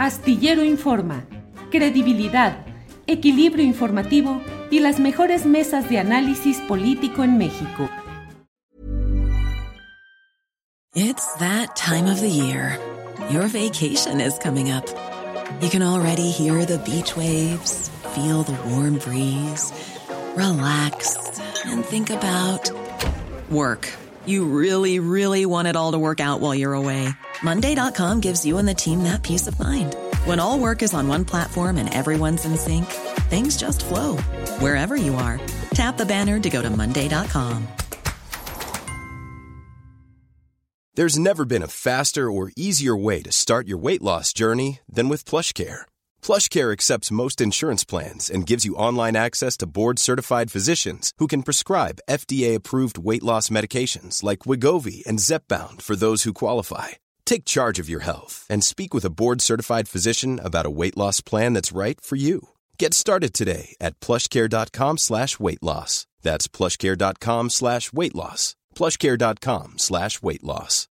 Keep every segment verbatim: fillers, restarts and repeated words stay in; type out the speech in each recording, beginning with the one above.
Astillero Informa, credibilidad, equilibrio informativo y las mejores mesas de análisis político en México. It's that time of the year. Your vacation is coming up. You can already hear the beach waves, feel the warm breeze, relax, and think about work. You really, really want it all to work out while you're away. Monday dot com gives you and the team that peace of mind. When all work is on one platform and everyone's in sync, things just flow. Wherever you are, tap the banner to go to Monday dot com. There's never been a faster or easier way to start your weight loss journey than with PlushCare. PlushCare accepts most insurance plans and gives you online access to board-certified physicians who can prescribe F D A-approved weight loss medications like Wegovy and Zepbound for those who qualify. Take charge of your health and speak with a board-certified physician about a weight loss plan that's right for you. Get started today at plushcare.com slash weight loss. That's plushcare.com slash weight loss. plushcare.com slash weight loss.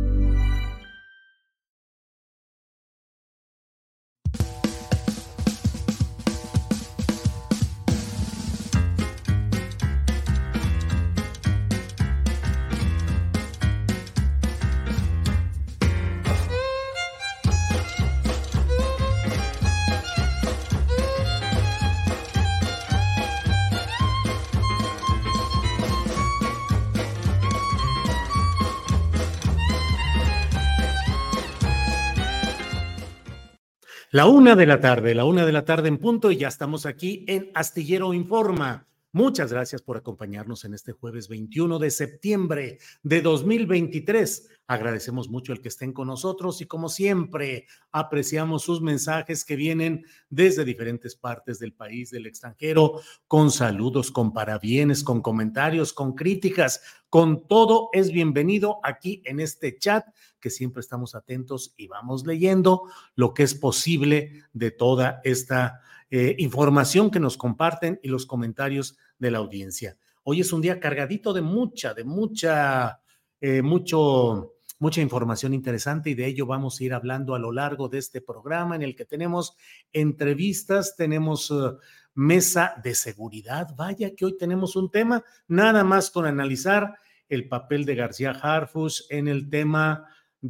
La una de la tarde, la una de la tarde en punto y ya estamos aquí en Astillero Informa. Muchas gracias por acompañarnos en este jueves veintiuno de septiembre de dos mil veintitrés. Agradecemos mucho el que estén con nosotros y como siempre apreciamos sus mensajes que vienen desde diferentes partes del país, del extranjero, con saludos, con parabienes, con comentarios, con críticas, con todo es bienvenido aquí en este chat que siempre estamos atentos y vamos leyendo lo que es posible de toda esta eh, información que nos comparten y los comentarios de la audiencia. Hoy es un día cargadito de mucha, de mucha, eh, mucho, mucha información interesante y de ello vamos a ir hablando a lo largo de este programa en el que tenemos entrevistas, tenemos uh, mesa de seguridad. Vaya que hoy tenemos un tema, nada más con analizar el papel de García Harfuch en el tema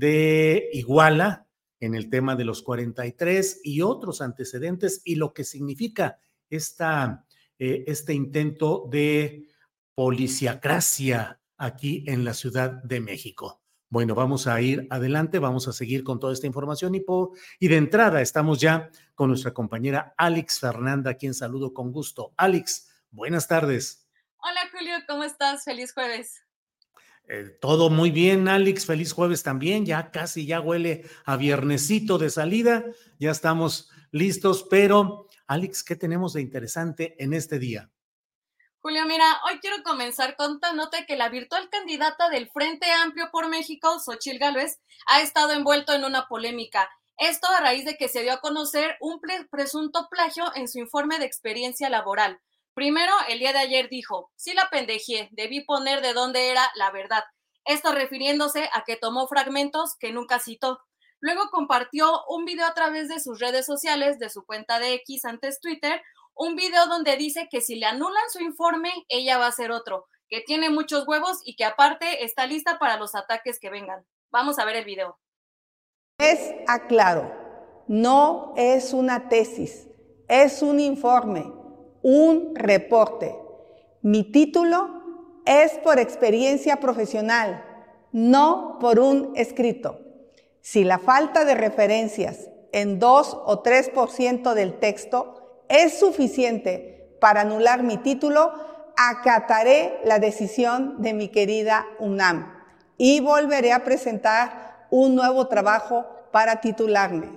de Iguala, en el tema de los cuarenta y tres y otros antecedentes y lo que significa esta, eh, este intento de policiacracia aquí en la Ciudad de México. Bueno, vamos a ir adelante, vamos a seguir con toda esta información y, por, y de entrada estamos ya con nuestra compañera Alex Fernanda, a quien saludo con gusto. Alex, buenas tardes. Hola Julio, ¿cómo estás? Feliz jueves. Eh, todo muy bien, Alex, feliz jueves también, ya casi ya huele a viernesito de salida, ya estamos listos, pero Alex, ¿qué tenemos de interesante en este día? Julio, mira, hoy quiero comenzar contándote que la virtual candidata del Frente Amplio por México, Xóchitl Gálvez, ha estado envuelto en una polémica. Esto a raíz de que se dio a conocer un pre- presunto plagio en su informe de experiencia laboral. Primero, el día de ayer dijo, sí la pendejié, debí poner de dónde era la verdad. Esto refiriéndose a que tomó fragmentos que nunca citó. Luego compartió un video a través de sus redes sociales, de su cuenta de X, antes Twitter, un video donde dice que si le anulan su informe, ella va a hacer otro, que tiene muchos huevos y que aparte está lista para los ataques que vengan. Vamos a ver el video. Les aclaro, no es una tesis, es un informe. Un reporte. Mi título es por experiencia profesional, no por un escrito. Si la falta de referencias en dos o tres por ciento del texto es suficiente para anular mi título, acataré la decisión de mi querida UNAM y volveré a presentar un nuevo trabajo para titularme.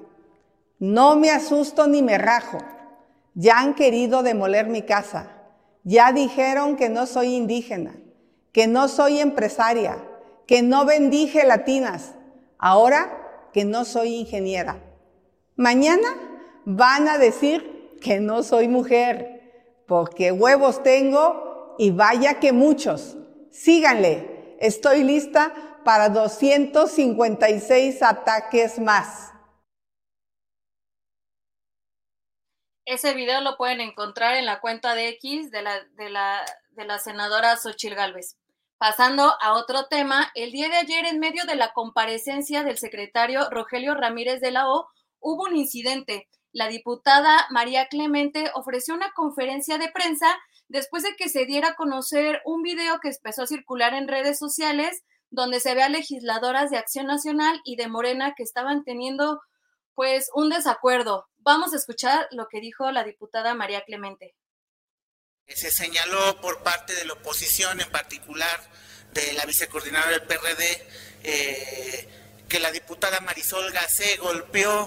No me asusto ni me rajo. Ya han querido demoler mi casa, ya dijeron que no soy indígena, que no soy empresaria, que no vendí gelatinas, ahora que no soy ingeniera. Mañana van a decir que no soy mujer, porque huevos tengo y vaya que muchos. Síganle, estoy lista para doscientos cincuenta y seis ataques más. Ese video lo pueden encontrar en la cuenta de X de la, de la, de la senadora Xóchitl Gálvez. Pasando a otro tema, el día de ayer, en medio de la comparecencia del secretario Rogelio Ramírez de la O, hubo un incidente. La diputada María Clemente ofreció una conferencia de prensa después de que se diera a conocer un video que empezó a circular en redes sociales, donde se ve a legisladoras de Acción Nacional y de Morena que estaban teniendo pues un desacuerdo. Vamos a escuchar lo que dijo la diputada María Clemente. Se señaló por parte de la oposición, en particular de la vicecoordinadora del P R D, eh, que la diputada Marisol Gacé golpeó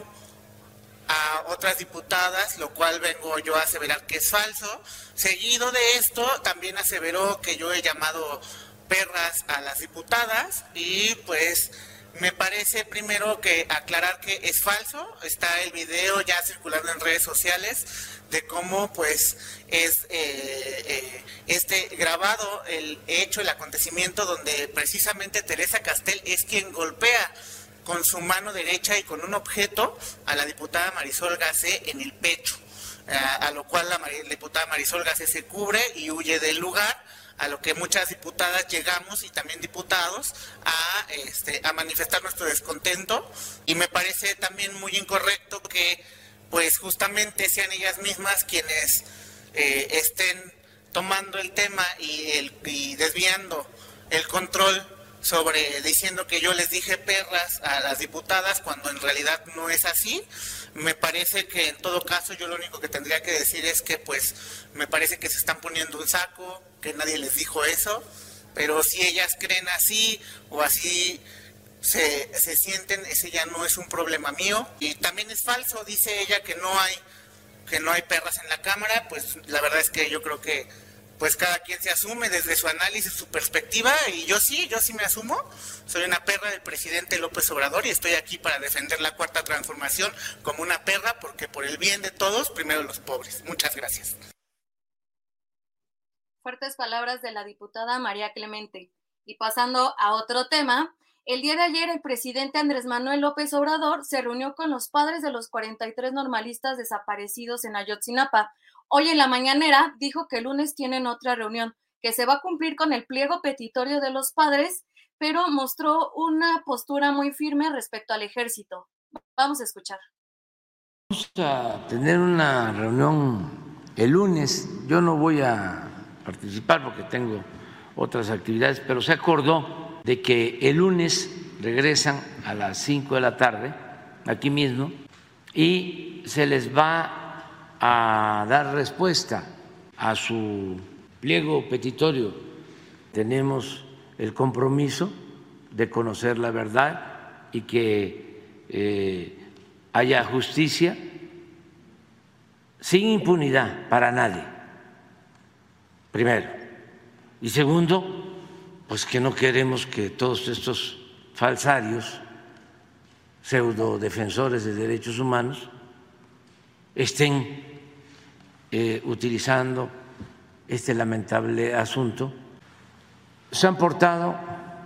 a otras diputadas, lo cual vengo yo a aseverar que es falso. Seguido de esto, también aseveró que yo he llamado perras a las diputadas y pues me parece primero que aclarar que es falso. Está el video ya circulando en redes sociales de cómo pues es eh, eh, este grabado el hecho, el acontecimiento donde precisamente Teresa Castel es quien golpea con su mano derecha y con un objeto a la diputada Marisol Gacé en el pecho, a, a lo cual la, la diputada Marisol Gacé se cubre y huye del lugar, a lo que muchas diputadas llegamos y también diputados a, este, a manifestar nuestro descontento, y me parece también muy incorrecto que pues justamente sean ellas mismas quienes eh, estén tomando el tema y, el, y desviando el control sobre diciendo que yo les dije perras a las diputadas cuando en realidad no es así. Me parece que en todo caso yo lo único que tendría que decir es que pues me parece que se están poniendo un saco, que nadie les dijo eso, pero si ellas creen así o así se, se sienten, ese ya no es un problema mío. Y también es falso, dice ella que no hay, que no hay perras en la Cámara. Pues la verdad es que yo creo que pues cada quien se asume desde su análisis, su perspectiva, y yo sí, yo sí me asumo. Soy una perra del presidente López Obrador y estoy aquí para defender la Cuarta Transformación como una perra, porque por el bien de todos, primero los pobres. Muchas gracias. Fuertes palabras de la diputada María Clemente. Y pasando a otro tema, el día de ayer el presidente Andrés Manuel López Obrador se reunió con los padres de los cuarenta y tres normalistas desaparecidos en Ayotzinapa. Hoy en la mañanera dijo que el lunes tienen otra reunión, que se va a cumplir con el pliego petitorio de los padres, pero mostró una postura muy firme respecto al ejército. Vamos a escuchar. Vamos a tener una reunión el lunes. Yo no voy a participar porque tengo otras actividades, pero se acordó de que el lunes regresan a las cinco de la tarde, aquí mismo, y se les va a dar respuesta a su pliego petitorio. Tenemos el compromiso de conocer la verdad y que eh, haya justicia sin impunidad para nadie, primero. Y segundo, pues que no queremos que todos estos falsarios, pseudo defensores de derechos humanos, estén eh, utilizando este lamentable asunto. Se han portado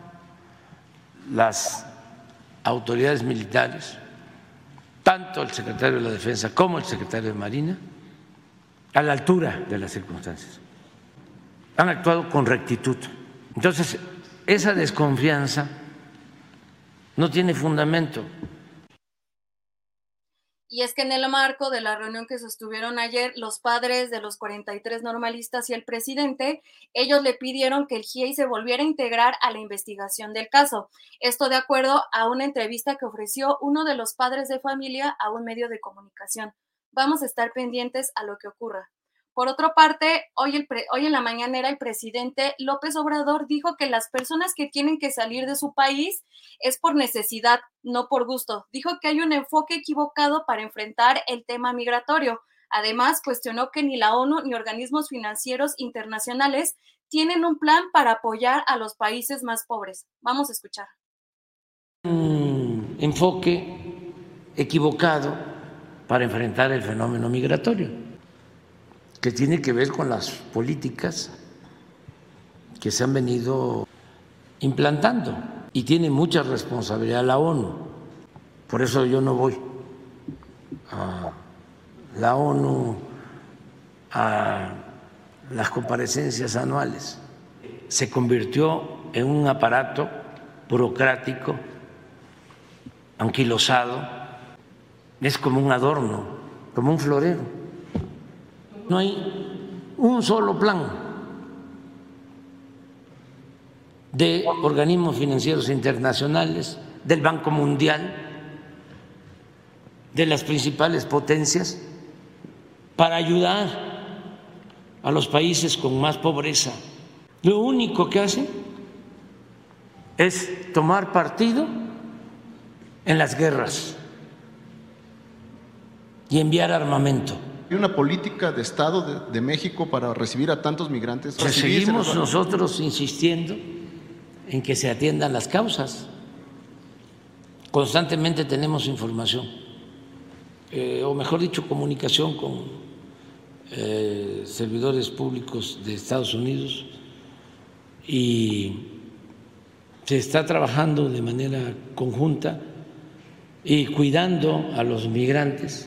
las autoridades militares, tanto el secretario de la Defensa como el secretario de Marina, a la altura de las circunstancias. Han actuado con rectitud. Entonces, esa desconfianza no tiene fundamento. Y es que en el marco de la reunión que sostuvieron ayer los padres de los cuarenta y tres normalistas y el presidente, ellos le pidieron que el G I E I se volviera a integrar a la investigación del caso. Esto de acuerdo a una entrevista que ofreció uno de los padres de familia a un medio de comunicación. Vamos a estar pendientes a lo que ocurra. Por otra parte, hoy, el pre, hoy en la mañanera el presidente López Obrador dijo que las personas que tienen que salir de su país es por necesidad, no por gusto. Dijo que hay un enfoque equivocado para enfrentar el tema migratorio. Además, cuestionó que ni la ONU ni organismos financieros internacionales tienen un plan para apoyar a los países más pobres. Vamos a escuchar. Un enfoque equivocado para enfrentar el fenómeno migratorio, que tiene que ver con las políticas que se han venido implantando, y tiene mucha responsabilidad la ONU. Por eso yo no voy a la ONU a las comparecencias anuales. Se convirtió en un aparato burocrático, anquilosado, es como un adorno, como un florero. No hay un solo plan de organismos financieros internacionales, del Banco Mundial, de las principales potencias, para ayudar a los países con más pobreza. Lo único que hacen es tomar partido en las guerras y enviar armamento. ¿Hay una política de Estado de, de México para recibir a tantos migrantes? Pues seguimos nosotros insistiendo en que se atiendan las causas. Constantemente tenemos información, eh, o mejor dicho, comunicación con eh, servidores públicos de Estados Unidos, y se está trabajando de manera conjunta y cuidando a los migrantes.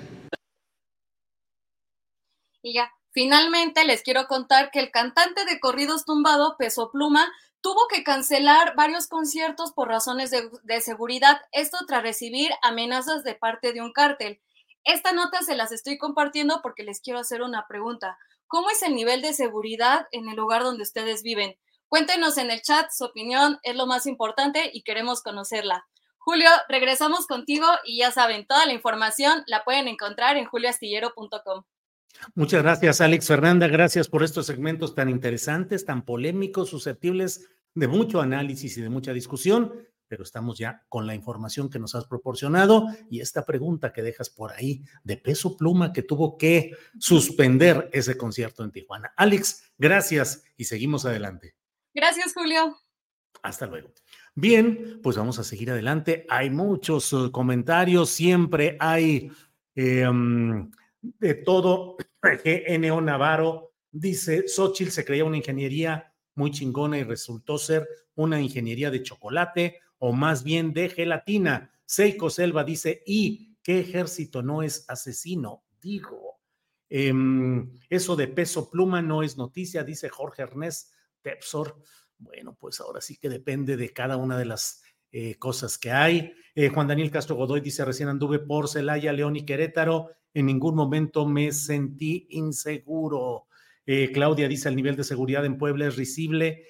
Y ya, finalmente les quiero contar que el cantante de corridos tumbado, Peso Pluma, tuvo que cancelar varios conciertos por razones de, de seguridad, esto tras recibir amenazas de parte de un cártel. Esta nota se las estoy compartiendo porque les quiero hacer una pregunta. ¿Cómo es el nivel de seguridad en el lugar donde ustedes viven? Cuéntenos en el chat, su opinión es lo más importante y queremos conocerla. Julio, regresamos contigo y ya saben, toda la información la pueden encontrar en julio astillero punto com. Muchas gracias, Alex. Fernanda, gracias por estos segmentos tan interesantes, tan polémicos, susceptibles de mucho análisis y de mucha discusión, pero estamos ya con la información que nos has proporcionado y esta pregunta que dejas por ahí de Peso Pluma, que tuvo que suspender ese concierto en Tijuana. Alex, gracias y seguimos adelante. Gracias, Julio. Hasta luego. Bien, pues vamos a seguir adelante. Hay muchos uh, comentarios, siempre hay eh, um, de todo. G N O Navarro dice, Xóchitl se creía una ingeniería muy chingona y resultó ser una ingeniería de chocolate o más bien de gelatina. Seiko Selva dice, ¿y qué ejército no es asesino? Digo, eh, eso de Peso Pluma no es noticia, dice Jorge Ernest Tepsor. Bueno, pues ahora sí que depende de cada una de las eh, cosas que hay. Eh, Juan Daniel Castro Godoy dice, recién anduve por Celaya, León y Querétaro. En ningún momento me sentí inseguro. Eh, Claudia dice, el nivel de seguridad en Puebla es risible,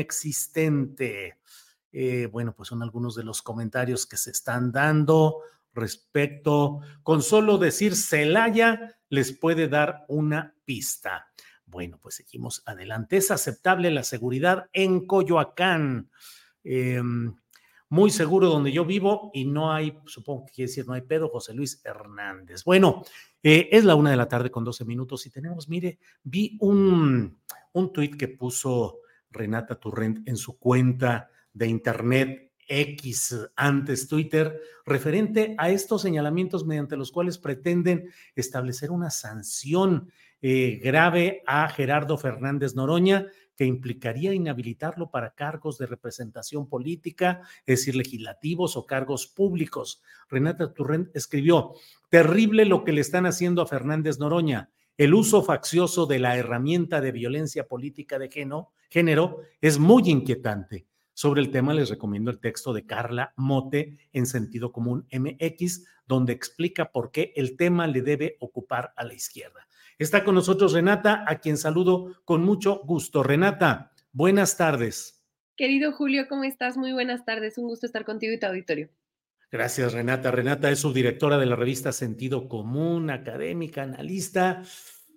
inexistente. Eh, bueno, pues son algunos de los comentarios que se están dando respecto. Con solo decir Celaya les puede dar una pista. Bueno, pues seguimos adelante. Es aceptable la seguridad en Coyoacán. Eh, muy seguro donde yo vivo y no hay, supongo que quiere decir no hay pedo, José Luis Hernández. Bueno, eh, es la una de la tarde con doce minutos y tenemos, mire, vi un, un tuit que puso Renata Turrent en su cuenta de internet X, antes Twitter, referente a estos señalamientos mediante los cuales pretenden establecer una sanción eh, grave a Gerardo Fernández Noroña, que implicaría inhabilitarlo para cargos de representación política, es decir, legislativos o cargos públicos. Renata Turrent escribió, terrible lo que le están haciendo a Fernández Noroña. El uso faccioso de la herramienta de violencia política de género, género es muy inquietante. Sobre el tema les recomiendo el texto de Carla Mote en Sentido Común M X, donde explica por qué el tema le debe ocupar a la izquierda. Está con nosotros Renata, a quien saludo con mucho gusto. Renata, buenas tardes. Querido Julio, ¿cómo estás? Muy buenas tardes. Un gusto estar contigo y tu auditorio. Gracias, Renata. Renata es subdirectora de la revista Sentido Común, académica, analista,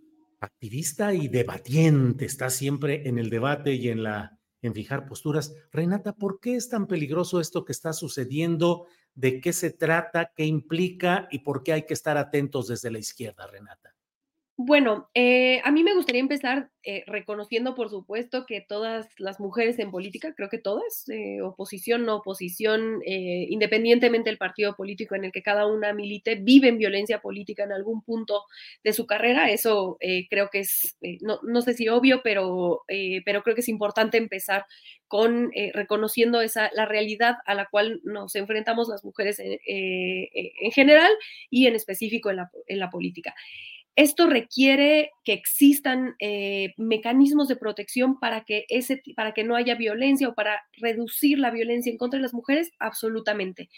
activista y debatiente. Está siempre en el debate y en la en fijar posturas. Renata, ¿por qué es tan peligroso esto que está sucediendo? ¿De qué se trata? ¿Qué implica? ¿Y por qué hay que estar atentos desde la izquierda, Renata? Bueno, eh, a mí me gustaría empezar eh, reconociendo, por supuesto, que todas las mujeres en política, creo que todas, eh, oposición, no oposición, eh, independientemente del partido político en el que cada una milite, viven violencia política en algún punto de su carrera. Eso eh, creo que es, eh, no, no sé si obvio, pero, eh, pero creo que es importante empezar con eh, reconociendo esa, la realidad a la cual nos enfrentamos las mujeres en, eh, en general y en específico en la, en la política. esto requiere que existan eh, mecanismos de protección para que, ese, para que no haya violencia o para reducir la violencia en contra de las mujeres, absolutamente.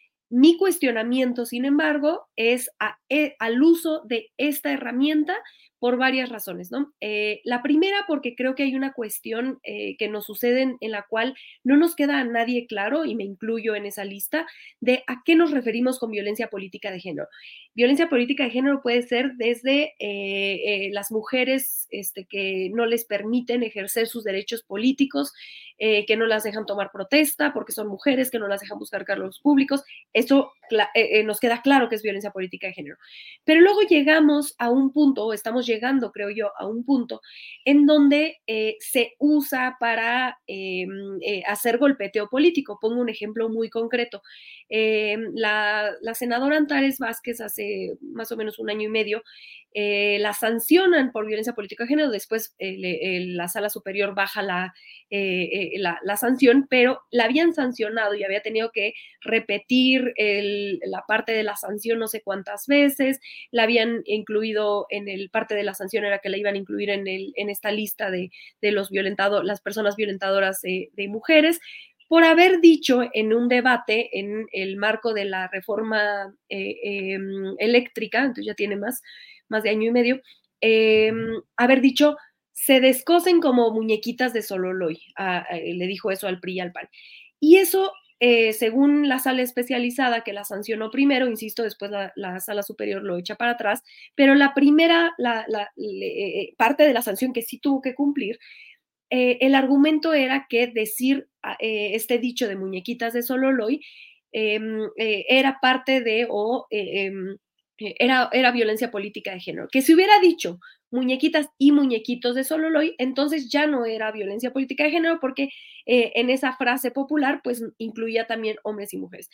Mi cuestionamiento, sin embargo, es a, e, al uso de esta herramienta por varias razones, ¿no? Eh, la primera, porque creo que hay una cuestión eh, que nos sucede en, en la cual no nos queda a nadie claro, y me incluyo en esa lista, de a qué nos referimos con violencia política de género. Violencia política de género puede ser desde eh, eh, las mujeres este, que no les permiten ejercer sus derechos políticos, eh, que no las dejan tomar protesta porque son mujeres, que no las dejan buscar cargos públicos. Eso eh, eh, nos queda claro que es violencia política de género. Pero luego llegamos a un punto, o estamos llegando, creo yo, a un punto en donde eh, se usa para eh, eh, hacer golpeteo político. Pongo un ejemplo muy concreto. Eh, la, la senadora Antares Vázquez hace más o menos un año y medio eh, la sancionan por violencia política de género, después eh, le, eh, la sala superior baja la, eh, eh, la, la sanción, pero la habían sancionado y había tenido que repetir el, la parte de la sanción no sé cuántas veces, la habían incluido en el, parte de la sanción era que la iban a incluir en, el, en esta lista de, de los violentados, las personas violentadoras de, de mujeres, por haber dicho en un debate en el marco de la reforma eh, eh, eléctrica, entonces ya tiene más, más de año y medio, eh, haber dicho, se descosen como muñequitas de Sololoy, a, a, le dijo eso al P R I y al P A N. Y eso, eh, según la sala especializada que la sancionó primero, insisto, después la, la sala superior lo echa para atrás, pero la primera la, la, le, parte de la sanción que sí tuvo que cumplir, Eh, el argumento era que decir eh, este dicho de muñequitas de Sololoy eh, eh, era parte de o eh, eh, era, era violencia política de género. Que si hubiera dicho muñequitas y muñequitos de Sololoy, entonces ya no era violencia política de género porque eh, en esa frase popular pues incluía también hombres y mujeres.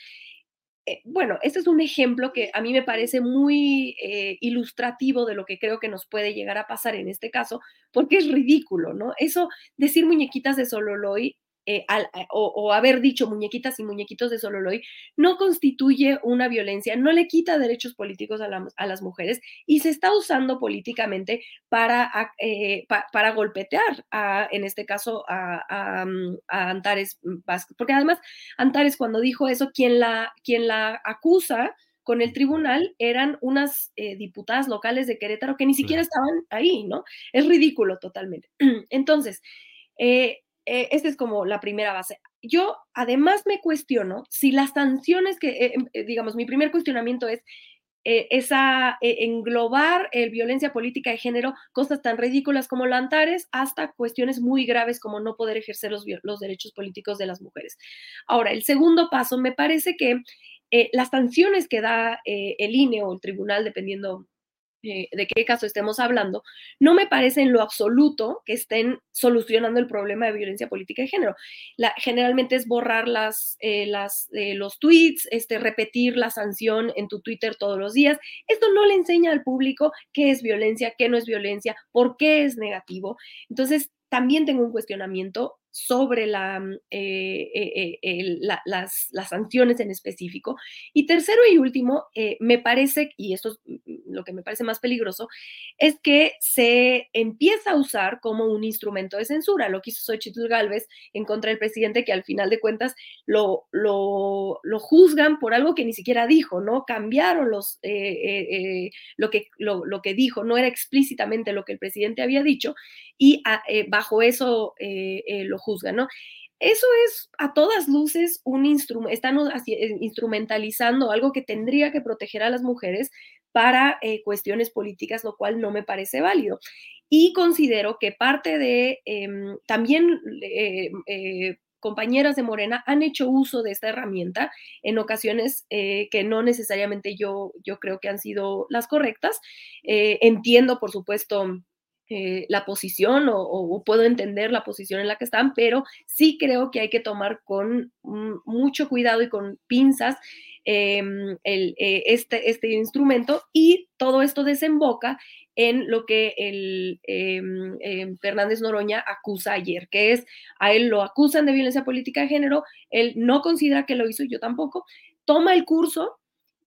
Eh, bueno, este es un ejemplo que a mí me parece muy eh, ilustrativo de lo que creo que nos puede llegar a pasar en este caso, porque es ridículo, ¿no? Eso, decir muñequitas de Sololoy, eh, al, o, o haber dicho muñequitas y muñequitos de Sololoy, no constituye una violencia, no le quita derechos políticos a, la, a las mujeres y se está usando políticamente para, eh, pa, para golpetear, a, en este caso, a, a, a Antares Vázquez, porque además Antares cuando dijo eso, quien la, quien la acusa con el tribunal eran unas eh, diputadas locales de Querétaro que ni siquiera estaban ahí, ¿no? Es ridículo totalmente. Entonces, eh, eh, esta es como la primera base. Yo además me cuestiono si las sanciones que, eh, digamos, mi primer cuestionamiento es eh, esa, eh, englobar eh, violencia política de género, cosas tan ridículas como la Antares, hasta cuestiones muy graves como no poder ejercer los, los derechos políticos de las mujeres. Ahora, el segundo paso, me parece que eh, las sanciones que da eh, el I N E o el tribunal, dependiendo Eh, de qué caso estemos hablando, no me parece en lo absoluto que estén solucionando el problema de violencia política de género. La, generalmente es borrar las, eh, las, eh, los tweets, este, repetir la sanción en tu Twitter todos los días. Esto no le enseña al público qué es violencia, qué no es violencia, por qué es negativo. Entonces, también tengo un cuestionamiento sobre la, eh, eh, eh, la, las, las sanciones en específico. Y tercero y último, eh, me parece, y esto es lo que me parece más peligroso, es que se empieza a usar como un instrumento de censura. Lo que hizo Xochitl Gálvez en contra del presidente, que al final de cuentas lo, lo, lo juzgan por algo que ni siquiera dijo, ¿no? Cambiaron los, eh, eh, eh, lo, que, lo, lo que dijo, no era explícitamente lo que el presidente había dicho, y a, eh, bajo eso eh, eh, lo juzgan, ¿no? Eso es a todas luces un instrumento, están así, instrumentalizando algo que tendría que proteger a las mujeres para eh, cuestiones políticas, lo cual no me parece válido. Y considero que parte de eh, también eh, eh, compañeras de Morena han hecho uso de esta herramienta en ocasiones eh, que no necesariamente yo, yo creo que han sido las correctas. Eh, entiendo, por supuesto, Eh, la posición o, o puedo entender la posición en la que están, pero sí creo que hay que tomar con mm, mucho cuidado y con pinzas eh, el, eh, este, este instrumento, y todo esto desemboca en lo que el eh, eh, Fernández Noroña acusa ayer, que es, a él lo acusan de violencia política de género, él no considera que lo hizo, yo tampoco, toma el curso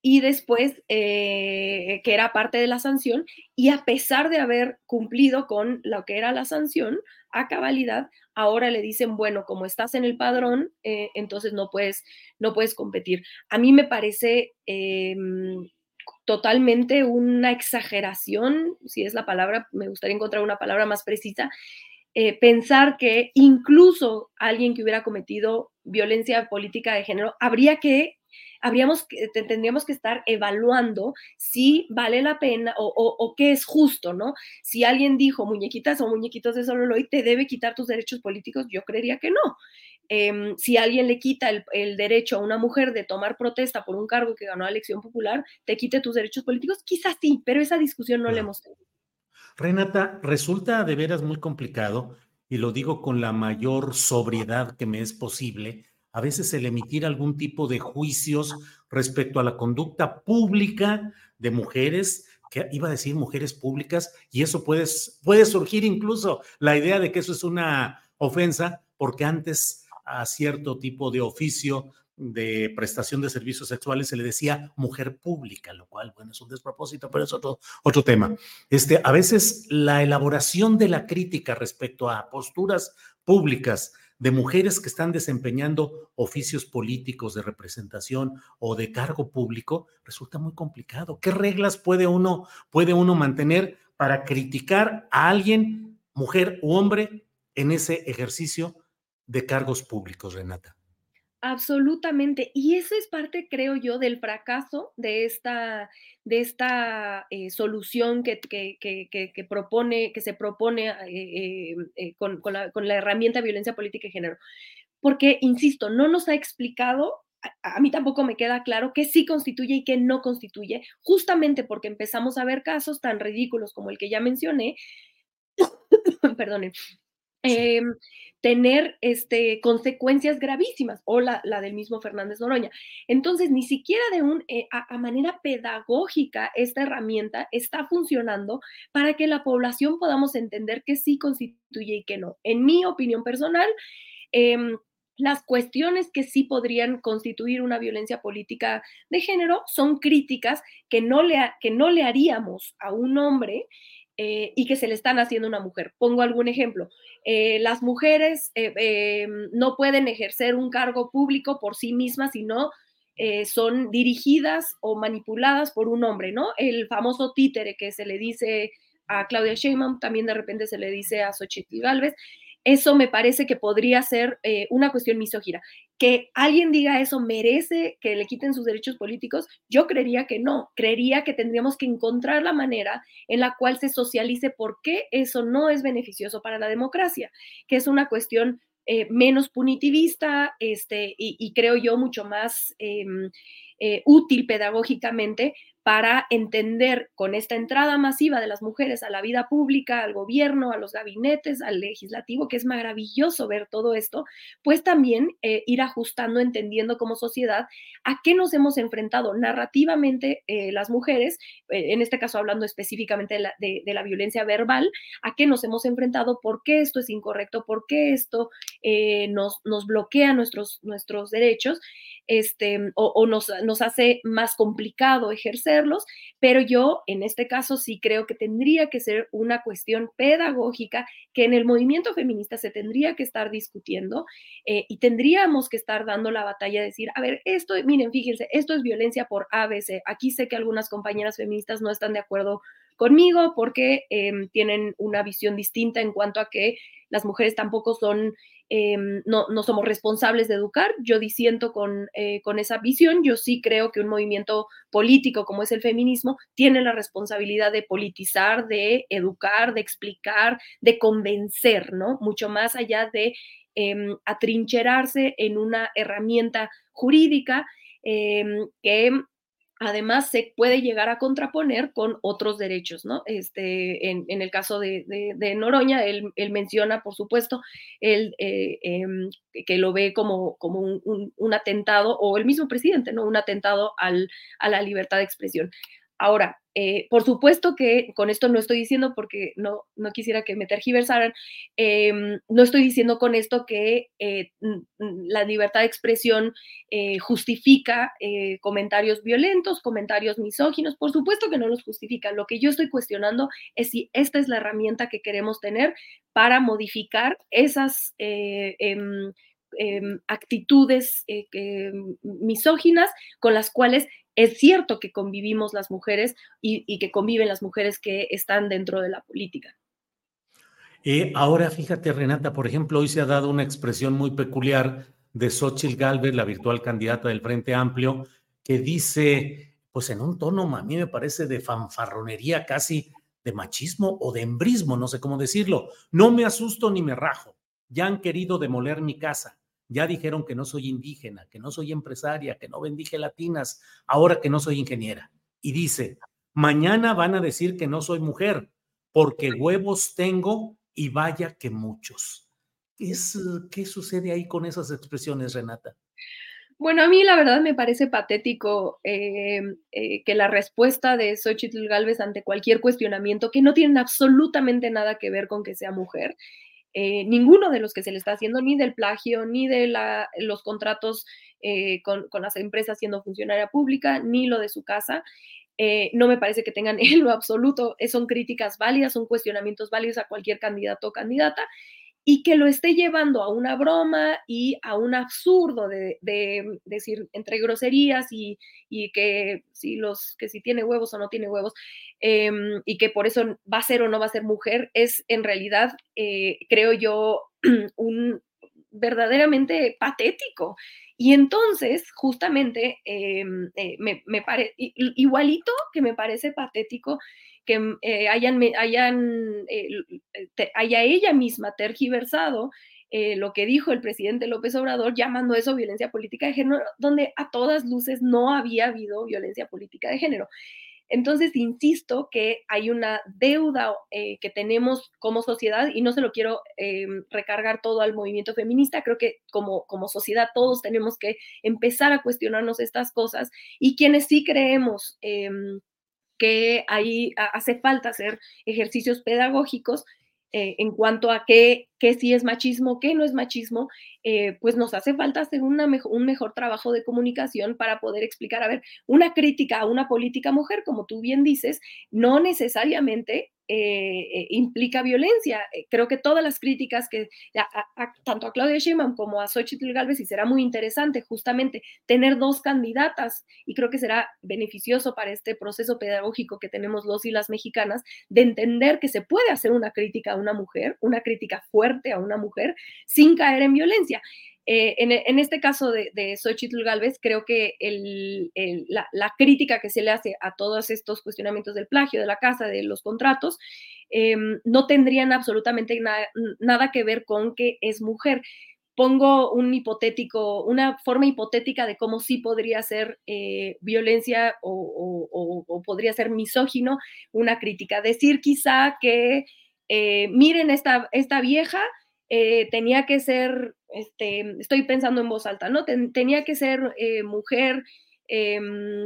y después eh, que era parte de la sanción, y a pesar de haber cumplido con lo que era la sanción a cabalidad, ahora le dicen, bueno, como estás en el padrón, eh, entonces no puedes, no puedes competir. A mí me parece eh, totalmente una exageración, si es la palabra, me gustaría encontrar una palabra más precisa, eh, pensar que incluso alguien que hubiera cometido violencia política de género, habría que habríamos, tendríamos que estar evaluando si vale la pena o, o, o qué es justo, ¿no? Si alguien dijo muñequitas o muñequitos de Sololoy, te debe quitar tus derechos políticos, yo creería que no. Eh, si alguien le quita el, el derecho a una mujer de tomar protesta por un cargo que ganó la elección popular, te quite tus derechos políticos, quizás sí, pero esa discusión no, no. la hemos tenido. Renata, resulta de veras muy complicado, y lo digo con la mayor sobriedad que me es posible, a veces el emitir algún tipo de juicios respecto a la conducta pública de mujeres, que iba a decir mujeres públicas, y eso puede, puede surgir incluso la idea de que eso es una ofensa, porque antes a cierto tipo de oficio de prestación de servicios sexuales se le decía mujer pública, lo cual, bueno, es un despropósito, pero es otro, otro tema. Este, a veces la elaboración de la crítica respecto a posturas públicas de mujeres que están desempeñando oficios políticos de representación o de cargo público resulta muy complicado. ¿Qué reglas puede uno, puede uno mantener para criticar a alguien, mujer u hombre, en ese ejercicio de cargos públicos, Renata? Absolutamente. Y eso es parte, creo yo, del fracaso de esta, de esta eh, solución que, que, que, que, propone, que se propone eh, eh, con, con, la, con la herramienta de violencia política y género. Porque, insisto, no nos ha explicado, a, a mí tampoco me queda claro qué sí constituye y qué no constituye, justamente porque empezamos a ver casos tan ridículos como el que ya mencioné, perdone, Eh, tener este, consecuencias gravísimas, o la, la del mismo Fernández Noroña. Entonces, ni siquiera de un, eh, a, a manera pedagógica esta herramienta está funcionando para que la población podamos entender qué sí constituye y qué no. En mi opinión personal, eh, las cuestiones que sí podrían constituir una violencia política de género son críticas que no le, que no le haríamos a un hombre Eh, y que se le están haciendo a una mujer. Pongo algún ejemplo. Eh, las mujeres eh, eh, no pueden ejercer un cargo público por sí mismas, sino eh, son dirigidas o manipuladas por un hombre, ¿no? El famoso títere que se le dice a Claudia Sheinbaum, también de repente se le dice a Xochitl Gálvez. Eso me parece que podría ser eh, una cuestión misógina. Que alguien diga eso merece que le quiten sus derechos políticos, yo creería que no. Creería que tendríamos que encontrar la manera en la cual se socialice por qué eso no es beneficioso para la democracia, que es una cuestión eh, menos punitivista este, y, y creo yo mucho más eh, eh, útil pedagógicamente para entender con esta entrada masiva de las mujeres a la vida pública, al gobierno, a los gabinetes, al legislativo, que es maravilloso ver todo esto, pues también eh, ir ajustando, entendiendo como sociedad a qué nos hemos enfrentado narrativamente eh, las mujeres, eh, en este caso hablando específicamente de la, de, de la violencia verbal, a qué nos hemos enfrentado, por qué esto es incorrecto, por qué esto eh, nos, nos bloquea nuestros, nuestros derechos, este, o, o nos, nos hace más complicado ejercerlos, pero yo en este caso sí creo que tendría que ser una cuestión pedagógica que en el movimiento feminista se tendría que estar discutiendo eh, y tendríamos que estar dando la batalla de decir, a ver, esto, miren, fíjense, esto es violencia por A B C. Aquí sé que algunas compañeras feministas no están de acuerdo conmigo porque eh, tienen una visión distinta en cuanto a que las mujeres tampoco son, eh, no, no somos responsables de educar. Yo disiento con, eh, con esa visión. Yo sí creo que un movimiento político como es el feminismo tiene la responsabilidad de politizar, de educar, de explicar, de convencer, ¿no? Mucho más allá de eh, atrincherarse en una herramienta jurídica eh, que además se puede llegar a contraponer con otros derechos, ¿no? Este, en, en el caso de, de, de Noroña, él, él menciona, por supuesto, él, eh, eh, que lo ve como, como un, un, un atentado, o el mismo presidente, ¿no? Un atentado al, a la libertad de expresión. Ahora, eh, por supuesto que con esto no estoy diciendo, porque no, no quisiera que me tergiversaran, eh, no estoy diciendo con esto que eh, la libertad de expresión eh, justifica eh, comentarios violentos, comentarios misóginos, por supuesto que no los justifica. Lo que yo estoy cuestionando es si esta es la herramienta que queremos tener para modificar esas eh, eh, eh, actitudes eh, eh, misóginas con las cuales es cierto que convivimos las mujeres y, y que conviven las mujeres que están dentro de la política. Eh, ahora, fíjate, Renata, por ejemplo, hoy se ha dado una expresión muy peculiar de Xóchitl Gálvez, la virtual candidata del Frente Amplio, que dice, pues en un tono, a mí me parece de fanfarronería, casi de machismo o de embrismo, no sé cómo decirlo. No me asusto ni me rajo. Ya han querido demoler mi casa. Ya dijeron que no soy indígena, que no soy empresaria, que no vendí gelatinas, ahora que no soy ingeniera. Y dice, mañana van a decir que no soy mujer, porque huevos tengo y vaya que muchos. Es, ¿qué sucede ahí con esas expresiones, Renata? Bueno, a mí la verdad me parece patético eh, eh, que la respuesta de Xóchitl Gálvez ante cualquier cuestionamiento, que no tienen absolutamente nada que ver con que sea mujer, Eh, ninguno de los que se le está haciendo, ni del plagio, ni de la, los contratos eh, con, con las empresas siendo funcionaria pública, ni lo de su casa, eh, no me parece que tengan en lo absoluto, son críticas válidas, son cuestionamientos válidos a cualquier candidato o candidata, y que lo esté llevando a una broma y a un absurdo de, de decir entre groserías y, y que, si los, que si tiene huevos o no tiene huevos, eh, y que por eso va a ser o no va a ser mujer, es en realidad, eh, creo yo, un verdaderamente patético. Y entonces, justamente, eh, eh, me, me parece igualito que me parece patético que eh, hayan, hayan eh, te, haya ella misma tergiversado eh, lo que dijo el presidente López Obrador, llamando eso violencia política de género, donde a todas luces no había habido violencia política de género. Entonces, insisto que hay una deuda eh, que tenemos como sociedad, y no se lo quiero eh, recargar todo al movimiento feminista, creo que como, como sociedad todos tenemos que empezar a cuestionarnos estas cosas, y quienes sí creemos eh, que ahí hace falta hacer ejercicios pedagógicos eh, en cuanto a qué, qué sí es machismo, qué no es machismo, eh, pues nos hace falta hacer una mejo, un mejor trabajo de comunicación para poder explicar, a ver, una crítica a una política mujer, como tú bien dices, no necesariamente eh, implica violencia. Creo que todas las críticas que a, a, tanto a Claudia Sheinbaum como a Xóchitl Gálvez, y será muy interesante justamente tener dos candidatas, y creo que será beneficioso para este proceso pedagógico que tenemos los y las mexicanas, de entender que se puede hacer una crítica a una mujer, una crítica fuerte a una mujer, sin caer en violencia. Eh, en, en este caso de, de Xóchitl Gálvez, creo que el, el, la, la crítica que se le hace a todos estos cuestionamientos del plagio, de la casa, de los contratos, eh, no tendrían absolutamente na, nada que ver con que es mujer. Pongo un hipotético, una forma hipotética de cómo sí podría ser eh, violencia o, o, o, o podría ser misógino, una crítica. Decir quizá que, eh, miren, esta, esta vieja eh, tenía que ser, este, estoy pensando en voz alta, ¿no? Ten, tenía que ser eh, mujer, eh,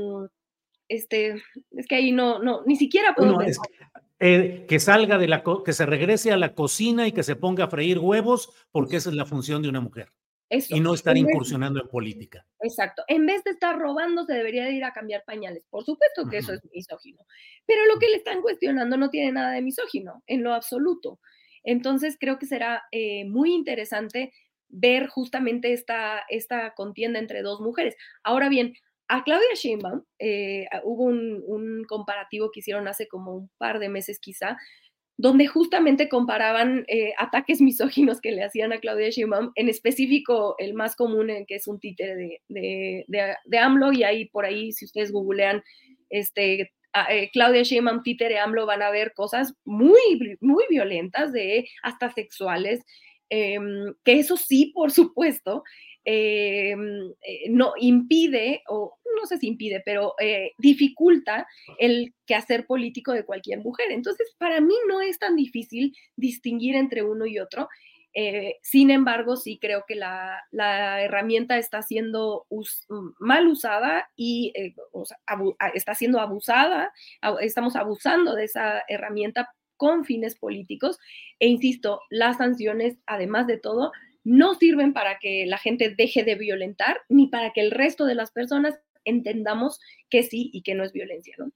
este, es que ahí no, no, ni siquiera puedo bueno, pensar. Es que, eh, que salga de la, que se regrese a la cocina y que se ponga a freír huevos, porque esa es la función de una mujer. Eso. Y no estar en incursionando en política. Exacto. En vez de estar robando, se debería de ir a cambiar pañales. Por supuesto que uh-huh. Eso es misógino. Pero lo que le están cuestionando no tiene nada de misógino, en lo absoluto. Entonces, creo que será eh, muy interesante ver justamente esta, esta contienda entre dos mujeres. Ahora bien, a Claudia Sheinbaum, eh, hubo un, un comparativo que hicieron hace como un par de meses quizá, donde justamente comparaban eh, ataques misóginos que le hacían a Claudia Sheinbaum, en específico el más común, en que es un títere de, de, de, de AMLO, y ahí por ahí, si ustedes googlean este, a, eh, Claudia Sheinbaum títere AMLO, van a ver cosas muy, muy violentas, de, hasta sexuales, eh, que eso sí, por supuesto, eh, eh, no impide, o no sé si impide, pero eh, dificulta el quehacer político de cualquier mujer. Entonces, para mí no es tan difícil distinguir entre uno y otro. Eh, sin embargo, sí creo que la, la herramienta está siendo us, mal usada y eh, o sea, abu, está siendo abusada, ab, estamos abusando de esa herramienta con fines políticos, e insisto, las sanciones, además de todo, no sirven para que la gente deje de violentar, ni para que el resto de las personas entendamos que sí y que no es violencia, ¿no?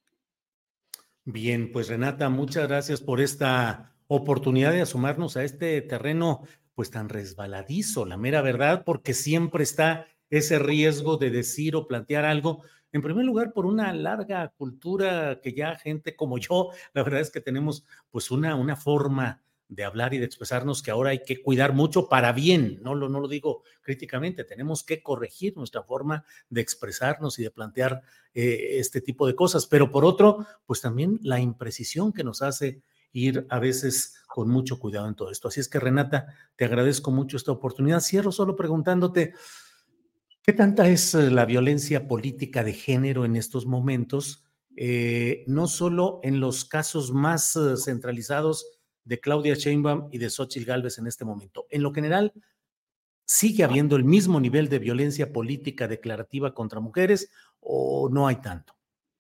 Bien, pues Renata, muchas gracias por esta oportunidad de asomarnos a este terreno pues tan resbaladizo, la mera verdad, porque siempre está ese riesgo de decir o plantear algo, en primer lugar por una larga cultura que ya gente como yo, la verdad es que tenemos pues una, una forma de hablar y de expresarnos que ahora hay que cuidar mucho para bien, no lo, no lo digo críticamente, tenemos que corregir nuestra forma de expresarnos y de plantear eh, este tipo de cosas, pero por otro, pues también la imprecisión que nos hace ir a veces con mucho cuidado en todo esto. Así es que Renata, te agradezco mucho esta oportunidad. Cierro solo preguntándote, ¿qué tanta es la violencia política de género en estos momentos? Eh, no solo en los casos más uh, centralizados de Claudia Sheinbaum y de Xóchitl Gálvez en este momento. En lo general, ¿sigue habiendo el mismo nivel de violencia política declarativa contra mujeres o no hay tanto?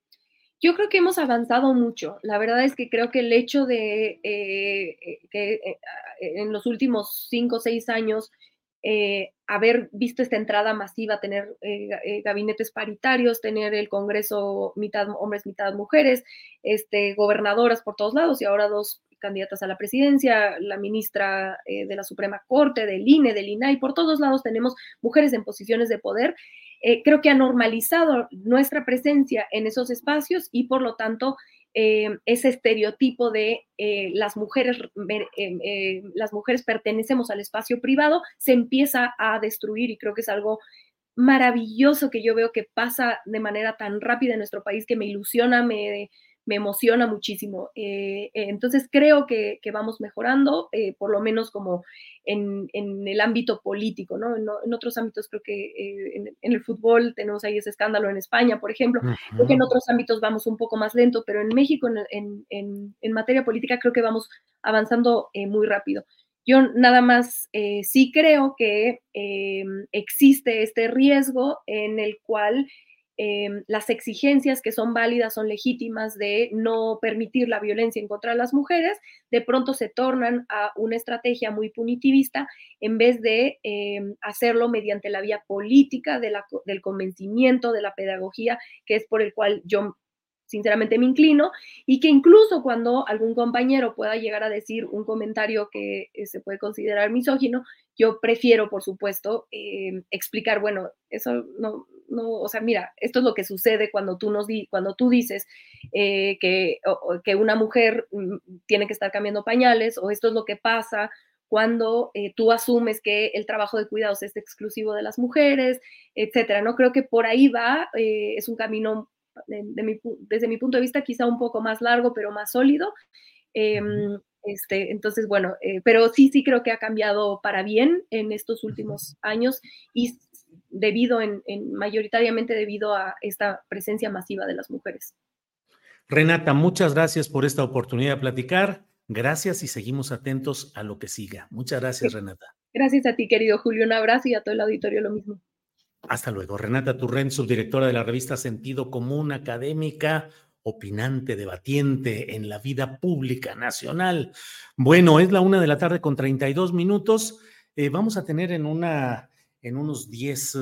Yo creo que hemos avanzado mucho. La verdad es que creo que el hecho de eh, que eh, en los últimos cinco o seis años eh, haber visto esta entrada masiva, tener eh, eh, gabinetes paritarios, tener el Congreso mitad hombres, mitad mujeres, este, gobernadoras por todos lados y ahora dos candidatas a la presidencia, la ministra eh, de la Suprema Corte, del I N E, del I N A I, por todos lados tenemos mujeres en posiciones de poder. Eh, creo que ha normalizado nuestra presencia en esos espacios y por lo tanto eh, ese estereotipo de eh, las mujeres eh, eh, las mujeres pertenecemos al espacio privado se empieza a destruir y creo que es algo maravilloso que yo veo que pasa de manera tan rápida en nuestro país que me ilusiona, me, me emociona muchísimo. Eh, entonces creo que, que vamos mejorando, eh, por lo menos como en, en el ámbito político, ¿no? En, en otros ámbitos creo que eh, en, en el fútbol tenemos ahí ese escándalo en España, por ejemplo. Uh-huh. Creo que en otros ámbitos vamos un poco más lento, pero en México, en, en, en, en materia política, creo que vamos avanzando eh, muy rápido. Yo nada más eh, sí creo que eh, existe este riesgo en el cual eh, las exigencias que son válidas, son legítimas de no permitir la violencia en contra de las mujeres, de pronto se tornan a una estrategia muy punitivista en vez de eh, hacerlo mediante la vía política de la, del convencimiento, de la pedagogía, que es por el cual yo sinceramente me inclino, y que incluso cuando algún compañero pueda llegar a decir un comentario que eh, se puede considerar misógino, yo prefiero, por supuesto, eh, explicar, bueno, eso no, no, o sea, mira, esto es lo que sucede cuando tú, nos di, cuando tú dices eh, que, o, que una mujer tiene que estar cambiando pañales, o esto es lo que pasa cuando eh, tú asumes que el trabajo de cuidados es exclusivo de las mujeres, etcétera, ¿no? Creo que por ahí va, eh, es un camino De, de mi, desde mi punto de vista quizá un poco más largo, pero más sólido. Eh, este, entonces, bueno, eh, pero sí, sí creo que ha cambiado para bien en estos últimos años y debido en, en mayoritariamente debido a esta presencia masiva de las mujeres. Renata, muchas gracias por esta oportunidad de platicar. Gracias y seguimos atentos a lo que siga. Muchas gracias, sí. Renata. Gracias a ti, querido Julio. Un abrazo y a todo el auditorio lo mismo. Hasta luego. Renata Turrent, subdirectora de la revista Sentido Común, académica, opinante, debatiente en la vida pública nacional. Bueno, es la una de la tarde con treinta y dos minutos. Eh, vamos a tener en, una, en unos diez,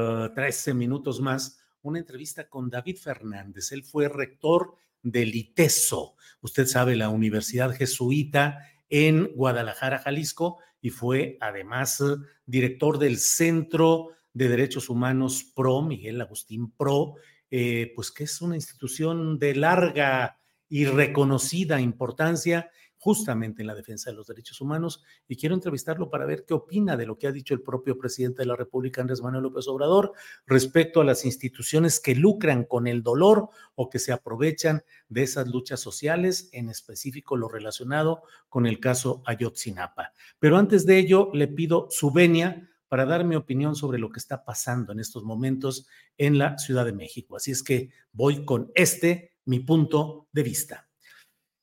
trece minutos más una entrevista con David Fernández. Él fue rector del ITESO, usted sabe, la Universidad Jesuita en Guadalajara, Jalisco, y fue además director del Centro de Derechos Humanos PRO, Miguel Agustín PRO, eh, pues que es una institución de larga y reconocida importancia justamente en la defensa de los derechos humanos, y quiero entrevistarlo para ver qué opina de lo que ha dicho el propio presidente de la República, Andrés Manuel López Obrador, respecto a las instituciones que lucran con el dolor o que se aprovechan de esas luchas sociales, en específico lo relacionado con el caso Ayotzinapa. Pero antes de ello, le pido su venia para dar mi opinión sobre lo que está pasando en estos momentos en la Ciudad de México. Así es que voy con este, mi punto de vista.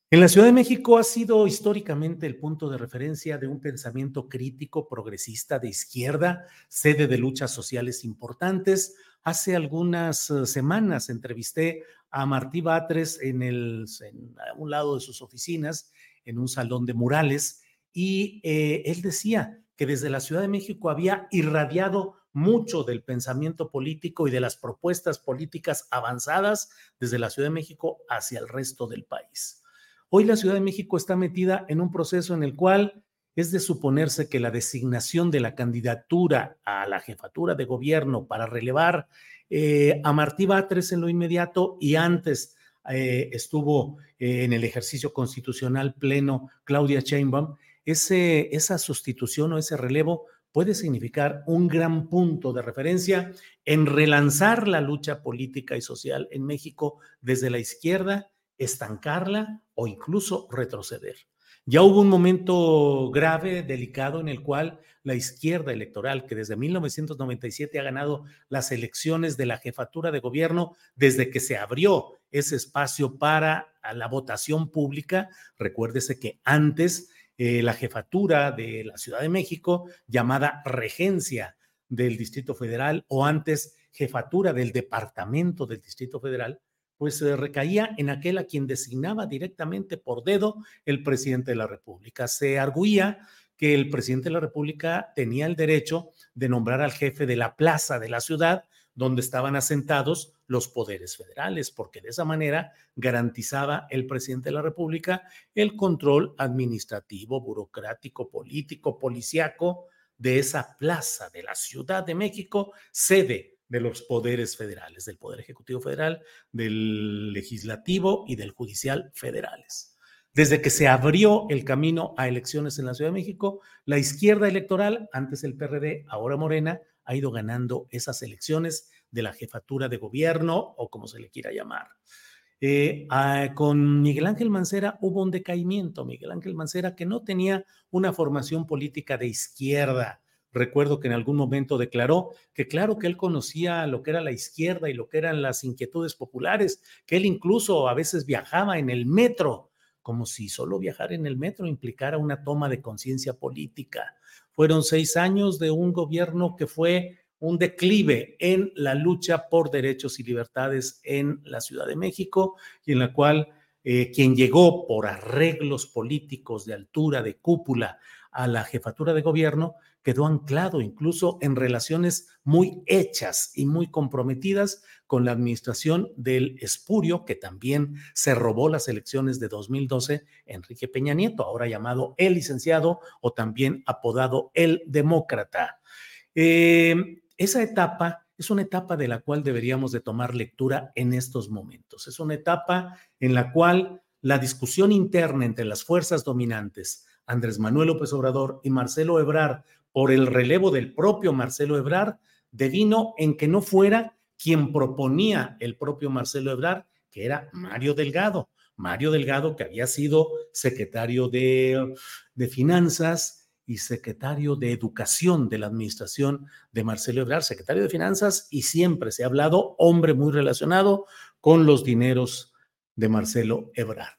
En la Ciudad de México ha sido históricamente el punto de referencia de un pensamiento crítico, progresista, de izquierda, sede de luchas sociales importantes. Hace algunas uh, semanas entrevisté a Martí Batres en, el, en un lado de sus oficinas, en un salón de murales, y eh, él decía que desde la Ciudad de México había irradiado mucho del pensamiento político y de las propuestas políticas avanzadas desde la Ciudad de México hacia el resto del país. Hoy la Ciudad de México está metida en un proceso en el cual es de suponerse que la designación de la candidatura a la jefatura de gobierno para relevar eh, a Martí Batres en lo inmediato, y antes eh, estuvo eh, en el ejercicio constitucional pleno Claudia Sheinbaum, ese, esa sustitución o ese relevo puede significar un gran punto de referencia en relanzar la lucha política y social en México desde la izquierda, estancarla o incluso retroceder. Ya hubo un momento grave, delicado, en el cual la izquierda electoral, que desde mil novecientos noventa y siete ha ganado las elecciones de la jefatura de gobierno, desde que se abrió ese espacio para la votación pública, recuérdese que antes eh, la jefatura de la Ciudad de México, llamada regencia del Distrito Federal, o antes jefatura del departamento del Distrito Federal, pues eh, recaía en aquel a quien designaba directamente por dedo el presidente de la República. Se arguía que el presidente de la República tenía el derecho de nombrar al jefe de la plaza de la ciudad donde estaban asentados los poderes federales, porque de esa manera garantizaba el presidente de la República el control administrativo, burocrático, político, policíaco de esa plaza de la Ciudad de México, sede de los poderes federales, del Poder Ejecutivo Federal, del Legislativo y del Judicial federales. Desde que se abrió el camino a elecciones en la Ciudad de México, la izquierda electoral, antes el P R D, ahora Morena, ha ido ganando esas elecciones de la jefatura de gobierno o como se le quiera llamar. Eh, ah, con Miguel Ángel Mancera hubo un decaimiento. Miguel Ángel Mancera, que no tenía una formación política de izquierda. Recuerdo que en algún momento declaró que claro que él conocía lo que era la izquierda y lo que eran las inquietudes populares, que él incluso a veces viajaba en el metro, como si solo viajar en el metro implicara una toma de conciencia política. Fueron seis años de un gobierno que fue un declive en la lucha por derechos y libertades en la Ciudad de México, y en la cual eh, quien llegó por arreglos políticos de altura, de cúpula, a la jefatura de gobierno, quedó anclado incluso en relaciones muy hechas y muy comprometidas con la administración del espurio, que también se robó las elecciones de dos mil doce, Enrique Peña Nieto, ahora llamado el licenciado o también apodado el demócrata. Eh, esa etapa es una etapa de la cual deberíamos de tomar lectura en estos momentos. Es una etapa en la cual la discusión interna entre las fuerzas dominantes, Andrés Manuel López Obrador y Marcelo Ebrard, por el relevo del propio Marcelo Ebrard, devino en que no fuera quien proponía el propio Marcelo Ebrard, que era Mario Delgado. Mario Delgado, que había sido secretario de, de Finanzas y secretario de Educación de la administración de Marcelo Ebrard, secretario de Finanzas, y siempre se ha hablado, hombre muy relacionado con los dineros de Marcelo Ebrard.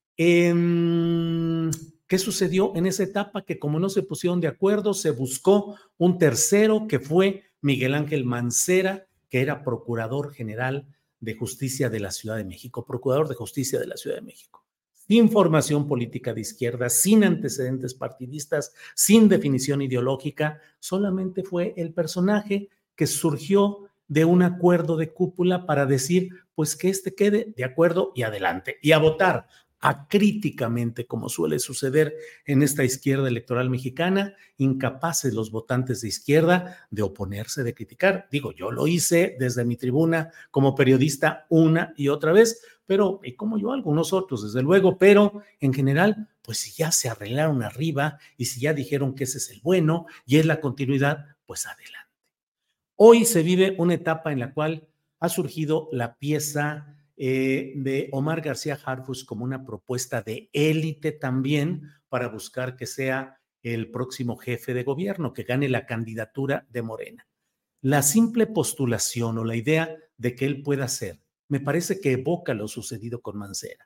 Eh, ¿Qué sucedió en esa etapa? Que como no se pusieron de acuerdo, se buscó un tercero, que fue Miguel Ángel Mancera, que era Procurador General de Justicia de la Ciudad de México, Procurador de Justicia de la Ciudad de México. Sin formación política de izquierda, sin antecedentes partidistas, sin definición ideológica, solamente fue el personaje que surgió de un acuerdo de cúpula para decir, pues que este quede de acuerdo y adelante, y a votar acríticamente, como suele suceder en esta izquierda electoral mexicana, incapaces los votantes de izquierda de oponerse, de criticar. Digo, yo lo hice desde mi tribuna como periodista una y otra vez, pero, y como yo, algunos otros, desde luego, pero en general, pues si ya se arreglaron arriba y si ya dijeron que ese es el bueno y es la continuidad, pues adelante. Hoy se vive una etapa en la cual ha surgido la pieza Eh, de Omar García Harfuch como una propuesta de élite también para buscar que sea el próximo jefe de gobierno, que gane la candidatura de Morena. La simple postulación o la idea de que él pueda ser, me parece que evoca lo sucedido con Mancera.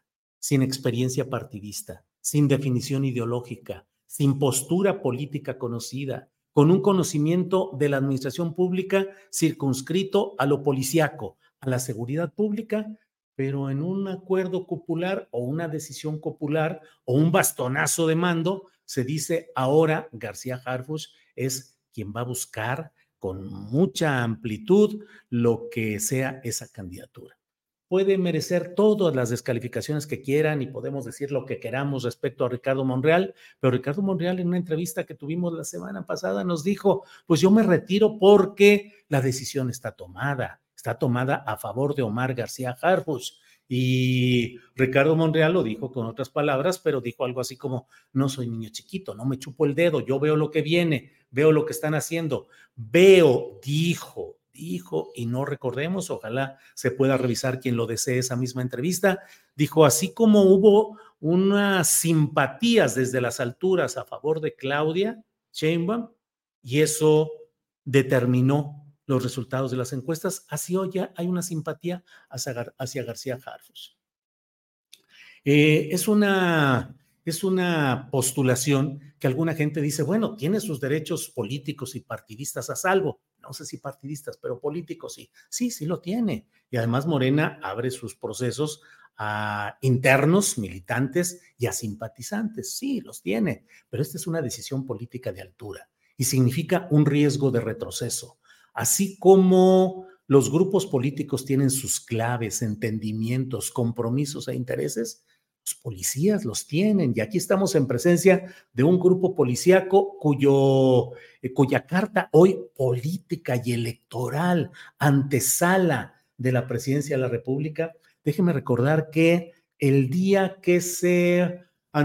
sin experiencia partidista, sin definición ideológica, sin postura política conocida, con un conocimiento de la administración pública circunscrito a lo policíaco, a la seguridad pública, pero en un acuerdo popular o una decisión popular o un bastonazo de mando, se dice ahora García Harfuch es quien va a buscar con mucha amplitud lo que sea esa candidatura. Puede merecer todas las descalificaciones que quieran y podemos decir lo que queramos respecto a Ricardo Monreal, pero Ricardo Monreal en una entrevista que tuvimos la semana pasada nos dijo, pues yo me retiro porque la decisión está tomada, está tomada a favor de Omar García Harfuch. Y Ricardo Monreal lo dijo con otras palabras, pero dijo algo así como, no soy niño chiquito, no me chupo el dedo, yo veo lo que viene, veo lo que están haciendo, veo, dijo, dijo, y no recordemos, ojalá se pueda revisar quien lo desee esa misma entrevista, dijo, así como hubo unas simpatías desde las alturas a favor de Claudia Sheinbaum, y eso determinó los resultados de las encuestas, así hoy ya hay una simpatía hacia, hacia García Harfuch. Eh, es una... Es una postulación que alguna gente dice, bueno, tiene sus derechos políticos y partidistas a salvo. No sé si partidistas, pero políticos sí. Sí, sí lo tiene. Y además Morena abre sus procesos a internos, militantes y a simpatizantes. Sí, los tiene. Pero esta es una decisión política de altura y significa un riesgo de retroceso. Así como los grupos políticos tienen sus claves, entendimientos, compromisos e intereses, los policías los tienen, y aquí estamos en presencia de un grupo policíaco cuyo, eh, cuya carta hoy política y electoral, antesala de la presidencia de la República. Déjeme recordar que el día que se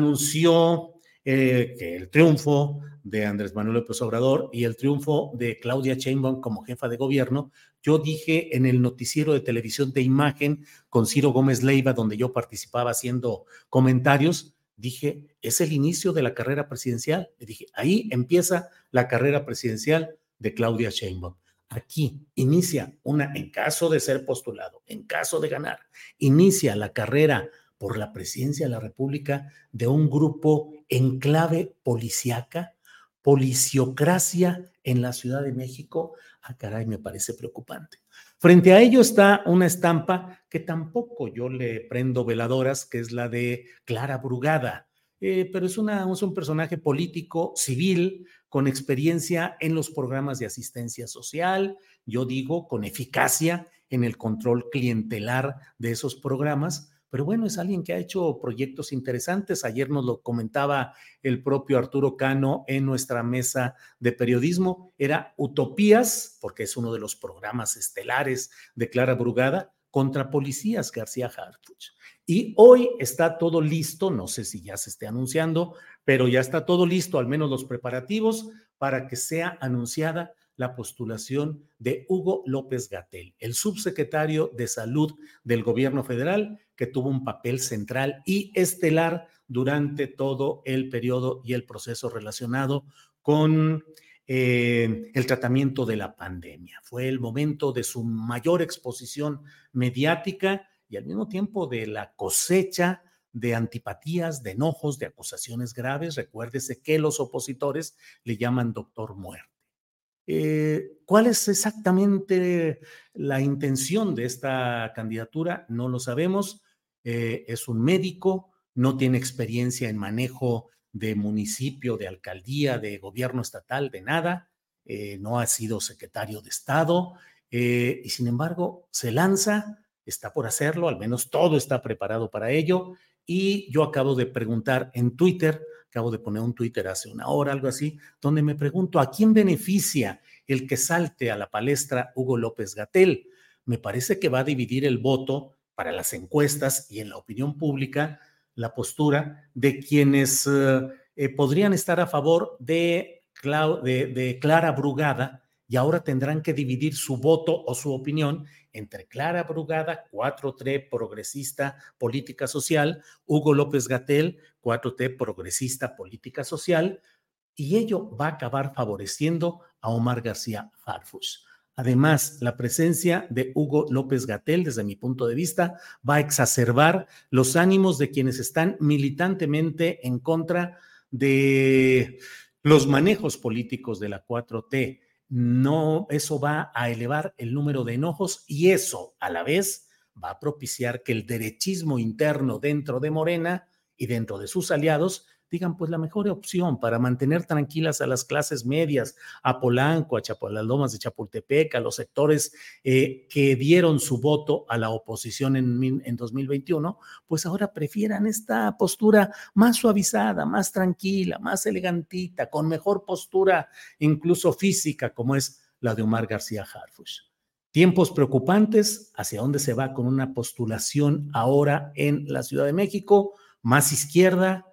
anunció eh, que el triunfo de Andrés Manuel López Obrador y el triunfo de Claudia Sheinbaum como jefa de gobierno, yo dije en el noticiero de televisión de Imagen con Ciro Gómez Leiva, donde yo participaba haciendo comentarios, dije, es el inicio de la carrera presidencial. Le dije, ahí empieza la carrera presidencial de Claudia Sheinbaum. Aquí inicia una, en caso de ser postulado, en caso de ganar, inicia la carrera por la presidencia de la República de un grupo en clave policíaca, policiocracia en la Ciudad de México. Ah, caray, me parece preocupante. Frente a ello está una estampa que tampoco yo le prendo veladoras, que es la de Clara Brugada, eh, pero es, una, es un personaje político, civil, con experiencia en los programas de asistencia social, yo digo, con eficacia en el control clientelar de esos programas. Pero bueno, es alguien que ha hecho proyectos interesantes. Ayer nos lo comentaba el propio Arturo Cano en nuestra mesa de periodismo. Era Utopías, porque es uno de los programas estelares de Clara Brugada, contra policías, García Harfuch. Y hoy está todo listo, no sé si ya se esté anunciando, pero ya está todo listo, al menos los preparativos, para que sea anunciada la postulación de Hugo López-Gatell, el subsecretario de Salud del gobierno federal, que tuvo un papel central y estelar durante todo el periodo y el proceso relacionado con eh, el tratamiento de la pandemia. Fue el momento de su mayor exposición mediática y al mismo tiempo de la cosecha de antipatías, de enojos, de acusaciones graves. Recuérdese que los opositores le llaman doctor muerte. Eh, ¿Cuál es exactamente la intención de esta candidatura? No lo sabemos. Eh, es un médico, no tiene experiencia en manejo de municipio, de alcaldía, de gobierno estatal, de nada. Eh, no ha sido secretario de Estado eh, y sin embargo se lanza, está por hacerlo, al menos todo está preparado para ello. Y yo acabo de preguntar en Twitter, acabo de poner un Twitter hace una hora, algo así, donde me pregunto a quién beneficia el que salte a la palestra Hugo López-Gatell. Me parece que va a dividir el voto para las encuestas y en la opinión pública la postura de quienes eh, eh, podrían estar a favor de, Clau, de, de Clara Brugada y ahora tendrán que dividir su voto o su opinión entre Clara Brugada, cuatro T progresista política social, Hugo López-Gatell, cuatro T progresista política social, y ello va a acabar favoreciendo a Omar García Harfuch. Además, la presencia de Hugo López-Gatell, desde mi punto de vista, va a exacerbar los ánimos de quienes están militantemente en contra de los manejos políticos de la cuatro T. No, eso va a elevar el número de enojos y eso, a la vez, va a propiciar que el derechismo interno dentro de Morena y dentro de sus aliados digan, pues la mejor opción para mantener tranquilas a las clases medias, a Polanco, a, Chapo, a las Lomas de Chapultepec, a los sectores eh, que dieron su voto a la oposición en, en dos mil veintiuno, pues ahora prefieran esta postura más suavizada, más tranquila, más elegantita, con mejor postura incluso física, como es la de Omar García Harfuch. Tiempos preocupantes, hacia dónde se va con una postulación ahora en la Ciudad de México, más izquierda,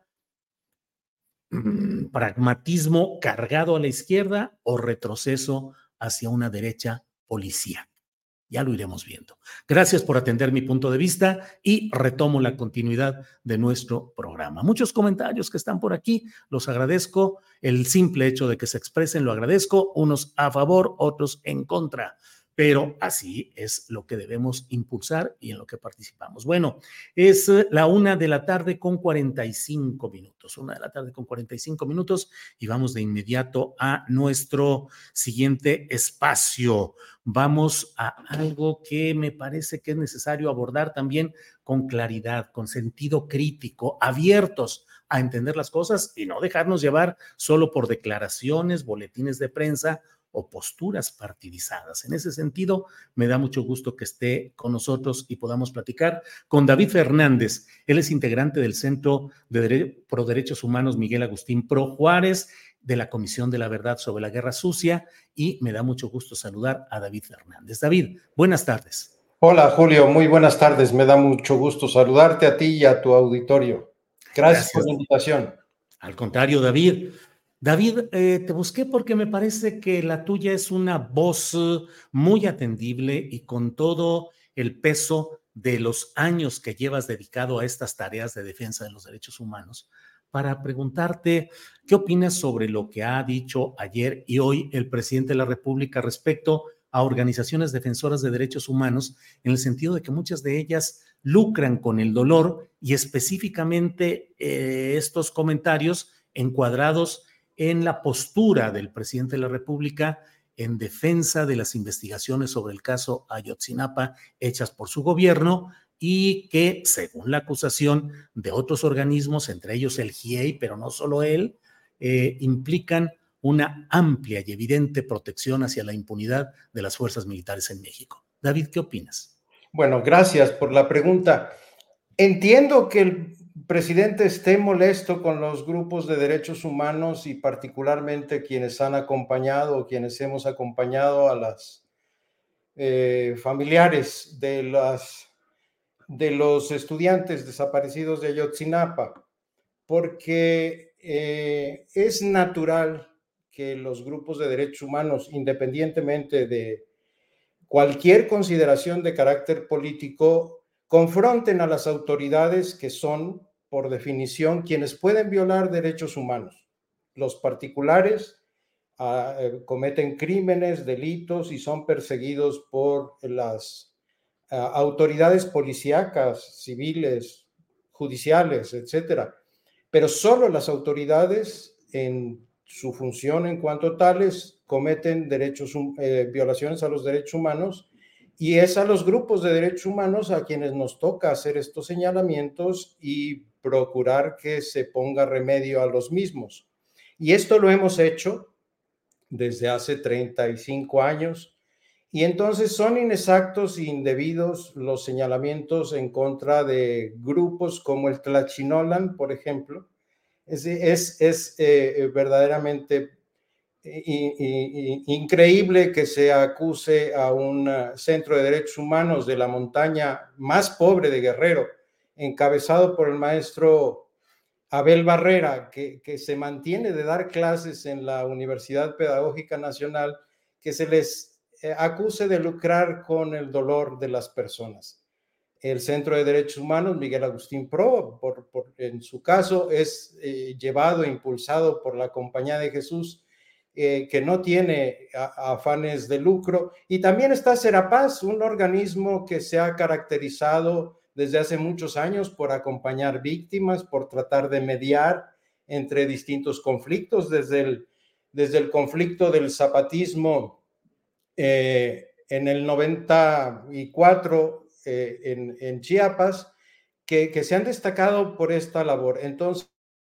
pragmatismo cargado a la izquierda o retroceso hacia una derecha policíaca. Ya lo iremos viendo. Gracias por atender mi punto de vista y retomo la continuidad de nuestro programa. Muchos comentarios que están por aquí, los agradezco. El simple hecho de que se expresen lo agradezco, unos a favor, otros en contra. Pero así es lo que debemos impulsar y en lo que participamos. Bueno, es la una de la tarde con cuarenta y cinco minutos, una de la tarde con cuarenta y cinco minutos y vamos de inmediato a nuestro siguiente espacio. Vamos a algo que me parece que es necesario abordar también con claridad, con sentido crítico, abiertos a entender las cosas y no dejarnos llevar solo por declaraciones, boletines de prensa o posturas partidizadas. En ese sentido, me da mucho gusto que esté con nosotros y podamos platicar con David Fernández. Él es integrante del Centro de Dere- Pro Derechos Humanos Miguel Agustín Pro Juárez, de la Comisión de la Verdad sobre la Guerra Sucia, y me da mucho gusto saludar a David Fernández. David, buenas tardes. Hola, Julio, muy buenas tardes. Me da mucho gusto saludarte a ti y a tu auditorio. Gracias, Gracias. por la invitación. Al contrario, David. David, eh, te busqué porque me parece que la tuya es una voz muy atendible y con todo el peso de los años que llevas dedicado a estas tareas de defensa de los derechos humanos, para preguntarte qué opinas sobre lo que ha dicho ayer y hoy el presidente de la República respecto a organizaciones defensoras de derechos humanos, en el sentido de que muchas de ellas lucran con el dolor y específicamente eh, estos comentarios encuadrados en la postura del presidente de la República en defensa de las investigaciones sobre el caso Ayotzinapa hechas por su gobierno y que, según la acusación de otros organismos, entre ellos el G I E I, pero no solo él, eh, implican una amplia y evidente protección hacia la impunidad de las fuerzas militares en México. David, ¿qué opinas? Bueno, gracias por la pregunta. Entiendo que el presidente esté molesto con los grupos de derechos humanos y particularmente quienes han acompañado o quienes hemos acompañado a las eh, familiares de, las, de los estudiantes desaparecidos de Ayotzinapa, porque eh, es natural que los grupos de derechos humanos, independientemente de cualquier consideración de carácter político, confronten a las autoridades que son, por definición, quienes pueden violar derechos humanos. Los particulares uh, cometen crímenes, delitos y son perseguidos por las uh, autoridades policíacas, civiles, judiciales, etcétera. Pero solo las autoridades, en su función en cuanto tales, cometen derechos, eh, violaciones a los derechos humanos. Y es a los grupos de derechos humanos a quienes nos toca hacer estos señalamientos y procurar que se ponga remedio a los mismos. Y esto lo hemos hecho desde hace treinta y cinco años. Y entonces son inexactos e indebidos los señalamientos en contra de grupos como el Tlachinolan, por ejemplo. Es, es, es eh, verdaderamente increíble que se acuse a un centro de derechos humanos de la montaña más pobre de Guerrero, encabezado por el maestro Abel Barrera, que, que se mantiene de dar clases en la Universidad Pedagógica Nacional, que se les acuse de lucrar con el dolor de las personas. El Centro de Derechos Humanos, Miguel Agustín Pro, por, por, en su caso, es eh, llevado e impulsado por la Compañía de Jesús, eh, que no tiene a, afanes de lucro. Y también está Serapaz, un organismo que se ha caracterizado desde hace muchos años por acompañar víctimas, por tratar de mediar entre distintos conflictos, desde el, desde el conflicto del zapatismo eh, en el noventa y cuatro eh, en, en Chiapas, que, que se han destacado por esta labor. Entonces,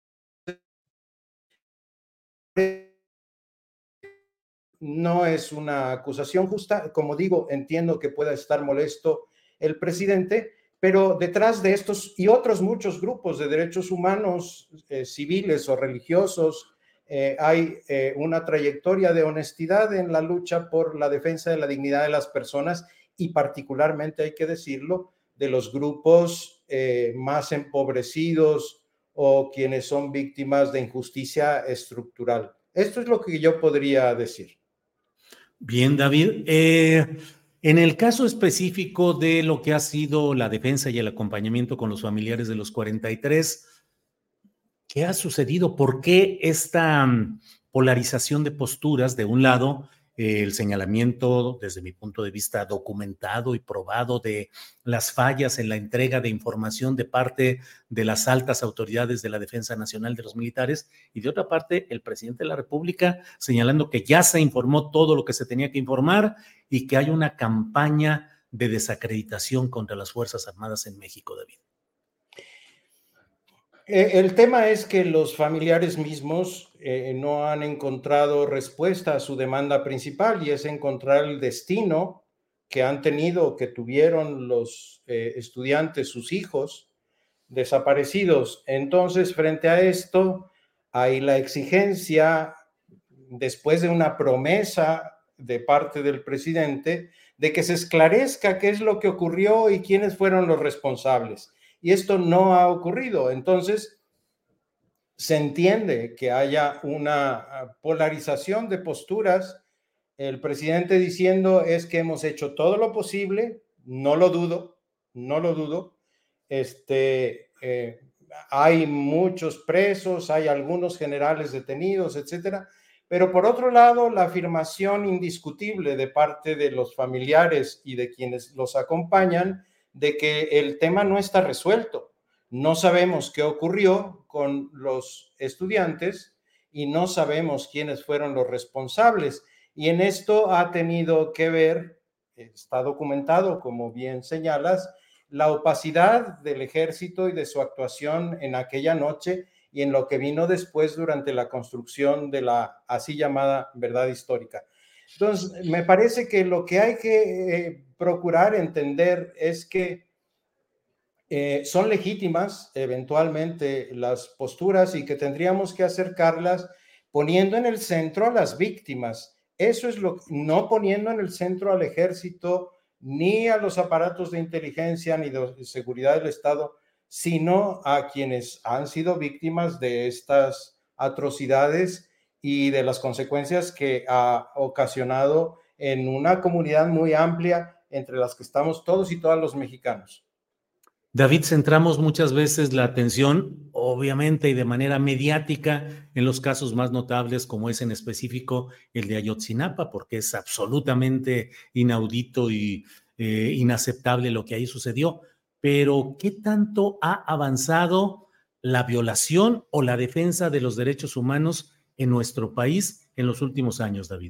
no es una acusación justa. Como digo, entiendo que pueda estar molesto el presidente, pero detrás de estos y otros muchos grupos de derechos humanos, eh, civiles o religiosos, eh, hay eh, una trayectoria de honestidad en la lucha por la defensa de la dignidad de las personas y particularmente, hay que decirlo, de los grupos eh, más empobrecidos o quienes son víctimas de injusticia estructural. Esto es lo que yo podría decir. Bien, David. Eh, en el caso específico de lo que ha sido la defensa y el acompañamiento con los familiares de los cuarenta y tres, ¿qué ha sucedido? ¿Por qué esta um, polarización de posturas? De un lado, eh, el señalamiento, desde mi punto de vista, documentado y probado de las fallas en la entrega de información de parte de las altas autoridades de la Defensa Nacional de los militares, y de otra parte, el presidente de la República señalando que ya se informó todo lo que se tenía que informar y que hay una campaña de desacreditación contra las Fuerzas Armadas en México, David. El tema es que los familiares mismos eh, no han encontrado respuesta a su demanda principal, y es encontrar el destino que han tenido, que tuvieron los eh, estudiantes, sus hijos desaparecidos. Entonces, frente a esto, hay la exigencia, después de una promesa de parte del presidente, de que se esclarezca qué es lo que ocurrió y quiénes fueron los responsables. Y esto no ha ocurrido. Entonces, se entiende que haya una polarización de posturas. El presidente diciendo es que hemos hecho todo lo posible, no lo dudo, no lo dudo. Este, eh, hay muchos presos, hay algunos generales detenidos, etcétera. Pero por otro lado, la afirmación indiscutible de parte de los familiares y de quienes los acompañan de que el tema no está resuelto. No sabemos qué ocurrió con los estudiantes y no sabemos quiénes fueron los responsables. Y en esto ha tenido que ver, está documentado, como bien señalas, la opacidad del ejército y de su actuación en aquella noche y en lo que vino después durante la construcción de la así llamada verdad histórica. Entonces, me parece que lo que hay que eh, procurar entender es que eh, son legítimas eventualmente las posturas y que tendríamos que acercarlas poniendo en el centro a las víctimas. Eso es lo, no poniendo en el centro al ejército, ni a los aparatos de inteligencia, ni de seguridad del Estado, sino a quienes han sido víctimas de estas atrocidades y de las consecuencias que ha ocasionado en una comunidad muy amplia entre las que estamos todos y todas los mexicanos. David, centramos muchas veces la atención, obviamente y de manera mediática, en los casos más notables, como es en específico el de Ayotzinapa, porque es absolutamente inaudito y eh, inaceptable lo que ahí sucedió. Pero, ¿qué tanto ha avanzado la violación o la defensa de los derechos humanos en nuestro país en los últimos años, David?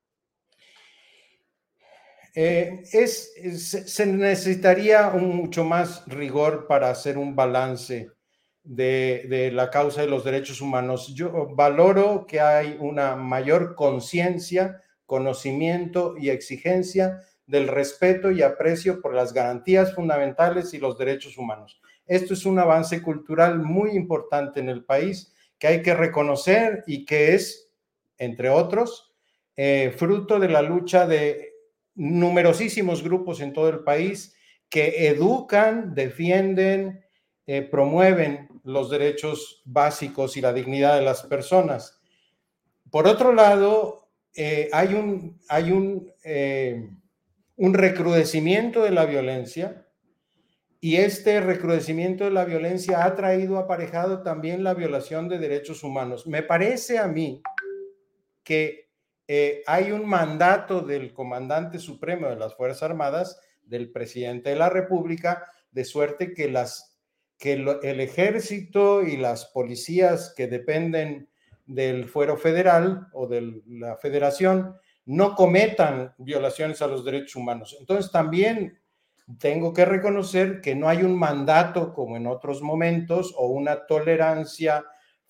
Eh, es, es, se necesitaría un mucho más rigor para hacer un balance de, de la causa de los derechos humanos. Yo valoro que hay una mayor conciencia, conocimiento y exigencia del respeto y aprecio por las garantías fundamentales y los derechos humanos. Esto es un avance cultural muy importante en el país que hay que reconocer y que es, entre otros, eh, fruto de la lucha de numerosísimos grupos en todo el país que educan, defienden, eh, promueven los derechos básicos y la dignidad de las personas. Por otro lado, eh, hay un, hay un, eh, un recrudecimiento de la violencia, y este recrudecimiento de la violencia ha traído aparejado también la violación de derechos humanos. Me parece a mí que eh, hay un mandato del comandante supremo de las Fuerzas Armadas, del presidente de la República, de suerte que, las, que lo, el ejército y las policías que dependen del fuero federal o de la federación no cometan violaciones a los derechos humanos. Entonces también tengo que reconocer que no hay un mandato como en otros momentos o una tolerancia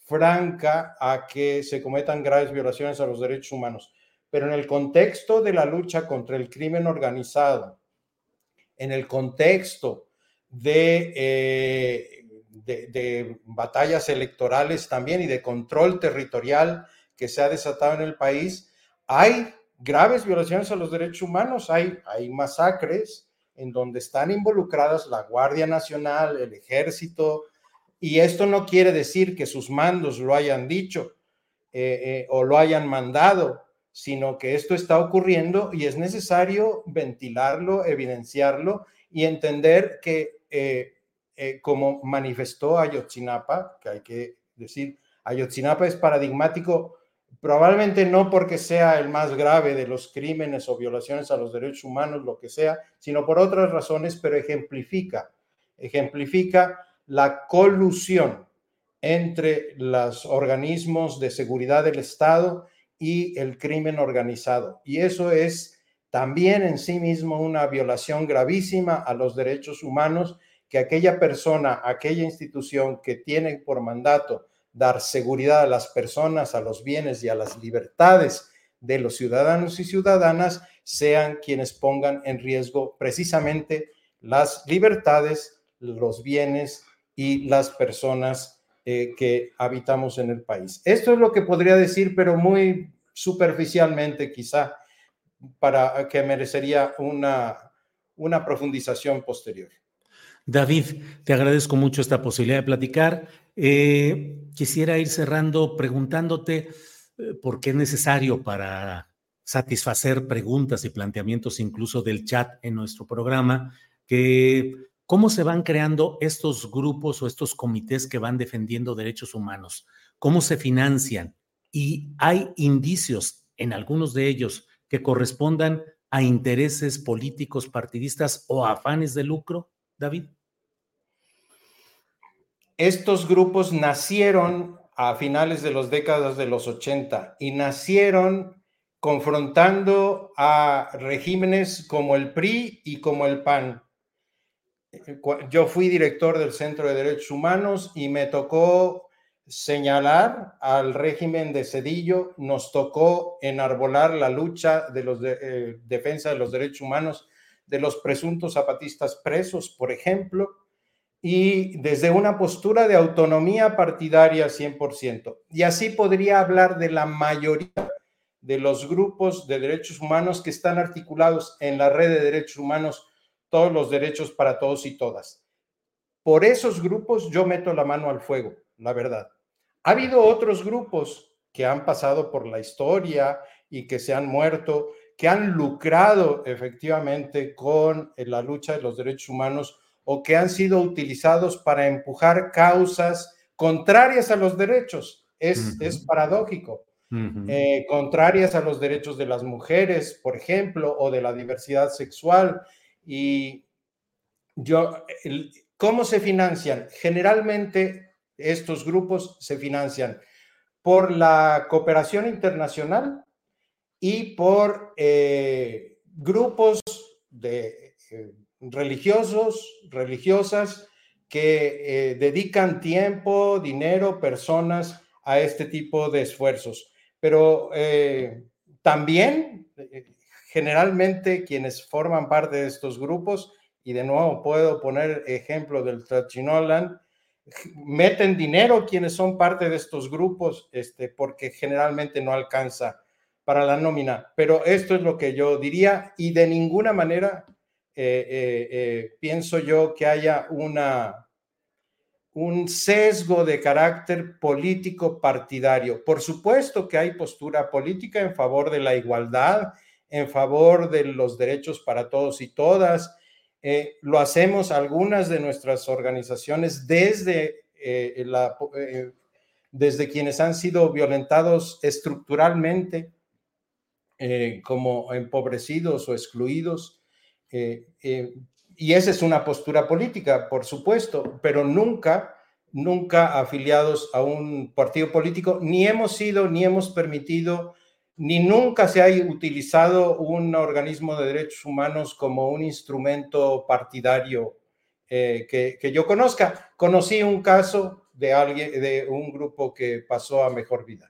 franca a que se cometan graves violaciones a los derechos humanos. Pero en el contexto de la lucha contra el crimen organizado, en el contexto de, eh, de, de batallas electorales también y de control territorial que se ha desatado en el país, hay graves violaciones a los derechos humanos, hay, hay masacres en donde están involucradas la Guardia Nacional, el Ejército, y esto no quiere decir que sus mandos lo hayan dicho eh, eh, o lo hayan mandado, sino que esto está ocurriendo y es necesario ventilarlo, evidenciarlo y entender que, eh, eh, como manifestó Ayotzinapa, que hay que decir, Ayotzinapa es paradigmático, probablemente no porque sea el más grave de los crímenes o violaciones a los derechos humanos, lo que sea, sino por otras razones, pero ejemplifica, ejemplifica la colusión entre los organismos de seguridad del Estado y el crimen organizado. Y eso es también en sí mismo una violación gravísima a los derechos humanos, que aquella persona, aquella institución que tiene por mandato dar seguridad a las personas, a los bienes y a las libertades de los ciudadanos y ciudadanas, sean quienes pongan en riesgo precisamente las libertades, los bienes y las personas eh, que habitamos en el país. Esto es lo que podría decir, pero muy superficialmente quizá, para que merecería una, una profundización posterior. David, te agradezco mucho esta posibilidad de platicar. Eh, quisiera ir cerrando preguntándote eh, por qué es necesario para satisfacer preguntas y planteamientos incluso del chat en nuestro programa, que cómo se van creando estos grupos o estos comités que van defendiendo derechos humanos, cómo se financian, y hay indicios en algunos de ellos que correspondan a intereses políticos, partidistas o afanes de lucro, David. Estos grupos nacieron a finales de las décadas de los ochenta y nacieron confrontando a regímenes como el P R I y como el P A N. Yo fui director del Centro de Derechos Humanos y me tocó señalar al régimen de Zedillo, nos tocó enarbolar la lucha de los de, eh, defensa de los derechos humanos de los presuntos zapatistas presos, por ejemplo, y desde una postura de autonomía partidaria cien por ciento. Y así podría hablar de la mayoría de los grupos de derechos humanos que están articulados en la red de derechos humanos, todos los derechos para todos y todas. Por esos grupos yo meto la mano al fuego, la verdad. Ha habido otros grupos que han pasado por la historia y que se han muerto, que han lucrado efectivamente con la lucha de los derechos humanos o que han sido utilizados para empujar causas contrarias a los derechos. Es, uh-huh. es paradójico. Uh-huh. Eh, contrarias a los derechos de las mujeres, por ejemplo, o de la diversidad sexual. Y yo, el, ¿cómo se financian? Generalmente estos grupos se financian por la cooperación internacional y por eh, grupos de eh, religiosos, religiosas que eh, dedican tiempo, dinero, personas a este tipo de esfuerzos. Pero eh, también, eh, generalmente, quienes forman parte de estos grupos, y de nuevo puedo poner ejemplo del Tlachinolan, meten dinero quienes son parte de estos grupos, este, porque generalmente no alcanza para la nómina. Pero esto es lo que yo diría, y de ninguna manera eh, eh, eh, pienso yo que haya una, un sesgo de carácter político partidario. Por supuesto que hay postura política en favor de la igualdad, en favor de los derechos para todos y todas. Eh, lo hacemos algunas de nuestras organizaciones desde, eh, la, eh, desde quienes han sido violentados estructuralmente eh, como empobrecidos o excluidos. Eh, eh, y esa es una postura política, por supuesto, pero nunca, nunca afiliados a un partido político, ni hemos sido, ni hemos permitido, ni nunca se ha utilizado un organismo de derechos humanos como un instrumento partidario eh, que, que yo conozca. Conocí un caso de alguien, de un grupo que pasó a mejor vida.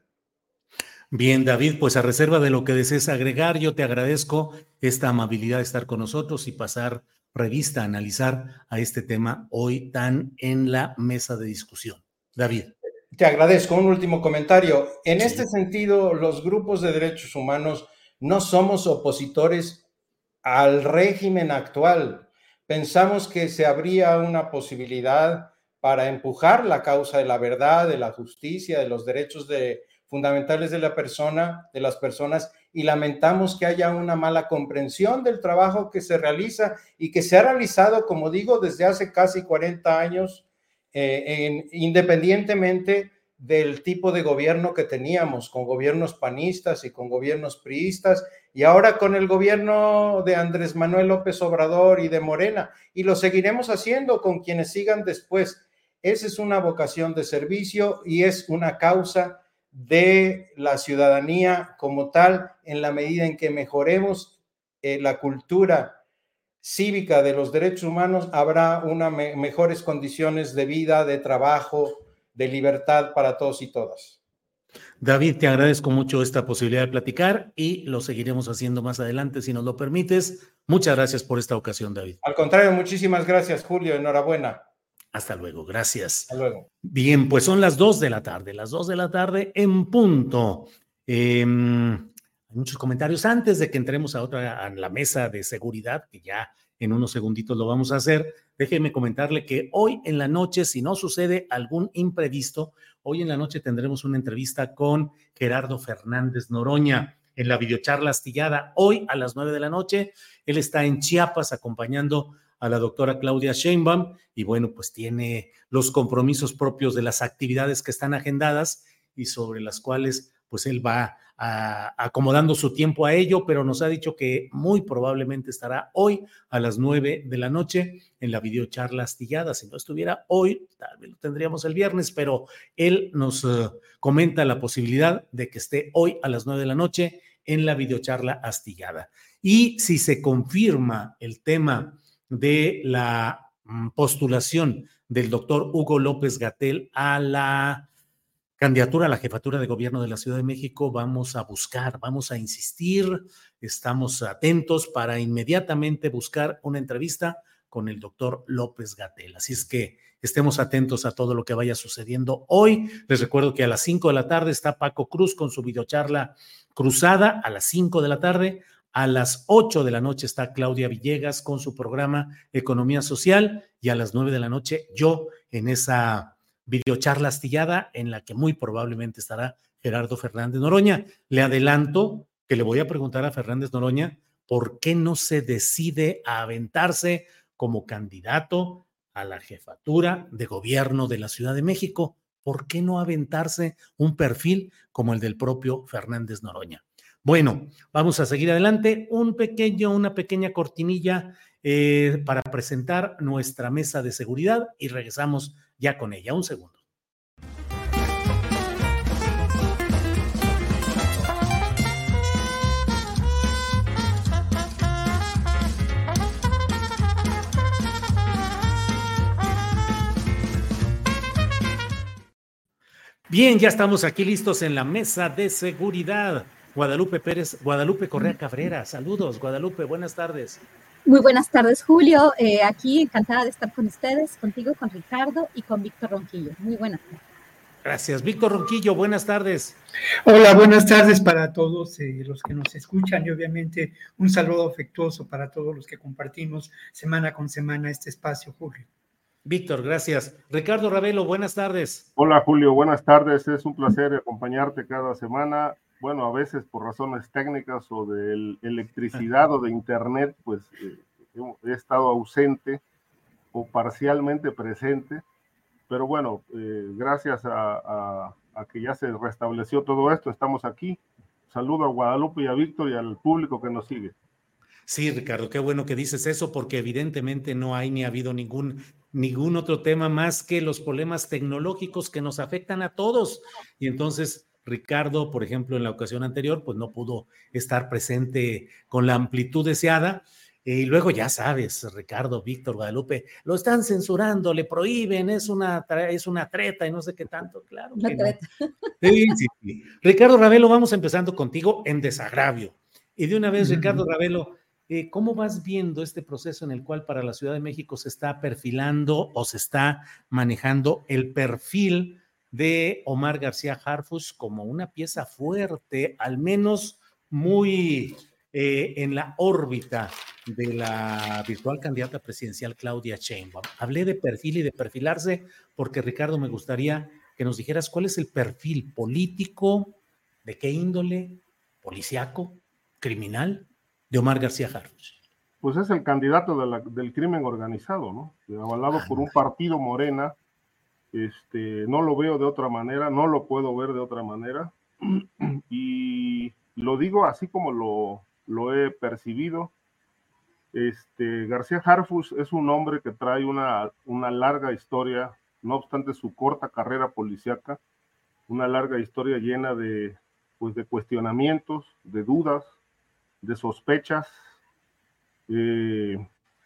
Bien, David, pues a reserva de lo que desees agregar, yo te agradezco esta amabilidad de estar con nosotros y pasar revista, analizar a este tema hoy tan en la mesa de discusión. David. Te agradezco. Un último comentario. En Sí. este sentido, los grupos de derechos humanos no somos opositores al régimen actual. Pensamos que se abría una posibilidad para empujar la causa de la verdad, de la justicia, de los derechos de, fundamentales de la persona, de las personas, y lamentamos que haya una mala comprensión del trabajo que se realiza y que se ha realizado, como digo, desde hace casi cuarenta años, eh, en, independientemente del tipo de gobierno que teníamos, con gobiernos panistas y con gobiernos priistas, y ahora con el gobierno de Andrés Manuel López Obrador y de Morena, y lo seguiremos haciendo con quienes sigan después. Esa es una vocación de servicio y es una causa de la ciudadanía como tal, en la medida en que mejoremos eh, la cultura cívica de los derechos humanos, habrá unas me mejores condiciones de vida, de trabajo, de libertad para todos y todas. David, te agradezco mucho esta posibilidad de platicar y lo seguiremos haciendo más adelante si nos lo permites. Muchas gracias por esta ocasión, David. Al contrario, muchísimas gracias, Julio. Enhorabuena. Hasta luego, gracias. Hasta luego. Bien, pues son las dos de la tarde, las dos de la tarde en punto. Eh, hay muchos comentarios. Antes de que entremos a otra, a la mesa de seguridad, que ya en unos segunditos lo vamos a hacer, déjeme comentarle que hoy en la noche, si no sucede algún imprevisto, hoy en la noche tendremos una entrevista con Gerardo Fernández Noroña en la videocharla astillada. Hoy a las nueve de la noche, él está en Chiapas acompañando a la doctora Claudia Sheinbaum y bueno, pues tiene los compromisos propios de las actividades que están agendadas y sobre las cuales pues él va a, acomodando su tiempo a ello, pero nos ha dicho que muy probablemente estará hoy a las nueve de la noche en la videocharla astillada. Si no estuviera hoy, tal vez lo tendríamos el viernes, pero él nos uh, comenta la posibilidad de que esté hoy a las nueve de la noche en la videocharla astillada. Y si se confirma el tema de la postulación del doctor Hugo López-Gatell a la candidatura a la jefatura de gobierno de la Ciudad de México, vamos a buscar, vamos a insistir, estamos atentos para inmediatamente buscar una entrevista con el doctor López-Gatell. Así es que estemos atentos a todo lo que vaya sucediendo hoy. Les recuerdo que a las cinco de la tarde está Paco Cruz con su videocharla cruzada, a las cinco de la tarde. A las ocho de la noche está Claudia Villegas con su programa Economía Social y a las nueve de la noche yo en esa videocharla astillada en la que muy probablemente estará Gerardo Fernández Noroña. Le adelanto que le voy a preguntar a Fernández Noroña por qué no se decide a aventarse como candidato a la jefatura de gobierno de la Ciudad de México. ¿Por qué no aventarse un perfil como el del propio Fernández Noroña? Bueno, vamos a seguir adelante. Un pequeño, una pequeña cortinilla eh, para presentar nuestra mesa de seguridad y regresamos ya con ella. Un segundo. Bien, ya estamos aquí listos en la mesa de seguridad. Guadalupe Pérez, Guadalupe Correa Cabrera, saludos, Guadalupe, buenas tardes. Muy buenas tardes, Julio. Eh, aquí encantada de estar con ustedes, contigo, con Ricardo y con Víctor Ronquillo. Muy buenas tardes. Gracias. Víctor Ronquillo, buenas tardes. Hola, buenas tardes para todos eh, los que nos escuchan y obviamente un saludo afectuoso para todos los que compartimos semana con semana este espacio, Julio. Víctor, gracias. Ricardo Ravelo, buenas tardes. Hola, Julio, buenas tardes. Es un placer acompañarte cada semana. Bueno, a veces por razones técnicas o de electricidad o de internet, pues eh, he estado ausente o parcialmente presente, pero bueno, eh, gracias a, a, a que ya se restableció todo esto, estamos aquí. saludo a Guadalupe y a Víctor y al público que nos sigue. Sí, Ricardo, qué bueno que dices eso, porque evidentemente no hay ni ha habido ningún, ningún otro tema más que los problemas tecnológicos que nos afectan a todos. Y entonces Ricardo, por ejemplo, en la ocasión anterior, pues no pudo estar presente con la amplitud deseada. Y luego ya sabes, Ricardo, Víctor, Guadalupe, lo están censurando, le prohíben, es una, es una treta y no sé qué tanto, claro que no. Sí, sí, sí. Ricardo Ravelo, vamos empezando contigo en desagravio. Y de una vez, Ricardo Ravelo, eh, ¿cómo vas viendo este proceso en el cual para la Ciudad de México se está perfilando o se está manejando el perfil de Omar García Harfuch como una pieza fuerte, al menos muy eh, en la órbita de la virtual candidata presidencial Claudia Sheinbaum? Hablé de perfil y de perfilarse porque, Ricardo, me gustaría que nos dijeras cuál es el perfil político, de qué índole, policíaco, criminal, de Omar García Harfuch. Pues es el candidato de la, del crimen organizado, ¿no? Avalado ah, por un partido Morena. Este, no lo veo de otra manera, no lo puedo ver de otra manera. Y lo digo así como lo, lo he percibido. Este, García Harfuch es un hombre que trae una, una larga historia, no obstante su corta carrera policíaca, una larga historia llena de, pues, de cuestionamientos, de dudas, de sospechas, eh,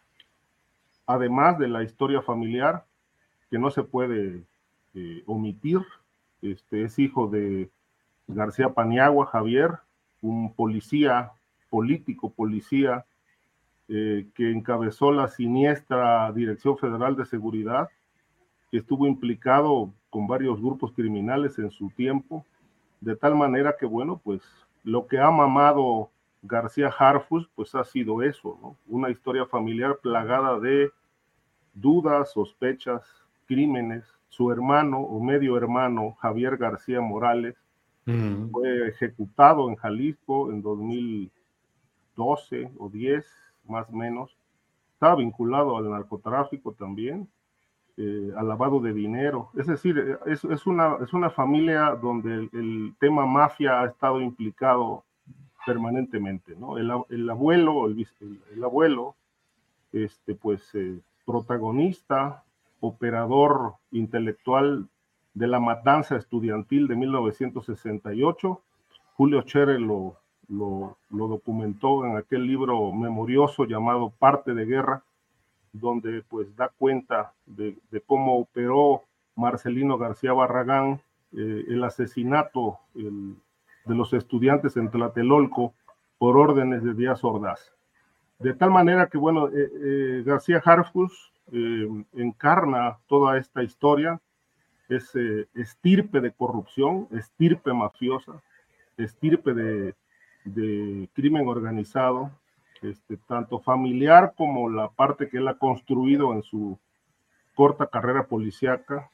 además de la historia familiar, que no se puede eh, omitir. Este, es hijo de García Paniagua, Javier, un policía, político policía, eh, que encabezó la siniestra Dirección Federal de Seguridad, que estuvo implicado con varios grupos criminales en su tiempo, de tal manera que, bueno, pues lo que ha mamado García Harfuch, pues ha sido eso, ¿no? Una historia familiar plagada de dudas, sospechas, crímenes. Su hermano o medio hermano, Javier García Morales, mm. fue ejecutado en Jalisco en dos mil doce o diez, más o menos. Estaba vinculado al narcotráfico también, eh, al lavado de dinero. Es decir, es, es, una, es una familia donde el, el tema mafia ha estado implicado permanentemente, ¿no? El, el abuelo, el, el, el abuelo, este, pues, eh, protagonista, operador intelectual de la matanza estudiantil de mil novecientos sesenta y ocho. Julio Scherer lo, lo, lo documentó en aquel libro memorioso llamado Parte de Guerra, donde pues da cuenta de, de cómo operó Marcelino García Barragán eh, el asesinato el, de los estudiantes en Tlatelolco por órdenes de Díaz Ordaz. De tal manera que, bueno, eh, eh, García Harfuch eh, encarna toda esta historia, es eh, estirpe de corrupción, estirpe mafiosa, estirpe de, de crimen organizado, este, tanto familiar como la parte que él ha construido en su corta carrera policíaca.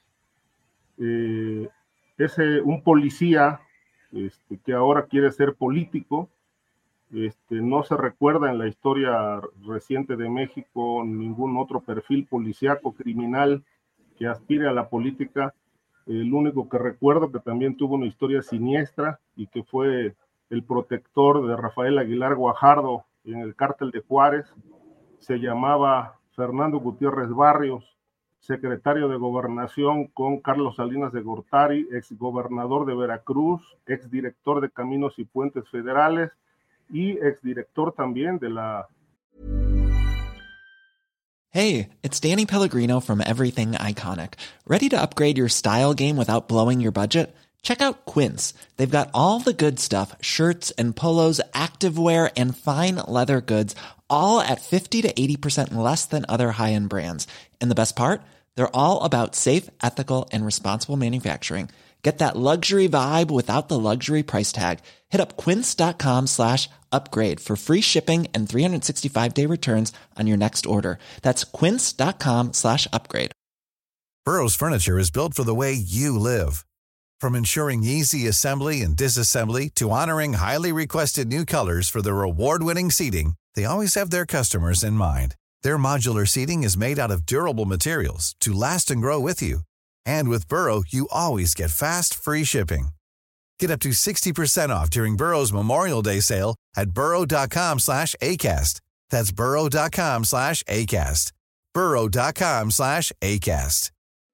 Eh, es eh, un policía este, que ahora quiere ser político. Este, no se recuerda en la historia reciente de México ningún otro perfil policíaco criminal que aspire a la política. El único que recuerdo que también tuvo una historia siniestra y que fue el protector de Rafael Aguilar Guajardo en el cártel de Juárez, se llamaba Fernando Gutiérrez Barrios, secretario de Gobernación con Carlos Salinas de Gortari, exgobernador de Veracruz, exdirector de Caminos y Puentes Federales y exdirector también de la... Hey, it's Danny Pellegrino from Everything Iconic. Ready to upgrade your style game without blowing your budget? Check out Quince. They've got all the good stuff, shirts and polos, activewear, and fine leather goods, all at fifty to eighty percent less than other high-end brands. And the best part? They're all about safe, ethical, and responsible manufacturing. Get that luxury vibe without the luxury price tag. Hit up quince.com slash upgrade for free shipping and three sixty-five day returns on your next order. That's quince.com slash upgrade. Burrow's furniture is built for the way you live. From ensuring easy assembly and disassembly to honoring highly requested new colors for their award-winning seating, they always have their customers in mind. Their modular seating is made out of durable materials to last and grow with you. And with Burrow, you always get fast, free shipping. Get up to sixty percent off during Burrow's Memorial Day sale at burrow.com slash ACAST. That's burrow.com slash ACAST. burrow.com slash ACAST.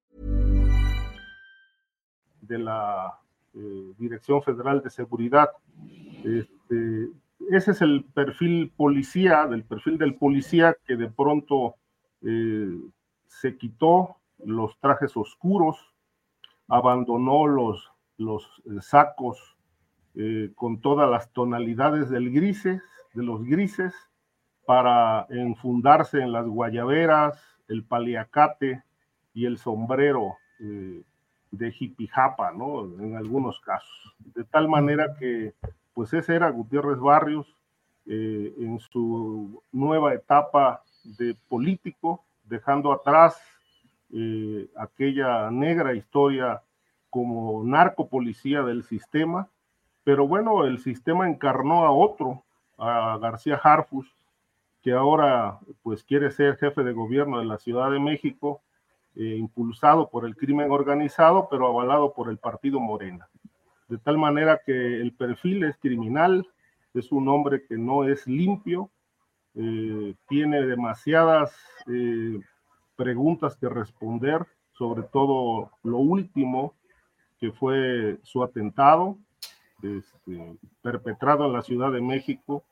De la eh, Dirección Federal de Seguridad. Este, ese es el perfil policía, del perfil del policía que de pronto eh, se quitó los trajes oscuros, abandonó los los sacos eh, con todas las tonalidades del grises, de los grises, para enfundarse en las guayaberas, el paliacate y el sombrero eh, de jipijapa, ¿no? En algunos casos. De tal manera que, pues ese era Gutiérrez Barrios eh, en su nueva etapa de político, dejando atrás eh, aquella negra historia como narcopolicía del sistema, pero bueno, el sistema encarnó a otro, a García Harfuch, que ahora pues quiere ser jefe de gobierno de la Ciudad de México, eh, impulsado por el crimen organizado, pero avalado por el partido Morena. De tal manera que el perfil es criminal, es un hombre que no es limpio, eh, tiene demasiadas eh, preguntas que responder, sobre todo lo último, que fue su atentado este, perpetrado en la Ciudad de México,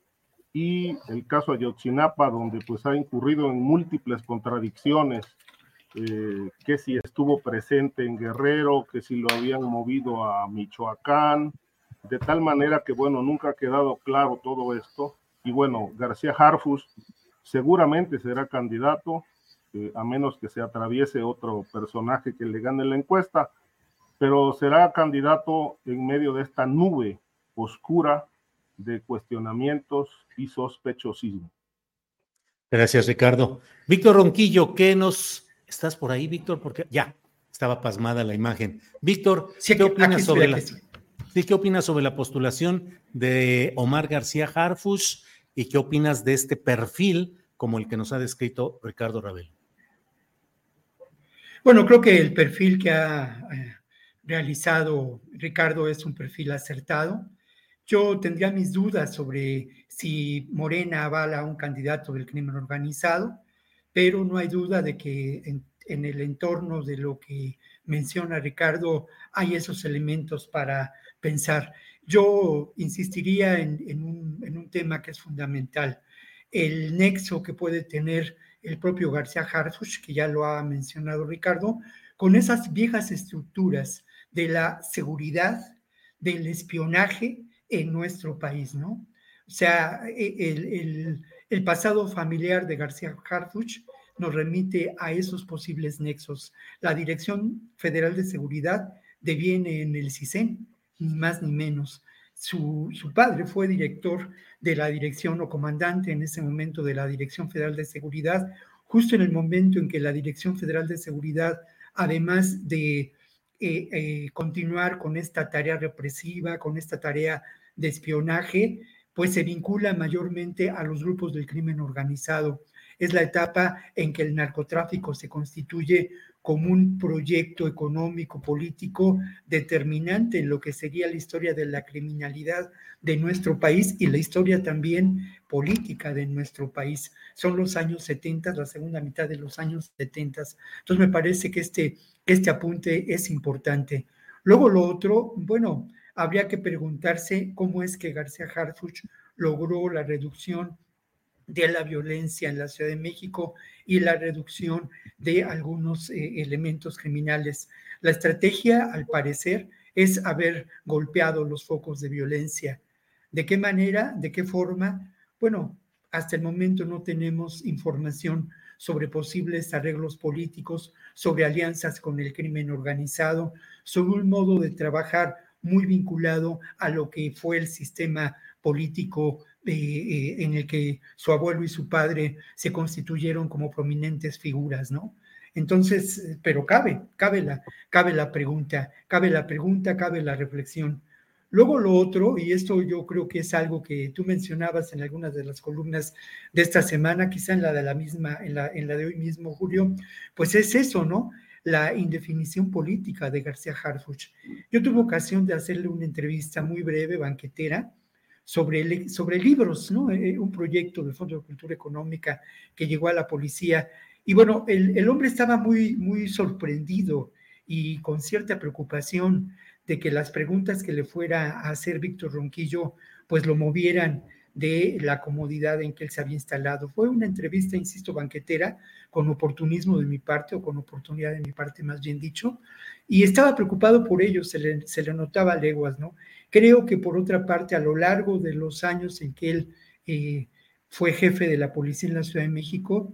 y el caso Ayotzinapa, donde pues ha incurrido en múltiples contradicciones, eh, que si estuvo presente en Guerrero, que si lo habían movido a Michoacán, de tal manera que bueno, nunca ha quedado claro todo esto, y bueno, García Harfuch seguramente será candidato, eh, a menos que se atraviese otro personaje que le gane la encuesta, pero será candidato en medio de esta nube oscura de cuestionamientos y sospechosismo. Gracias, Ricardo. Víctor Ronquillo, ¿qué nos... ¿Estás por ahí, Víctor? Porque ya estaba pasmada la imagen. Víctor, sí, ¿qué opinas estoy, sobre la... sí. Sí, ¿qué opinas sobre la postulación de Omar García Harfuch y qué opinas de este perfil como el que nos ha descrito Ricardo Ravelo? Bueno, creo que el perfil que ha eh, realizado Ricardo es un perfil acertado. Yo tendría mis dudas sobre si Morena avala a un candidato del crimen organizado, pero no hay duda de que en, en el entorno de lo que menciona Ricardo hay esos elementos para pensar. Yo insistiría en, en, un, en un tema que es fundamental, el nexo que puede tener el propio García Harfuch, que ya lo ha mencionado Ricardo, con esas viejas estructuras de la seguridad, del espionaje en nuestro país, ¿no? O sea, el, el, el pasado familiar de García Harfuch nos remite a esos posibles nexos. La Dirección Federal de Seguridad deviene en el CISEN, ni más ni menos. Su, su padre fue director de la dirección o comandante en ese momento de la Dirección Federal de Seguridad, justo en el momento en que la Dirección Federal de Seguridad, además de eh, eh, continuar con esta tarea represiva, con esta tarea de espionaje, pues se vincula mayormente a los grupos del crimen organizado. Es la etapa en que el narcotráfico se constituye como un proyecto económico, político determinante en lo que sería la historia de la criminalidad de nuestro país y la historia también política de nuestro país. Son los años setenta, la segunda mitad de los años setenta. Entonces me parece que este, este apunte es importante. Luego lo otro, bueno, habría que preguntarse cómo es que García Harfuch logró la reducción de la violencia en la Ciudad de México y la reducción de algunos eh, elementos criminales. La estrategia, al parecer, es haber golpeado los focos de violencia. ¿De qué manera? ¿De qué forma? Bueno, hasta el momento no tenemos información sobre posibles arreglos políticos, sobre alianzas con el crimen organizado, sobre un modo de trabajar muy vinculado a lo que fue el sistema político eh, eh, en el que su abuelo y su padre se constituyeron como prominentes figuras, ¿no? Entonces, pero cabe, cabe la, cabe la pregunta, cabe la pregunta, cabe la reflexión. Luego lo otro, y esto yo creo que es algo que tú mencionabas en algunas de las columnas de esta semana, quizá en la de la misma, en la, en la de hoy mismo, Julio, pues es eso, ¿no? la indefinición política de García Harfuch. Yo tuve ocasión de hacerle una entrevista muy breve, banquetera, sobre, sobre libros, ¿no? Un proyecto del Fondo de Cultura Económica que llegó a la policía. Y bueno, el, el hombre estaba muy, muy sorprendido y con cierta preocupación de que las preguntas que le fuera a hacer Víctor Ronquillo pues lo movieran de la comodidad en que él se había instalado. Fue una entrevista, insisto, banquetera, con oportunismo de mi parte, o con oportunidad de mi parte, más bien dicho, y estaba preocupado por ello, se le, se le notaba a leguas, ¿no? Creo que, por otra parte, a lo largo de los años en que él eh, fue jefe de la policía en la Ciudad de México,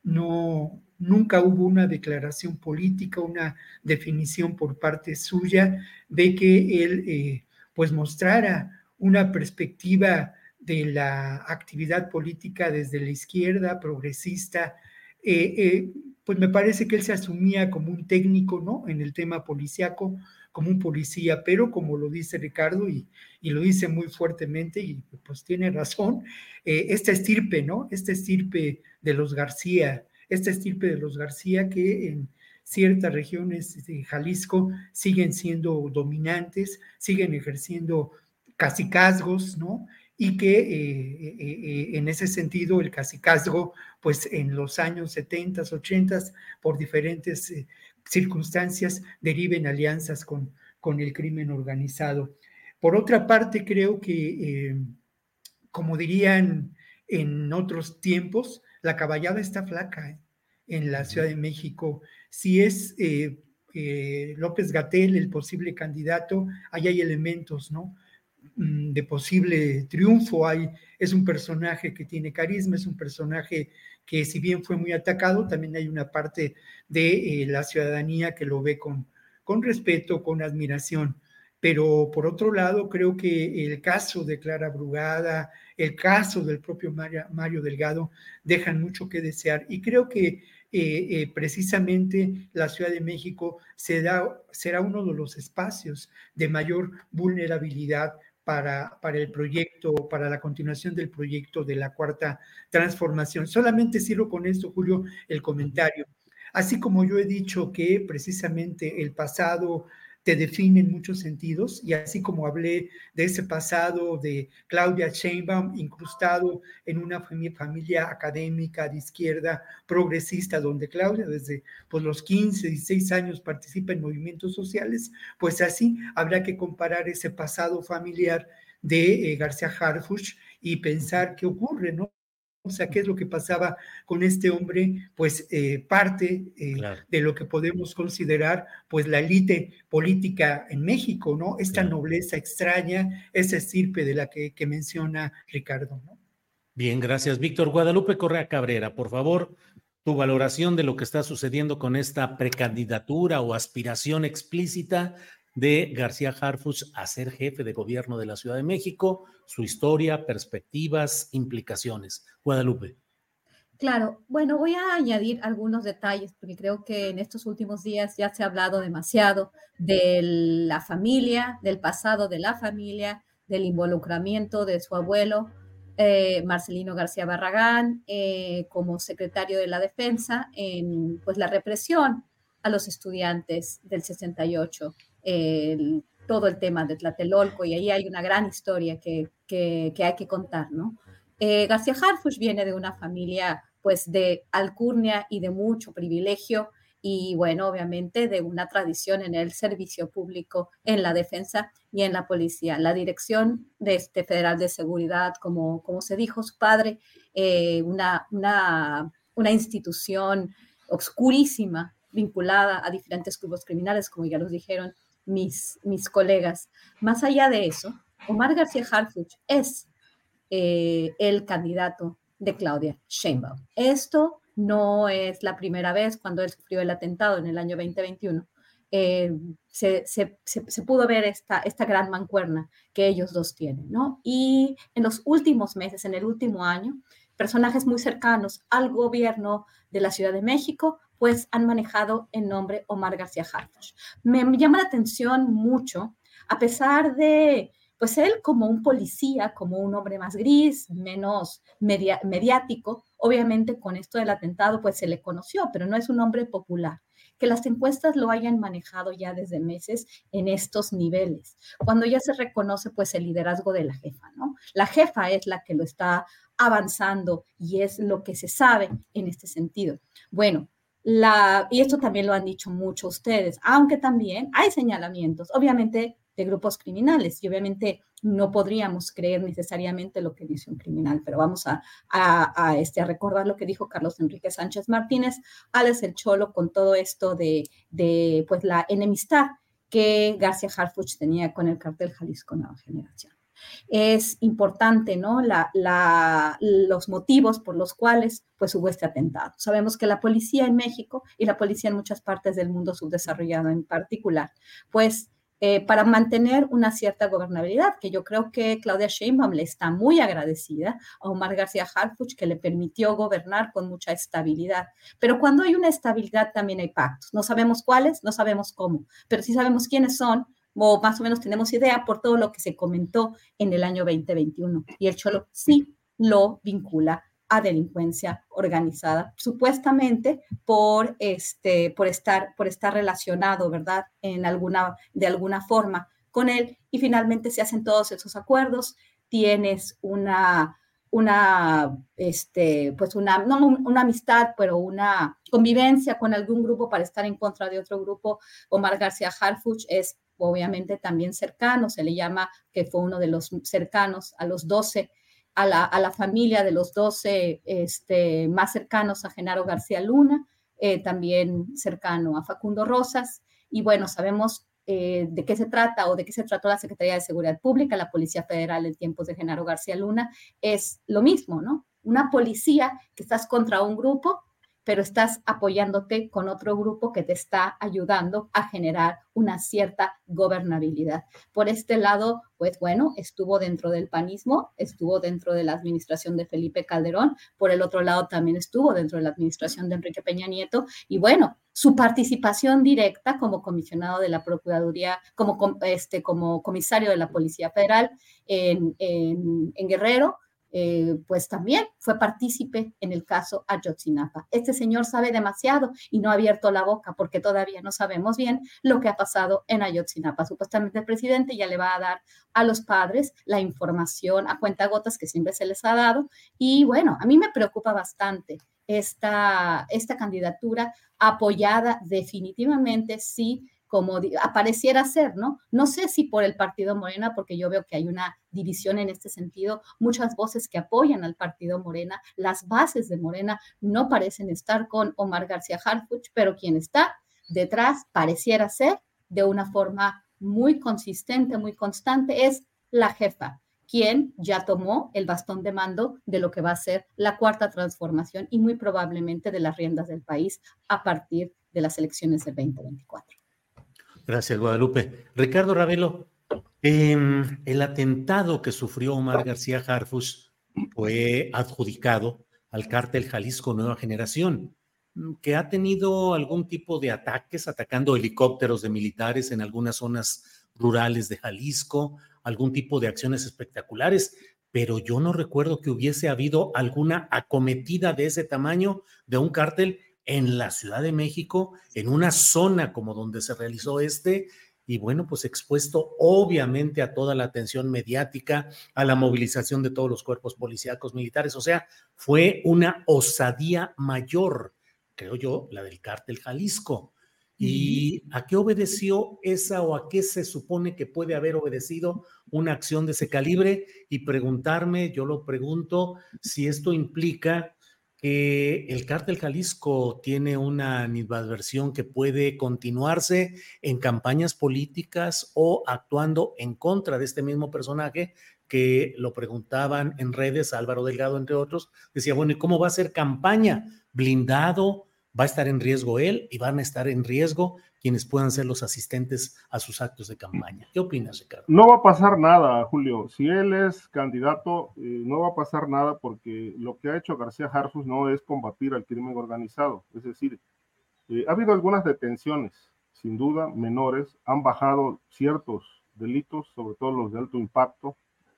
no, nunca hubo una declaración política, una definición por parte suya de que él eh, pues mostrara una perspectiva de la actividad política desde la izquierda progresista. Eh, eh, pues me parece que él se asumía como un técnico, ¿no?, en el tema policiaco, como un policía, pero como lo dice Ricardo, y, y lo dice muy fuertemente, y pues tiene razón, eh, esta estirpe, ¿no?, esta estirpe de los García, esta estirpe de los García que en ciertas regiones de Jalisco siguen siendo dominantes, siguen ejerciendo cacicazgos, ¿no?, y que eh, eh, en ese sentido el cacicazgo, pues en los años setenta, ochenta, por diferentes eh, circunstancias, deriven alianzas con, con el crimen organizado. Por otra parte, creo que, eh, como dirían en otros tiempos, la caballada está flaca, ¿eh?, en la Ciudad de México. Si es eh, eh, López-Gatell el posible candidato, ahí hay elementos, ¿no?, de posible triunfo. Hay, es un personaje que tiene carisma, es un personaje que, si bien fue muy atacado, también hay una parte de eh, la ciudadanía que lo ve con, con respeto, con admiración. Pero por otro lado, creo que el caso de Clara Brugada, el caso del propio Mario, Mario Delgado, dejan mucho que desear, y creo que eh, eh, precisamente la Ciudad de México será, será uno de los espacios de mayor vulnerabilidad Para, para el proyecto, para la continuación del proyecto de la Cuarta Transformación. Solamente cierro con esto, Julio, el comentario. Así como yo he dicho que precisamente el pasado te define en muchos sentidos, y así como hablé de ese pasado de Claudia Sheinbaum incrustado en una familia académica de izquierda progresista, donde Claudia desde pues, los quince, dieciséis años participa en movimientos sociales, pues así habrá que comparar ese pasado familiar de eh, García Harfuch y pensar qué ocurre, ¿no? O sea, qué es lo que pasaba con este hombre, pues eh, parte eh, claro. de lo que podemos considerar pues la élite política en México, ¿no? Esta claro. nobleza extraña, esa estirpe de la que, que menciona Ricardo, ¿no? Bien, gracias, Víctor. Guadalupe Correa Cabrera, por favor, tu valoración de lo que está sucediendo con esta precandidatura o aspiración explícita de García Harfuch a ser jefe de gobierno de la Ciudad de México, su historia, perspectivas, implicaciones. Guadalupe. Claro, bueno, voy a añadir algunos detalles porque creo que en estos últimos días ya se ha hablado demasiado de la familia, del pasado de la familia, del involucramiento de su abuelo, eh, Marcelino García Barragán, eh, como secretario de la Defensa, en pues, la represión a los estudiantes del sesenta y ocho. El, todo el tema de Tlatelolco, y ahí hay una gran historia que, que, que hay que contar, ¿no? Eh, García Harfuch viene de una familia, pues, de alcurnia y de mucho privilegio, y, bueno, obviamente de una tradición en el servicio público, en la defensa y en la policía. La Dirección de este Federal de Seguridad, como, como se dijo, su padre, eh, una, una, una institución oscurísima, vinculada a diferentes grupos criminales, como ya los dijeron mis, mis colegas. Más allá de eso, Omar García Harfuch es eh, el candidato de Claudia Sheinbaum. Esto no es la primera vez. Cuando él sufrió el atentado en el año veinte veintiuno, eh, se, se, se, se pudo ver esta, esta gran mancuerna que ellos dos tienen, ¿no? Y en los últimos meses, en el último año, personajes muy cercanos al gobierno de la Ciudad de México, pues han manejado el nombre Omar García Harfuch. Me, me llama la atención mucho, a pesar de, pues él como un policía, como un hombre más gris, menos media, mediático, obviamente con esto del atentado, pues se le conoció, pero no es un hombre popular. que las encuestas lo hayan manejado ya desde meses en estos niveles, cuando ya se reconoce pues el liderazgo de la jefa, ¿no? La jefa es la que lo está avanzando y es lo que se sabe en este sentido. Bueno, la, y esto también lo han dicho mucho ustedes, aunque también hay señalamientos, obviamente, de grupos criminales, y obviamente no podríamos creer necesariamente lo que dice un criminal, pero vamos a, a, a, este, a recordar lo que dijo Carlos Enrique Sánchez Martínez, Alex el Cholo, con todo esto de, de pues, la enemistad que García Harfuch tenía con el cártel Jalisco Nueva Generación. Es importante, ¿no? La, la, los motivos por los cuales pues, hubo este atentado. Sabemos que la policía en México y la policía en muchas partes del mundo subdesarrollado en particular, pues eh, para mantener una cierta gobernabilidad, que yo creo que Claudia Sheinbaum le está muy agradecida a Omar García Harfuch, que le permitió gobernar con mucha estabilidad. Pero cuando hay una estabilidad también hay pactos. No sabemos cuáles, no sabemos cómo, pero sí sabemos quiénes son, o más o menos tenemos idea por todo lo que se comentó en el año veinte veintiuno. Y el Cholo sí lo vincula a delincuencia organizada, supuestamente por, este, por, estar, por estar relacionado, ¿verdad?, en alguna, de alguna forma con él. Y finalmente se hacen todos esos acuerdos. Tienes una, una, este, pues una, no una amistad, pero una convivencia con algún grupo para estar en contra de otro grupo. Omar García Harfuch es obviamente también cercano, se le llama que fue uno de los cercanos a los doce, a la, a la familia de los doce este, más cercanos a Genaro García Luna, eh, también cercano a Facundo Rosas, y bueno, sabemos eh, de qué se trata o de qué se trató la Secretaría de Seguridad Pública, la Policía Federal en tiempos de Genaro García Luna, es lo mismo, ¿no? Una policía que estás contra un grupo, pero estás apoyándote con otro grupo que te está ayudando a generar una cierta gobernabilidad. Por este lado, pues bueno, estuvo dentro del panismo, estuvo dentro de la administración de Felipe Calderón, por el otro lado también estuvo dentro de la administración de Enrique Peña Nieto, y bueno, su participación directa como comisionado de la Procuraduría, como, este, como comisario de la Policía Federal en, en, en Guerrero, Eh, pues también fue partícipe en el caso Ayotzinapa. Este señor sabe demasiado y no ha abierto la boca porque todavía no sabemos bien lo que ha pasado en Ayotzinapa. Supuestamente el presidente ya le va a dar a los padres la información a cuentagotas que siempre se les ha dado, y bueno, a mí me preocupa bastante esta, esta candidatura apoyada definitivamente, sí, como apareciera ser, ¿no? No sé si por el partido Morena, porque yo veo que hay una división en este sentido, muchas voces que apoyan al partido Morena, las bases de Morena no parecen estar con Omar García Harfuch, pero quien está detrás pareciera ser de una forma muy consistente, muy constante, es la jefa, quien ya tomó el bastón de mando de lo que va a ser la cuarta transformación y muy probablemente de las riendas del país a partir de las elecciones del veinte veinticuatro. Gracias, Guadalupe. Ricardo Ravelo, eh, el atentado que sufrió Omar García Harfuch fue adjudicado al cártel Jalisco Nueva Generación, que ha tenido algún tipo de ataques, atacando helicópteros de militares en algunas zonas rurales de Jalisco, algún tipo de acciones espectaculares, pero yo no recuerdo que hubiese habido alguna acometida de ese tamaño de un cártel en la Ciudad de México, en una zona como donde se realizó este, y bueno, pues expuesto obviamente a toda la atención mediática, a la movilización de todos los cuerpos policíacos militares, o sea, fue una osadía mayor, creo yo, la del cártel Jalisco. ¿Y a qué obedeció esa o a qué se supone que puede haber obedecido una acción de ese calibre? Y preguntarme, yo lo pregunto, si esto implica que el cártel Jalisco tiene una animadversión que puede continuarse en campañas políticas o actuando en contra de este mismo personaje, que lo preguntaban en redes, Álvaro Delgado entre otros, decía, bueno, ¿y cómo va a ser campaña? ¿Blindado? ¿Va a estar en riesgo él y van a estar en riesgo quienes puedan ser los asistentes a sus actos de campaña? ¿Qué opinas, Ricardo? No va a pasar nada, Julio. Si él es candidato, eh, no va a pasar nada, porque lo que ha hecho García Harfuch no es combatir al crimen organizado. Es decir, eh, ha habido algunas detenciones, sin duda, menores, han bajado ciertos delitos, sobre todo los de alto impacto,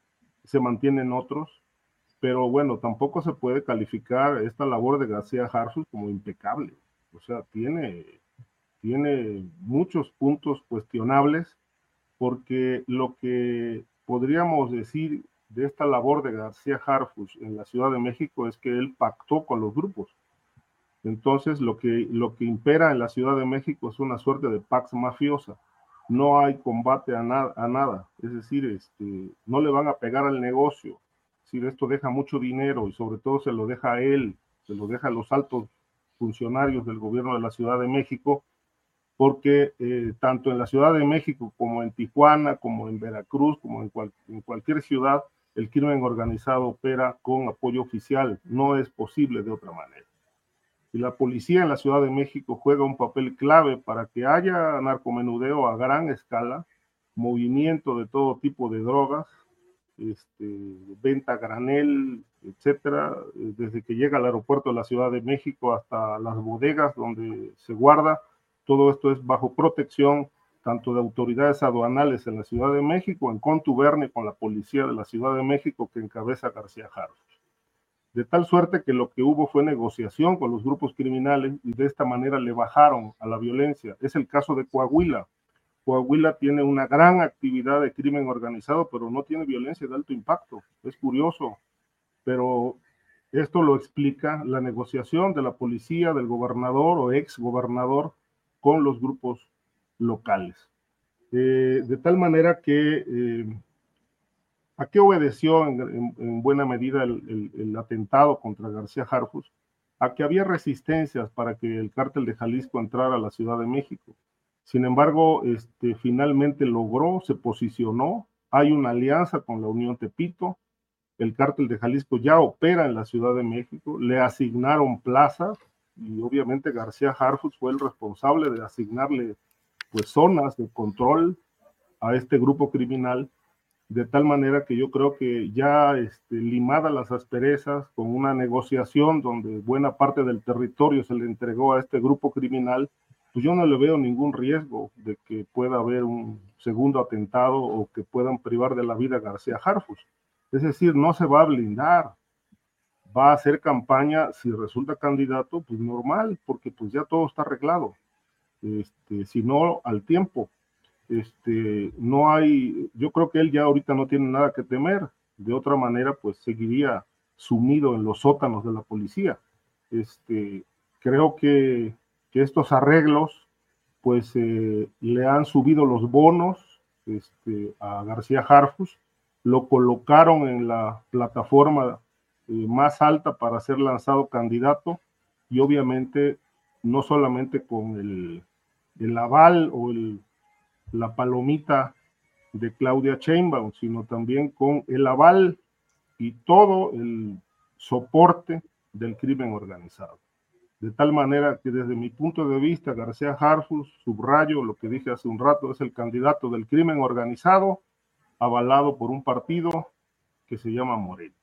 se mantienen otros, pero bueno, tampoco se puede calificar esta labor de García Harfuch como impecable. O sea, tiene... tiene muchos puntos cuestionables, porque lo que podríamos decir de esta labor de García Harfuch en la Ciudad de México es que él pactó con los grupos. Entonces, lo que, lo que impera en la Ciudad de México es una suerte de pax mafiosa. No hay combate a, na a nada. Es decir, este, no le van a pegar al negocio. Es decir, esto deja mucho dinero y sobre todo se lo deja a él, se lo deja a los altos funcionarios del gobierno de la Ciudad de México, porque eh, tanto en la Ciudad de México como en Tijuana, como en Veracruz, como en, cual, en cualquier ciudad, el crimen organizado opera con apoyo oficial. No es posible de otra manera. Y la policía en la Ciudad de México juega un papel clave para que haya narcomenudeo a gran escala, movimiento de todo tipo de drogas, este, venta a granel, etcétera, desde que llega al aeropuerto de la Ciudad de México hasta las bodegas donde se guarda. Todo esto es bajo protección tanto de autoridades aduanales en la Ciudad de México, en contubernio con la policía de la Ciudad de México que encabeza García Harfuch. De tal suerte que lo que hubo fue negociación con los grupos criminales y de esta manera le bajaron a la violencia. Es el caso de Coahuila. Coahuila tiene una gran actividad de crimen organizado, pero no tiene violencia de alto impacto. Es curioso, pero esto lo explica la negociación de la policía, del gobernador o ex gobernador con los grupos locales. Eh, de tal manera que... Eh, ¿A qué obedeció en, en, en buena medida el, el, el atentado contra García Harfuch? A que había resistencias para que el cártel de Jalisco entrara a la Ciudad de México. Sin embargo, este, finalmente logró, se posicionó, hay una alianza con la Unión Tepito, el cártel de Jalisco ya opera en la Ciudad de México, le asignaron plazas y obviamente García Harfuch fue el responsable de asignarle pues, zonas de control a este grupo criminal, de tal manera que yo creo que ya este, limadas las asperezas con una negociación donde buena parte del territorio se le entregó a este grupo criminal, pues yo no le veo ningún riesgo de que pueda haber un segundo atentado o que puedan privar de la vida a García Harfuch. Es decir, no se va a blindar, va a hacer campaña, si resulta candidato, pues normal, porque pues ya todo está arreglado, este, si no al tiempo. Este, no hay, yo creo que él ya ahorita no tiene nada que temer, de otra manera pues seguiría sumido en los sótanos de la policía. Este, creo que, que estos arreglos pues eh, le han subido los bonos este, a García Harfuch, lo colocaron en la plataforma eh, más alta para ser lanzado candidato y obviamente no solamente con el, el aval o el la palomita de Claudia Sheinbaum, sino también con el aval y todo el soporte del crimen organizado. De tal manera que desde mi punto de vista, García Harfuch, subrayo lo que dije hace un rato, es el candidato del crimen organizado, avalado por un partido que se llama Morena.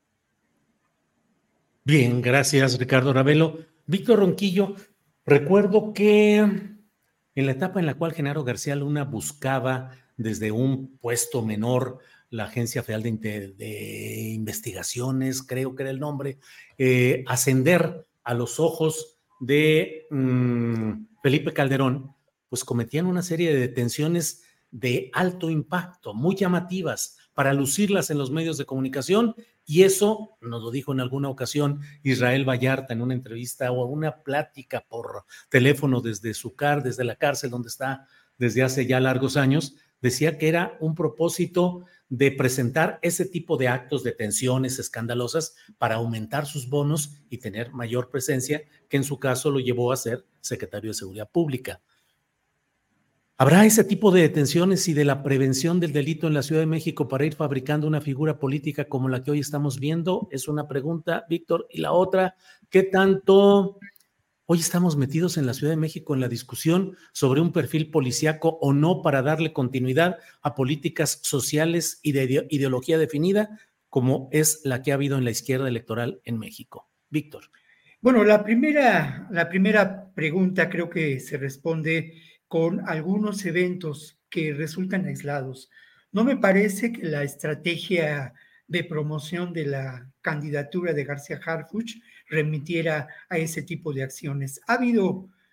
Bien, gracias Ricardo Ravelo. Víctor Ronquillo, recuerdo que en la etapa en la cual Genaro García Luna buscaba desde un puesto menor la Agencia Federal de, de Investigaciones, creo que era el nombre, eh, ascender a los ojos de mmm, Felipe Calderón, pues cometían una serie de detenciones de alto impacto, muy llamativas, para lucirlas en los medios de comunicación, y eso nos lo dijo en alguna ocasión Israel Vallarta en una entrevista o una plática por teléfono desde su car, desde la cárcel donde está desde hace ya largos años, decía que era un propósito de presentar ese tipo de actos, de detenciones escandalosas para aumentar sus bonos y tener mayor presencia, que en su caso lo llevó a ser secretario de Seguridad Pública. ¿Habrá ese tipo de detenciones y de la prevención del delito en la Ciudad de México para ir fabricando una figura política como la que hoy estamos viendo? Es una pregunta, Víctor. Y la otra, ¿qué tanto hoy estamos metidos en la Ciudad de México en la discusión sobre un perfil policíaco o no para darle continuidad a políticas sociales y de ideología definida como es la que ha habido en la izquierda electoral en México? Víctor. Bueno, la primera, la primera pregunta creo que se responde con algunos eventos que resultan aislados. No me parece que la estrategia de promoción de la candidatura de García Harfuch remitiera a ese tipo de acciones. Ha habido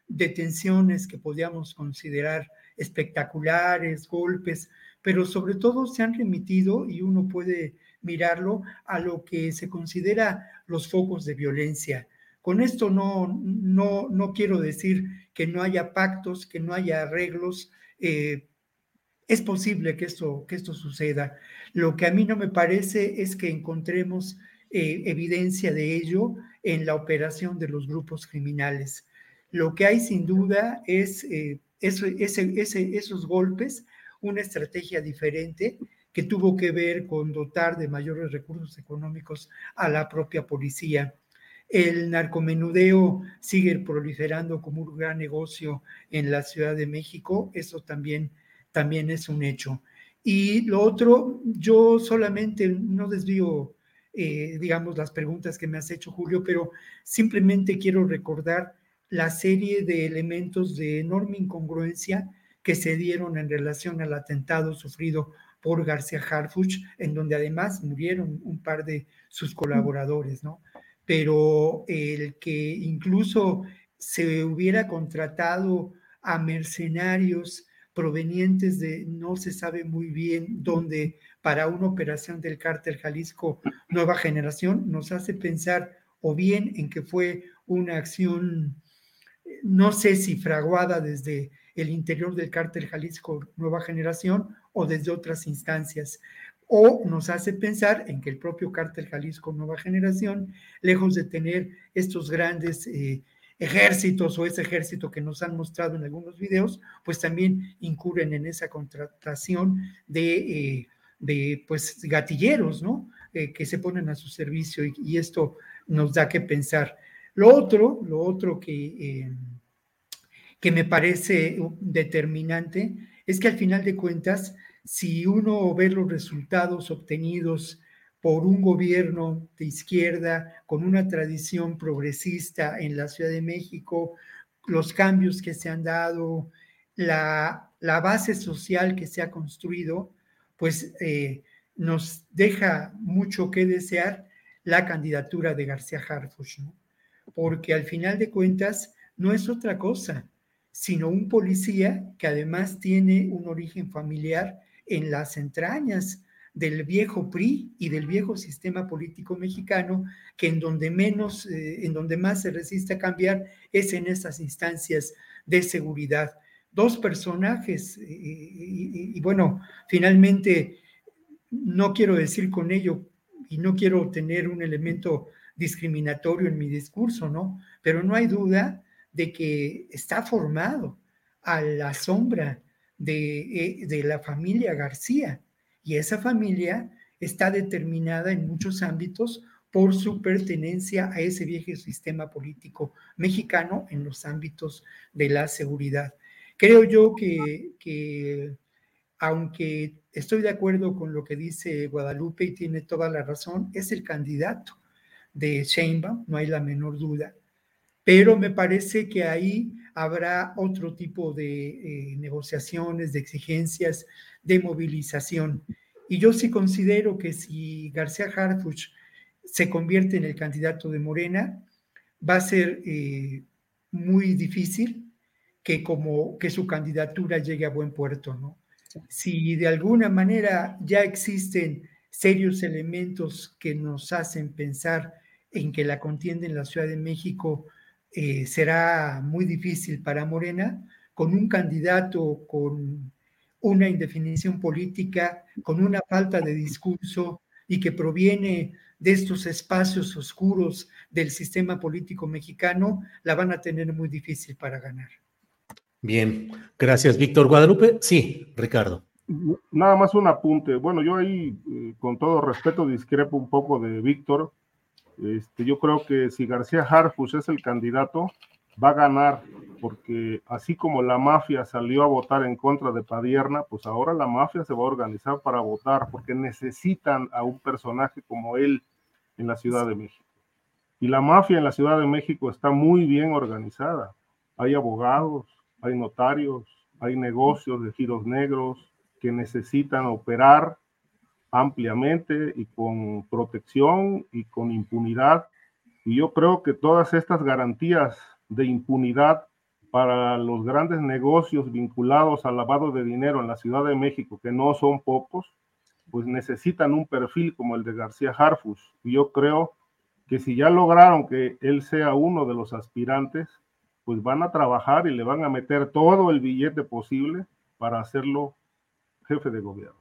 detenciones que podíamos considerar espectaculares, golpes, pero sobre todo se han remitido, y uno puede mirarlo, a lo que se considera los focos de violencia. Con esto no, no, no quiero decir que no haya pactos, que no haya arreglos. Eh, es posible que esto, que esto suceda. Lo que a mí no me parece es que encontremos eh, evidencia de ello en la operación de los grupos criminales. Lo que hay sin duda es eh, eso, ese, ese, esos golpes, una estrategia diferente que tuvo que ver con dotar de mayores recursos económicos a la propia policía. El narcomenudeo sigue proliferando como un gran negocio en la Ciudad de México, eso también, también es un hecho. Y lo otro, yo solamente no desvío, eh, digamos, las preguntas que me has hecho, Julio, pero simplemente quiero recordar la serie de elementos de enorme incongruencia que se dieron en relación al atentado sufrido por García Harfuch, en donde además murieron un par de sus colaboradores, ¿no? Pero el que incluso se hubiera contratado a mercenarios provenientes de no se sabe muy bien dónde para una operación del cártel Jalisco Nueva Generación, nos hace pensar o bien en que fue una acción, no sé si fraguada desde el interior del cártel Jalisco Nueva Generación o desde otras instancias, o nos hace pensar en que el propio cártel Jalisco Nueva Generación, lejos de tener estos grandes eh, ejércitos o ese ejército que nos han mostrado en algunos videos, pues también incurren en esa contratación de, eh, de pues, gatilleros, ¿no? Eh, que se ponen a su servicio, y, y esto nos da que pensar. Lo otro, lo otro que, eh, que me parece determinante es que al final de cuentas, si uno ve los resultados obtenidos por un gobierno de izquierda con una tradición progresista en la Ciudad de México, los cambios que se han dado, la, la base social que se ha construido, pues eh, nos deja mucho que desear la candidatura de García Harfuch, ¿no? Porque al final de cuentas no es otra cosa, sino un policía que además tiene un origen familiar en las entrañas del viejo P R I y del viejo sistema político mexicano, que en donde menos, eh, en donde más se resiste a cambiar es en esas instancias de seguridad. Dos personajes, eh, y, y, y bueno, finalmente no quiero decir con ello, y no quiero tener un elemento discriminatorio en mi discurso, ¿no? Pero no hay duda de que está formado a la sombra de, de la familia García, y esa familia está determinada en muchos ámbitos por su pertenencia a ese viejo sistema político mexicano en los ámbitos de la seguridad. Creo yo que, que aunque estoy de acuerdo con lo que dice Guadalupe y tiene toda la razón, es el candidato de Sheinbaum, no hay la menor duda, pero me parece que ahí habrá otro tipo de eh, negociaciones, de exigencias, de movilización. Y yo sí considero que si García Harfuch se convierte en el candidato de Morena, va a ser eh, muy difícil que, como, que su candidatura llegue a buen puerto, ¿no? Si de alguna manera ya existen serios elementos que nos hacen pensar en que la contienda en la Ciudad de México eh, será muy difícil para Morena, con un candidato con una indefinición política, con una falta de discurso y que proviene de estos espacios oscuros del sistema político mexicano, la van a tener muy difícil para ganar. Bien, gracias, Víctor. Guadalupe, sí, Ricardo. Nada más un apunte. Bueno, yo ahí, eh, con todo respeto, discrepo un poco de Víctor. Este, yo creo que si García Harfuch es el candidato, va a ganar, porque así como la mafia salió a votar en contra de Padierna, pues ahora la mafia se va a organizar para votar, porque necesitan a un personaje como él en la Ciudad de México. Y la mafia en la Ciudad de México está muy bien organizada. Hay abogados, hay notarios, hay negocios de giros negros que necesitan operar ampliamente y con protección y con impunidad. Y yo creo que todas estas garantías de impunidad para los grandes negocios vinculados al lavado de dinero en la Ciudad de México, que no son pocos, pues necesitan un perfil como el de García Harfuch. Y yo creo que si ya lograron que él sea uno de los aspirantes, pues van a trabajar y le van a meter todo el billete posible para hacerlo jefe de gobierno.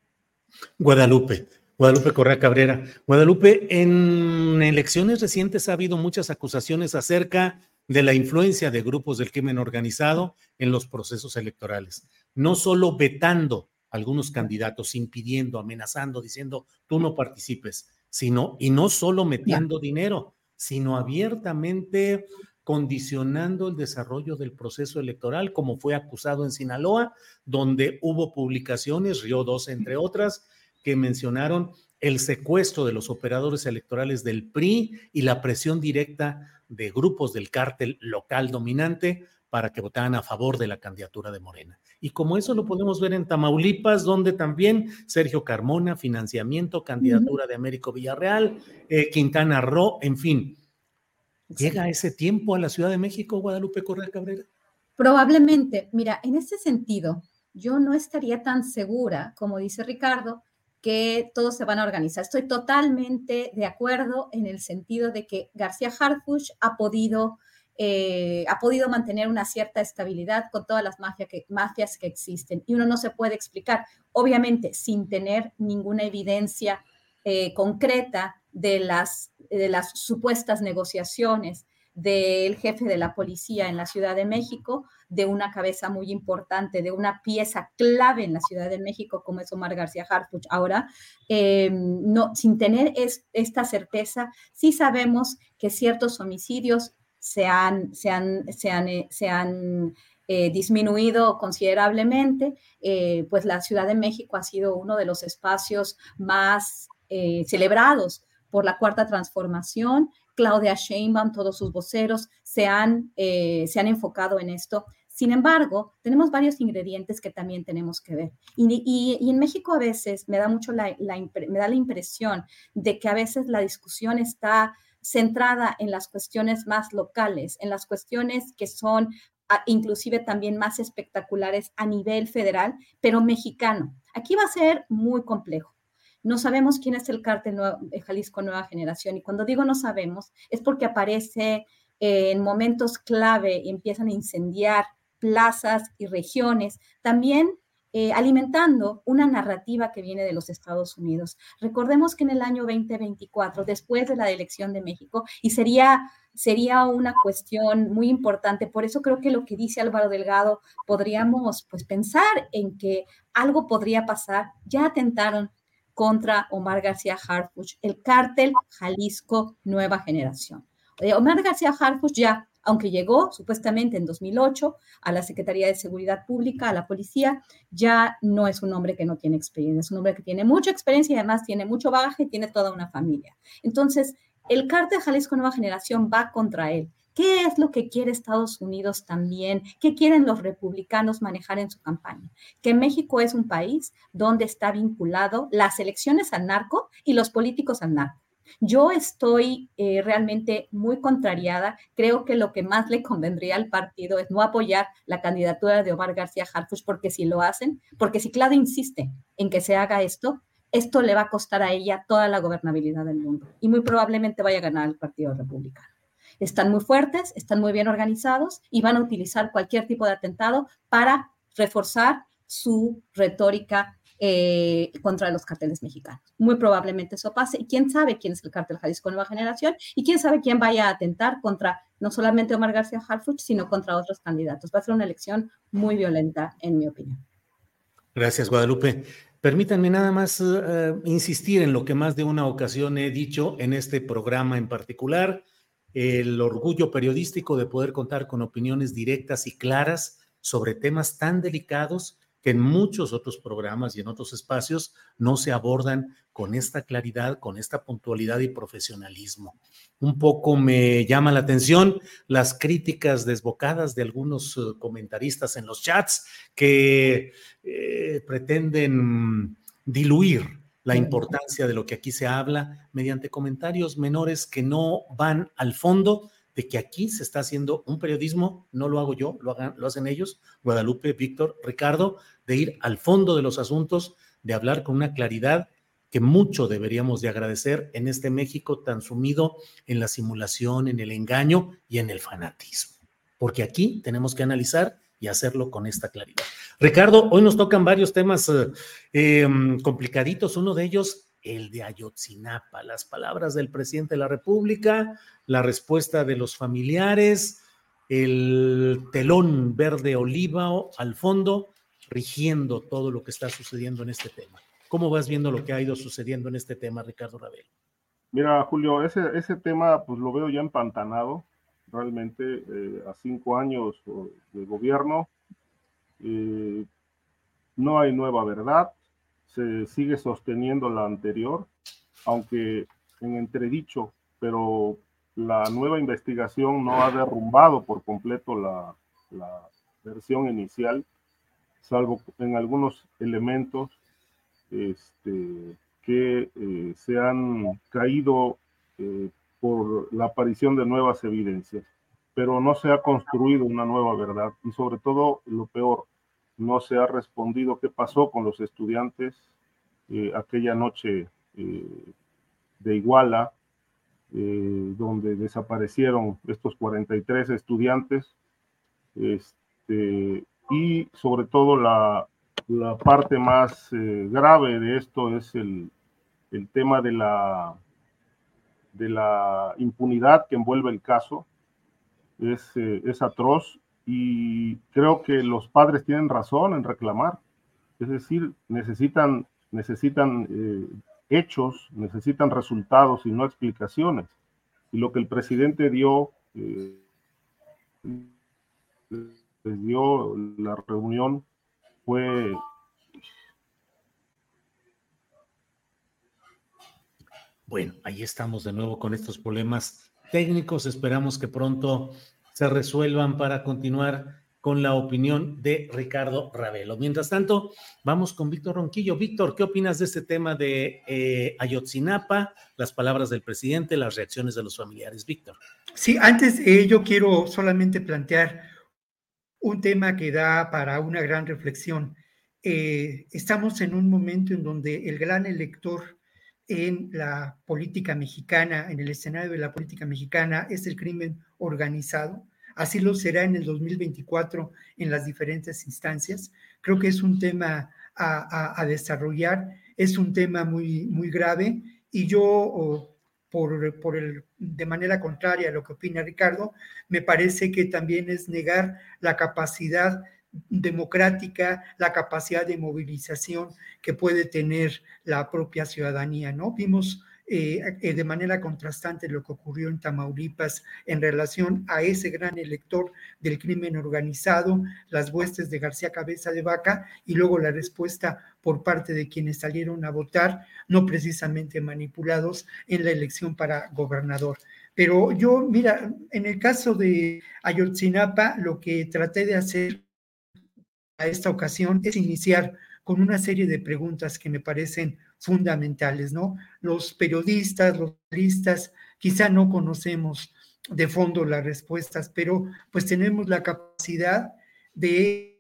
Guadalupe, Guadalupe Correa Cabrera. Guadalupe, en elecciones recientes ha habido muchas acusaciones acerca de la influencia de grupos del crimen organizado en los procesos electorales. No solo vetando a algunos candidatos, impidiendo, amenazando, diciendo tú no participes, sino, y no solo metiendo dinero, sino abiertamente condicionando el desarrollo del proceso electoral, como fue acusado en Sinaloa, donde hubo publicaciones, Río dos entre otras, que mencionaron el secuestro de los operadores electorales del P R I y la presión directa de grupos del cártel local dominante para que votaran a favor de la candidatura de Morena. Y como eso lo podemos ver en Tamaulipas, donde también Sergio Carmona, financiamiento, candidatura de Américo Villarreal, eh, Quintana Roo, en fin. ¿Llega ese tiempo a la Ciudad de México, Guadalupe Correa Cabrera? Probablemente. Mira, en ese sentido, yo no estaría tan segura, como dice Ricardo, que todos se van a organizar. Estoy totalmente de acuerdo en el sentido de que García Harfuch ha podido, eh, ha podido mantener una cierta estabilidad con todas las mafia que, mafias que existen. Y uno no se puede explicar, obviamente, sin tener ninguna evidencia eh, concreta de las, de las supuestas negociaciones del jefe de la policía en la Ciudad de México, de una cabeza muy importante, de una pieza clave en la Ciudad de México como es Omar García Harfuch. Ahora, eh, no, sin tener es, esta certeza, sí sabemos que ciertos homicidios se han, se han, se han, eh, se han eh, disminuido considerablemente, eh, pues la Ciudad de México ha sido uno de los espacios más eh, celebrados por la Cuarta Transformación. Claudia Sheinbaum, todos sus voceros se han, eh, se han enfocado en esto. Sin embargo, tenemos varios ingredientes que también tenemos que ver. Y, y, y en México a veces me da mucho la, la, me da la impresión de que a veces la discusión está centrada en las cuestiones más locales, en las cuestiones que son a, inclusive también más espectaculares a nivel federal, pero mexicano. Aquí va a ser muy complejo. No sabemos quién es el cártel Jalisco Nueva Generación, y cuando digo no sabemos es porque aparece eh, en momentos clave y empiezan a incendiar plazas y regiones, también eh, alimentando una narrativa que viene de los Estados Unidos. Recordemos que en el año veinte veinticuatro, después de la elección de México, y sería, sería una cuestión muy importante, por eso creo que lo que dice Álvaro Delgado, podríamos pues, pensar en que algo podría pasar. Ya atentaron contra Omar García Harfuch, el cártel Jalisco Nueva Generación. Eh, Omar García Harfuch ya, aunque llegó supuestamente en dos mil ocho a la Secretaría de Seguridad Pública, a la policía, ya no es un hombre que no tiene experiencia, es un hombre que tiene mucha experiencia y además tiene mucho bagaje y tiene toda una familia. Entonces, el cártel Jalisco Nueva Generación va contra él. ¿Qué es lo que quiere Estados Unidos también? ¿Qué quieren los republicanos manejar en su campaña? Que México es un país donde está vinculado las elecciones al narco y los políticos al narco. Yo estoy eh, realmente muy contrariada. Creo que lo que más le convendría al partido es no apoyar la candidatura de Omar García Harfuch, porque si lo hacen, porque si Claudia insiste en que se haga esto, esto le va a costar a ella toda la gobernabilidad del mundo y muy probablemente vaya a ganar el Partido Republicano. Están muy fuertes, están muy bien organizados y van a utilizar cualquier tipo de atentado para reforzar su retórica eh, contra los carteles mexicanos. Muy probablemente eso pase. Y quién sabe quién es el cártel Jalisco Nueva Generación y quién sabe quién vaya a atentar contra no solamente Omar García Harfuch, sino contra otros candidatos. Va a ser una elección muy violenta, en mi opinión. Gracias, Guadalupe. Permítanme nada más uh, insistir en lo que más de una ocasión he dicho en este programa en particular. El orgullo periodístico de poder contar con opiniones directas y claras sobre temas tan delicados que en muchos otros programas y en otros espacios no se abordan con esta claridad, con esta puntualidad y profesionalismo. Un poco me llama la atención las críticas desbocadas de algunos uh, comentaristas en los chats que eh, pretenden diluir la importancia de lo que aquí se habla mediante comentarios menores que no van al fondo de que aquí se está haciendo un periodismo, no lo hago yo, lo, hagan, lo hacen ellos, Guadalupe, Víctor, Ricardo, de ir al fondo de los asuntos, de hablar con una claridad que mucho deberíamos de agradecer en este México tan sumido en la simulación, en el engaño y en el fanatismo. Porque aquí tenemos que analizar y hacerlo con esta claridad. Ricardo, hoy nos tocan varios temas eh, eh, complicaditos, uno de ellos, el de Ayotzinapa, las palabras del presidente de la República, la respuesta de los familiares, el telón verde oliva al fondo, rigiendo todo lo que está sucediendo en este tema. ¿Cómo vas viendo lo que ha ido sucediendo en este tema, Ricardo Ravelo? Mira, Julio, ese, ese tema pues lo veo ya empantanado, realmente eh, a cinco años de gobierno, eh, no hay nueva verdad, se sigue sosteniendo la anterior, aunque en entredicho, pero la nueva investigación no ha derrumbado por completo la, la versión inicial, salvo en algunos elementos este, que eh, se han caído eh, por la aparición de nuevas evidencias, pero no se ha construido una nueva verdad y sobre todo lo peor, no se ha respondido qué pasó con los estudiantes eh, aquella noche eh, de Iguala, eh, donde desaparecieron estos cuarenta y tres estudiantes, este, y sobre todo la, la parte más eh, grave de esto es el, el tema de la, de la impunidad que envuelve el caso. Es, eh, es atroz y creo que los padres tienen razón en reclamar, es decir, necesitan, necesitan eh, hechos, necesitan resultados y no explicaciones. Y lo que el presidente dio, eh, les dio la reunión fue... Bueno, ahí estamos de nuevo con estos problemas técnicos. Esperamos que pronto se resuelvan para continuar con la opinión de Ricardo Ravelo. Mientras tanto, vamos con Víctor Ronquillo. Víctor, ¿qué opinas de este tema de eh, Ayotzinapa, las palabras del presidente, las reacciones de los familiares? Víctor. Sí, antes eh, yo quiero solamente plantear un tema que da para una gran reflexión. Eh, estamos en un momento en donde el gran elector en la política mexicana, en el escenario de la política mexicana, es el crimen organizado. Así lo será en el dos mil veinticuatro en las diferentes instancias. Creo que es un tema a, a, a desarrollar, es un tema muy, muy grave y yo, oh, por, por el, de manera contraria a lo que opina Ricardo, me parece que también es negar la capacidad democrática, la capacidad de movilización que puede tener la propia ciudadanía, ¿no? Vimos eh, eh, de manera contrastante lo que ocurrió en Tamaulipas en relación a ese gran elector del crimen organizado, las huestes de García Cabeza de Vaca y luego la respuesta por parte de quienes salieron a votar, no precisamente manipulados en la elección para gobernador. Pero yo, mira, en el caso de Ayotzinapa, lo que traté de hacer a esta ocasión es iniciar con una serie de preguntas que me parecen fundamentales, ¿no? Los periodistas, los periodistas, quizá no conocemos de fondo las respuestas, pero pues tenemos la capacidad de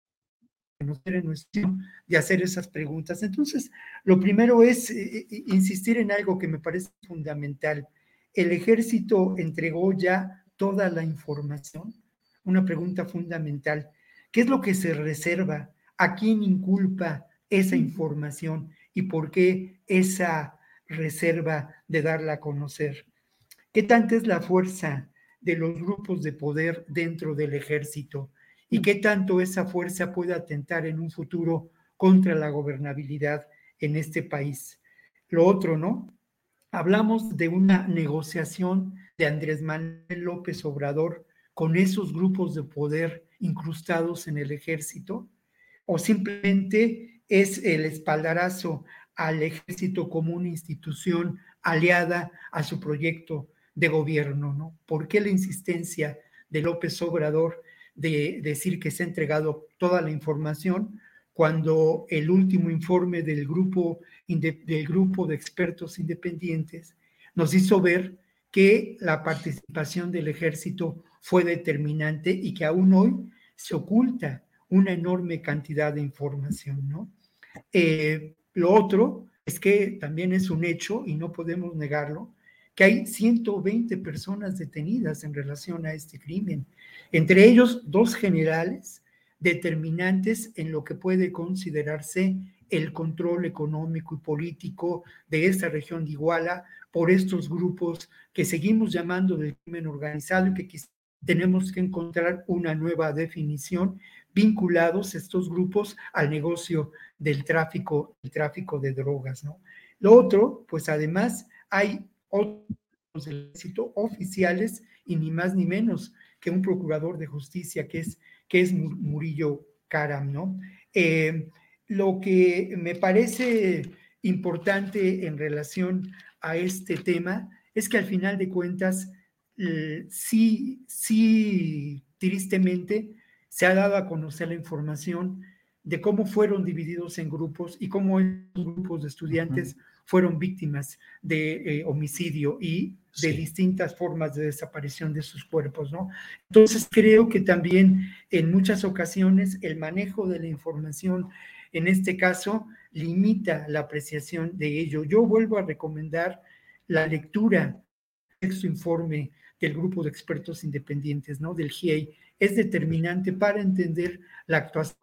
de hacer esas preguntas. Entonces, lo primero es eh, insistir en algo que me parece fundamental. ¿El ejército entregó ya toda la información? Una pregunta fundamental. ¿Qué es lo que se reserva? ¿A quién inculpa esa información? ¿Y por qué esa reserva de darla a conocer? ¿Qué tanta es la fuerza de los grupos de poder dentro del ejército? ¿Y qué tanto esa fuerza puede atentar en un futuro contra la gobernabilidad en este país? Lo otro, ¿no? Hablamos de una negociación de Andrés Manuel López Obrador con esos grupos de poder incrustados en el ejército, o simplemente es el espaldarazo al ejército como una institución aliada a su proyecto de gobierno, ¿no? ¿Por qué la insistencia de López Obrador de decir que se ha entregado toda la información cuando el último informe del grupo, del grupo de expertos independientes nos hizo ver que la participación del ejército fue determinante y que aún hoy se oculta una enorme cantidad de información, ¿no? Eh, lo otro es que también es un hecho, y no podemos negarlo, que hay ciento veinte personas detenidas en relación a este crimen, entre ellos dos generales determinantes en lo que puede considerarse el control económico y político de esta región de Iguala por estos grupos que seguimos llamando del crimen organizado y que quizás tenemos que encontrar una nueva definición, vinculados estos grupos al negocio del tráfico, el tráfico de drogas, ¿no? Lo otro, pues además hay otros del ejército oficiales y ni más ni menos que un procurador de justicia que es, que es Murillo Karam, ¿no? Eh, lo que me parece importante en relación a este tema es que al final de cuentas eh, sí, sí, tristemente se ha dado a conocer la información de cómo fueron divididos en grupos y cómo estos grupos de estudiantes uh-huh. fueron víctimas de eh, homicidio y de sí. distintas formas de desaparición de sus cuerpos, ¿no? Entonces creo que también en muchas ocasiones el manejo de la información, en este caso, limita la apreciación de ello. Yo vuelvo a recomendar la lectura del texto informe del grupo de expertos independientes, ¿no? Del G I E I. Es determinante para entender la actuación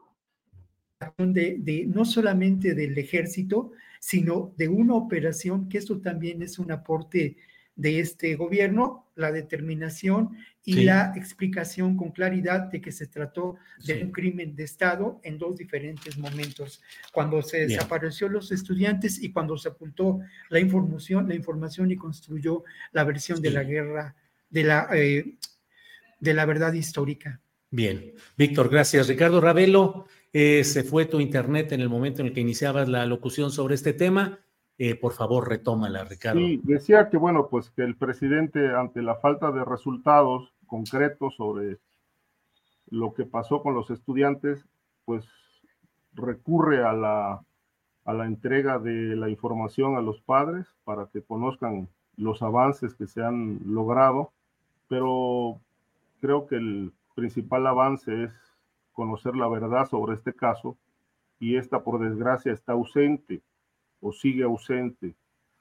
de, de no solamente del ejército, sino de una operación, que esto también es un aporte de este gobierno, la determinación y sí. la explicación con claridad de que se trató de sí. un crimen de Estado en dos diferentes momentos, cuando se Bien. desapareció los estudiantes y cuando se ocultó la información, la información y construyó la versión sí. de la guerra, de la, eh, de la verdad histórica. Bien, Víctor, gracias. Ricardo Ravelo, eh, se fue tu internet en el momento en el que iniciabas la locución sobre este tema. Eh, por favor, retómala, Ricardo. Sí, decía que, bueno, pues que el presidente, ante la falta de resultados concretos sobre lo que pasó con los estudiantes, pues recurre a la, a la entrega de la información a los padres para que conozcan los avances que se han logrado, pero creo que el principal avance es conocer la verdad sobre este caso, y esta, por desgracia, está ausente o sigue ausente.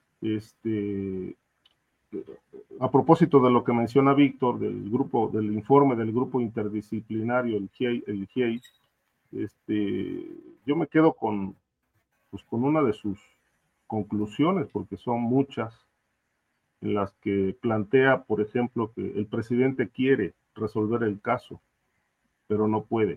Este, a propósito de lo que menciona Víctor, del grupo, del informe del grupo interdisciplinario, el G I E I, el G I E I, este, yo me quedo con, pues, con una de sus conclusiones, porque son muchas, en las que plantea, por ejemplo, que el presidente quiere resolver el caso, pero no puede.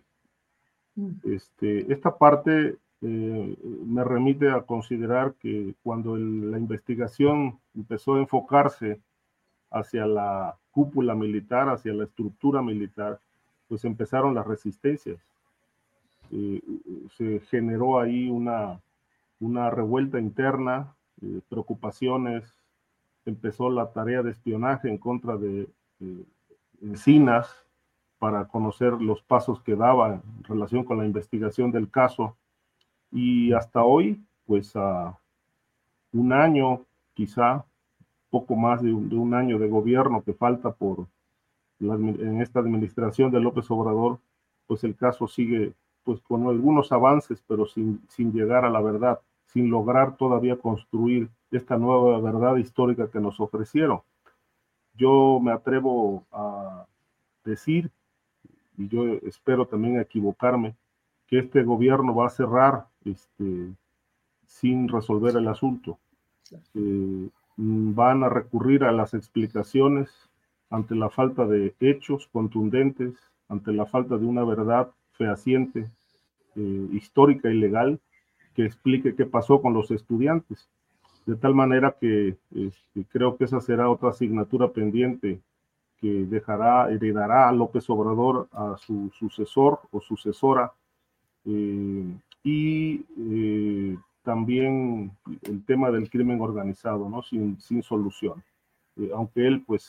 Este, esta parte eh, me remite a considerar que cuando el, la investigación empezó a enfocarse hacia la cúpula militar, hacia la estructura militar, pues empezaron las resistencias. Eh, se generó ahí una, una revuelta interna, eh, preocupaciones, empezó la tarea de espionaje en contra de eh, Encinas para conocer los pasos que daba en relación con la investigación del caso, y hasta hoy, pues a un año, quizá poco más de un, de un año de gobierno que falta por la, en esta administración de López Obrador, pues el caso sigue pues con algunos avances, pero sin, sin llegar a la verdad, sin lograr todavía construir esta nueva verdad histórica que nos ofrecieron. Yo me atrevo a decir, y yo espero también equivocarme, que este gobierno va a cerrar este, sin resolver el asunto. Eh, van a recurrir a las explicaciones ante la falta de hechos contundentes, ante la falta de una verdad fehaciente, eh, histórica y legal, que explique qué pasó con los estudiantes. De tal manera que este, creo que esa será otra asignatura pendiente que dejará, heredará a López Obrador a su sucesor o sucesora, eh, y eh, también el tema del crimen organizado, ¿no? Sin, sin solución. Eh, aunque él, pues,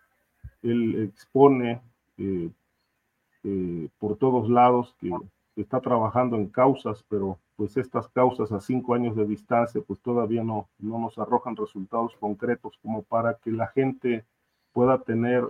él expone eh, eh, por todos lados que está trabajando en causas, pero pues estas causas a cinco años de distancia, pues todavía no, no nos arrojan resultados concretos como para que la gente pueda tener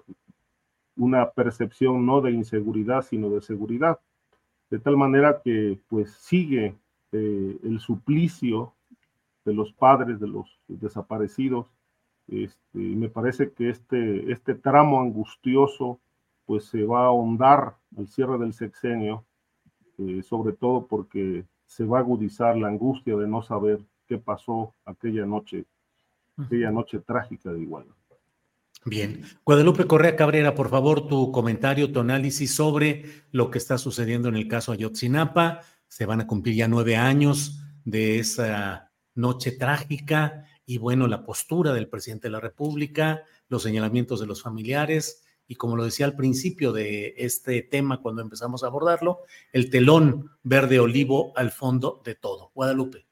una percepción no de inseguridad, sino de seguridad. De tal manera que pues sigue eh, el suplicio de los padres de los desaparecidos. Este, y me parece que este, este tramo angustioso pues se va a ahondar al cierre del sexenio, eh, sobre todo porque se va a agudizar la angustia de no saber qué pasó aquella noche, aquella noche trágica de Iguala. Bien. Guadalupe Correa Cabrera, por favor, tu comentario, tu análisis sobre lo que está sucediendo en el caso Ayotzinapa. Se van a cumplir ya nueve años de esa noche trágica y, bueno, la postura del presidente de la República, los señalamientos de los familiares y, como lo decía al principio de este tema cuando empezamos a abordarlo, el telón verde olivo al fondo de todo. Guadalupe.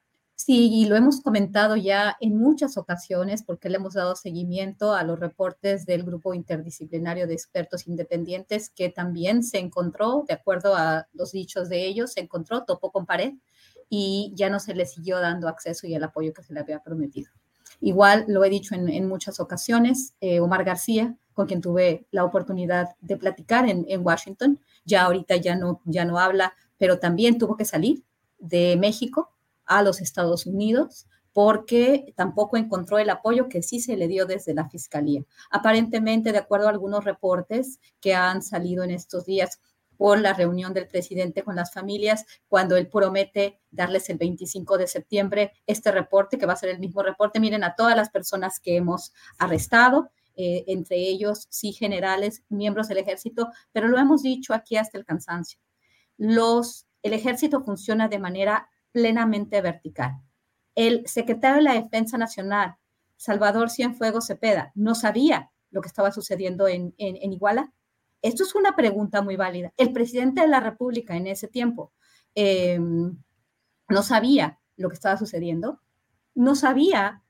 Sí, y lo hemos comentado ya en muchas ocasiones porque le hemos dado seguimiento a los reportes del Grupo Interdisciplinario de Expertos Independientes, que también se encontró, de acuerdo a los dichos de ellos, se encontró, topó con pared y ya no se le siguió dando acceso y el apoyo que se le había prometido. Igual lo he dicho en, en muchas ocasiones, eh, Omar García, con quien tuve la oportunidad de platicar en, en Washington, ya ahorita ya no, ya no habla, pero también tuvo que salir de México a los Estados Unidos porque tampoco encontró el apoyo que sí se le dio desde la Fiscalía. Aparentemente, de acuerdo a algunos reportes que han salido en estos días por la reunión del presidente con las familias, cuando él promete darles el veinticinco de septiembre este reporte, que va a ser el mismo reporte, miren, a todas las personas que hemos arrestado, eh, entre ellos, sí, generales, miembros del ejército, pero lo hemos dicho aquí hasta el cansancio. Los, el ejército funciona de manera plenamente vertical. El secretario de la Defensa Nacional, Salvador Cienfuegos Cepeda, no sabía lo que estaba sucediendo en, en, en Iguala. Esto es una pregunta muy válida. El presidente de la República en ese tiempo eh, no sabía lo que estaba sucediendo. No sabía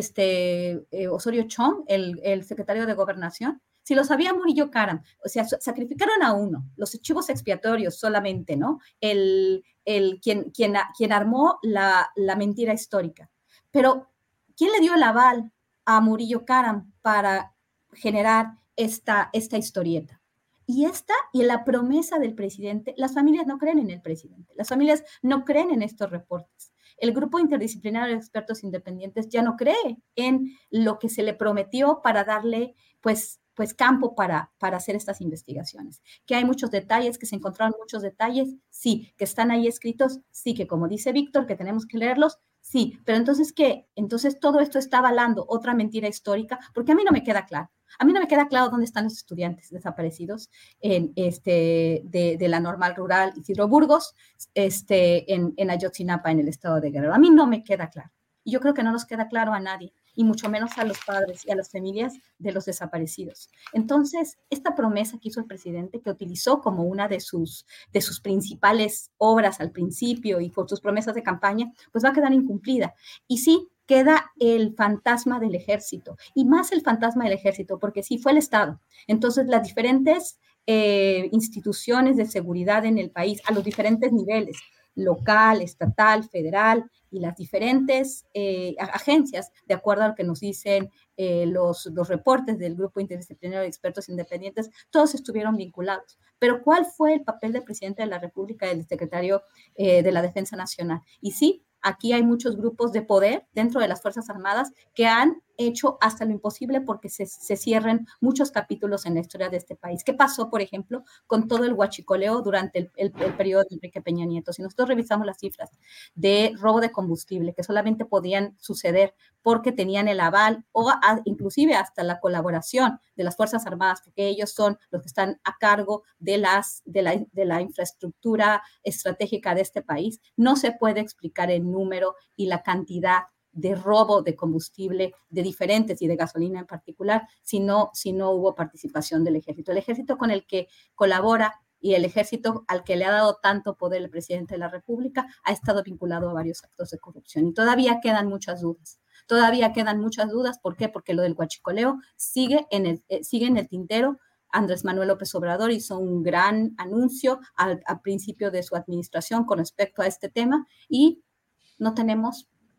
este, eh, Osorio Chong, el, el secretario de Gobernación. Si lo sabía Murillo Karam, o sea, sacrificaron a uno, los chivos expiatorios solamente, ¿no? El, el, quien, quien, quien armó la, la mentira histórica. Pero, ¿quién le dio el aval a Murillo Karam para generar esta, esta historieta? Y esta, y la promesa del presidente, las familias no creen en el presidente, las familias no creen en estos reportes. El Grupo Interdisciplinario de Expertos Independientes ya no cree en lo que se le prometió para darle, pues, pues campo para, para hacer estas investigaciones. Que hay muchos detalles, que se encontraron muchos detalles, sí. Que están ahí escritos, sí. Que como dice Víctor, que tenemos que leerlos, sí. Pero entonces, ¿qué? Entonces todo esto está avalando otra mentira histórica, porque a mí no me queda claro. A mí no me queda claro dónde están los estudiantes desaparecidos en este, de, de la Normal Rural Isidro Burgos, este, en, en Ayotzinapa, en el estado de Guerrero. A mí no me queda claro. Y yo creo que no nos queda claro a nadie, y mucho menos a los padres y a las familias de los desaparecidos. Entonces, esta promesa que hizo el presidente, que utilizó como una de sus, de sus principales obras al principio y por sus promesas de campaña, pues va a quedar incumplida. Y sí, queda el fantasma del ejército, y más el fantasma del ejército, porque sí fue el Estado. Entonces, las diferentes eh, instituciones de seguridad en el país, a los diferentes niveles, local, estatal, federal, y las diferentes eh, agencias, de acuerdo a lo que nos dicen eh, los, los reportes del Grupo Interdisciplinario de Expertos Independientes, todos estuvieron vinculados. Pero ¿cuál fue el papel del presidente de la República y del secretario eh, de la Defensa Nacional? Y sí, aquí hay muchos grupos de poder dentro de las Fuerzas Armadas que han hecho hasta lo imposible porque se, se cierren muchos capítulos en la historia de este país. ¿Qué pasó, por ejemplo, con todo el huachicoleo durante el, el, el periodo de Enrique Peña Nieto? Si nosotros revisamos las cifras de robo de combustible, que solamente podían suceder porque tenían el aval o a, inclusive hasta la colaboración de las Fuerzas Armadas, porque ellos son los que están a cargo de, las, de, la, de la infraestructura estratégica de este país, no se puede explicar el número y la cantidad de robo de combustible, de diferentes y de gasolina en particular, si no, si no hubo participación del ejército. El ejército con el que colabora y el ejército al que le ha dado tanto poder el presidente de la República ha estado vinculado a varios actos de corrupción. Y todavía quedan muchas dudas. Todavía quedan muchas dudas. ¿Por qué? Porque lo del huachicoleo sigue en el, eh, sigue en el tintero. Andrés Manuel López Obrador hizo un gran anuncio al, al principio de su administración con respecto a este tema y no tenemos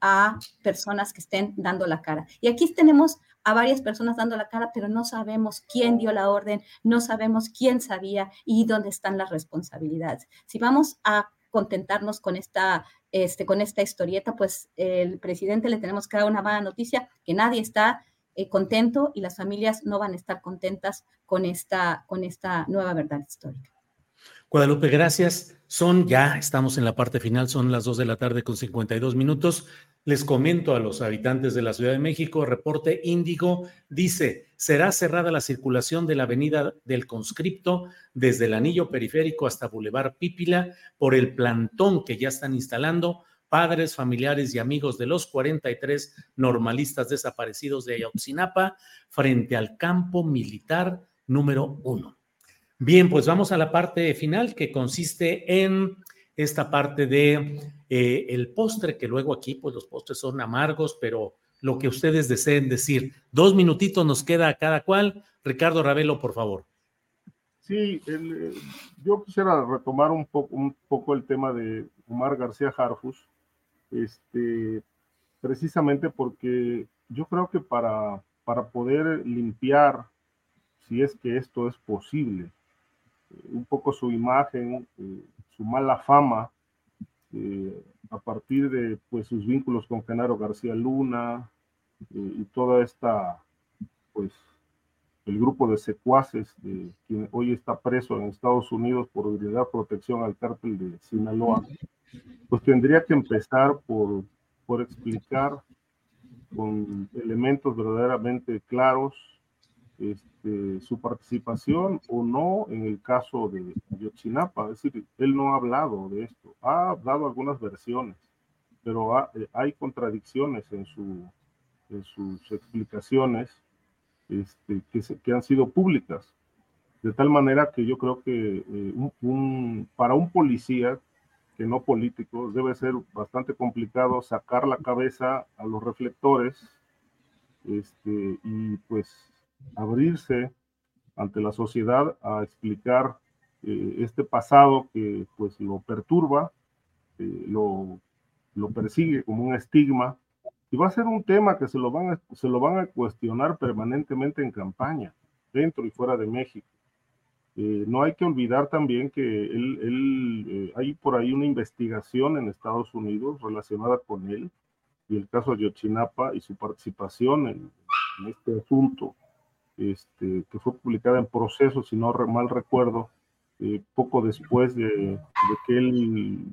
a personas que estén dando la cara. Y aquí tenemos a varias personas dando la cara, pero no sabemos quién dio la orden, no sabemos quién sabía y dónde están las responsabilidades. Si vamos a contentarnos con esta, este, con esta historieta, pues el presidente le tenemos que dar una mala noticia, que nadie está eh, contento y las familias no van a estar contentas con esta, con esta nueva verdad histórica. Guadalupe, gracias. Son ya, estamos en la parte final, son las dos de la tarde con cincuenta y dos minutos. Les comento a los habitantes de la Ciudad de México, reporte Índigo dice, será cerrada la circulación de la avenida del Conscripto desde el anillo periférico hasta Boulevard Pípila por el plantón que ya están instalando padres, familiares y amigos de los cuarenta y tres normalistas desaparecidos de Ayotzinapa frente al campo militar número uno. Bien, pues vamos a la parte final que consiste en esta parte de eh, el postre, que luego aquí pues los postres son amargos, pero lo que ustedes deseen decir. Dos minutitos nos queda a cada cual. Ricardo Ravelo, por favor. Sí, el, yo quisiera retomar un poco, un poco el tema de Omar García Harfuch, este, precisamente porque yo creo que para, para poder limpiar, si es que esto es posible, un poco su imagen, eh, su mala fama, eh, a partir de pues, sus vínculos con Genaro García Luna eh, y toda esta, pues, el grupo de secuaces de quien hoy está preso en Estados Unidos por brindar protección al cártel de Sinaloa, pues tendría que empezar por, por explicar con elementos verdaderamente claros Este, su participación o no en el caso de Ayotzinapa. Es decir, él no ha hablado de esto, ha dado algunas versiones, pero ha, eh, hay contradicciones en, su, en sus explicaciones este, que, se, que han sido públicas, de tal manera que yo creo que eh, un, un, para un policía que no político debe ser bastante complicado sacar la cabeza a los reflectores este, y pues abrirse ante la sociedad a explicar eh, este pasado que pues lo perturba, eh, lo, lo persigue como un estigma, y va a ser un tema que se lo van a, se lo van a cuestionar permanentemente en campaña, dentro y fuera de México. Eh, no hay que olvidar también que él, él, eh, hay por ahí una investigación en Estados Unidos relacionada con él y el caso de Ayotzinapa y su participación en, en este asunto. Este, que fue publicada en Proceso, si no mal recuerdo, eh, poco después de, de que él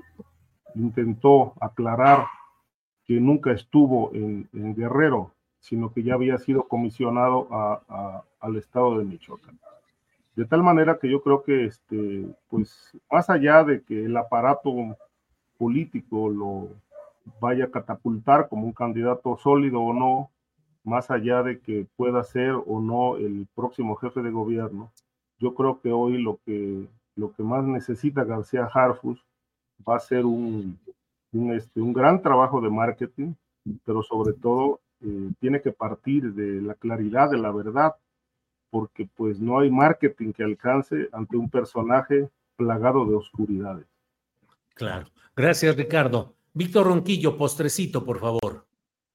intentó aclarar que nunca estuvo en, en Guerrero, sino que ya había sido comisionado a, a, al estado de Michoacán. De tal manera que yo creo que, este, pues, más allá de que el aparato político lo vaya a catapultar como un candidato sólido o no, más allá de que pueda ser o no el próximo jefe de gobierno, yo creo que hoy lo que, lo que más necesita García Harfuch va a ser un, un, este, un gran trabajo de marketing, pero sobre todo eh, tiene que partir de la claridad de la verdad, porque pues no hay marketing que alcance ante un personaje plagado de oscuridades. Claro. Gracias, Ricardo. Víctor Ronquillo, postrecito, por favor.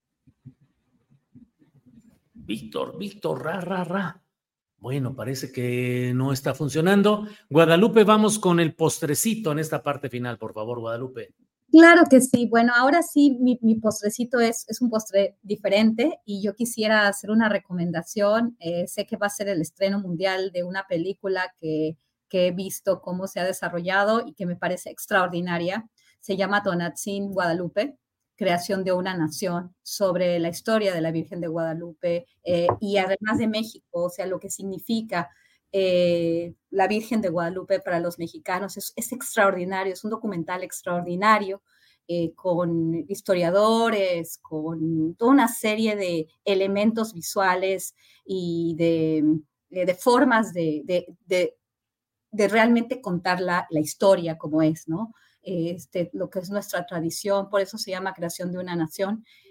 Víctor, Víctor, ra, ra, ra. Bueno, parece que no está funcionando. Guadalupe, vamos con el postrecito en esta parte final, por favor, Guadalupe. Claro que sí. Bueno, ahora sí, mi, mi postrecito es, es un postre diferente y yo quisiera hacer una recomendación. Eh, sé que va a ser el estreno mundial de una película que, que he visto cómo se ha desarrollado y que me parece extraordinaria. Se llama Tonatzin Guadalupe, creación de una nación, sobre la historia de la Virgen de Guadalupe eh, y además de México, o sea, lo que significa eh, la Virgen de Guadalupe para los mexicanos. Es, es extraordinario, es un documental extraordinario eh, con historiadores, con toda una serie de elementos visuales y de, de, de formas de, de, de, de realmente contar la, la historia como es, ¿no? Este, lo que es nuestra tradición, por eso se llama Creación de una Nación,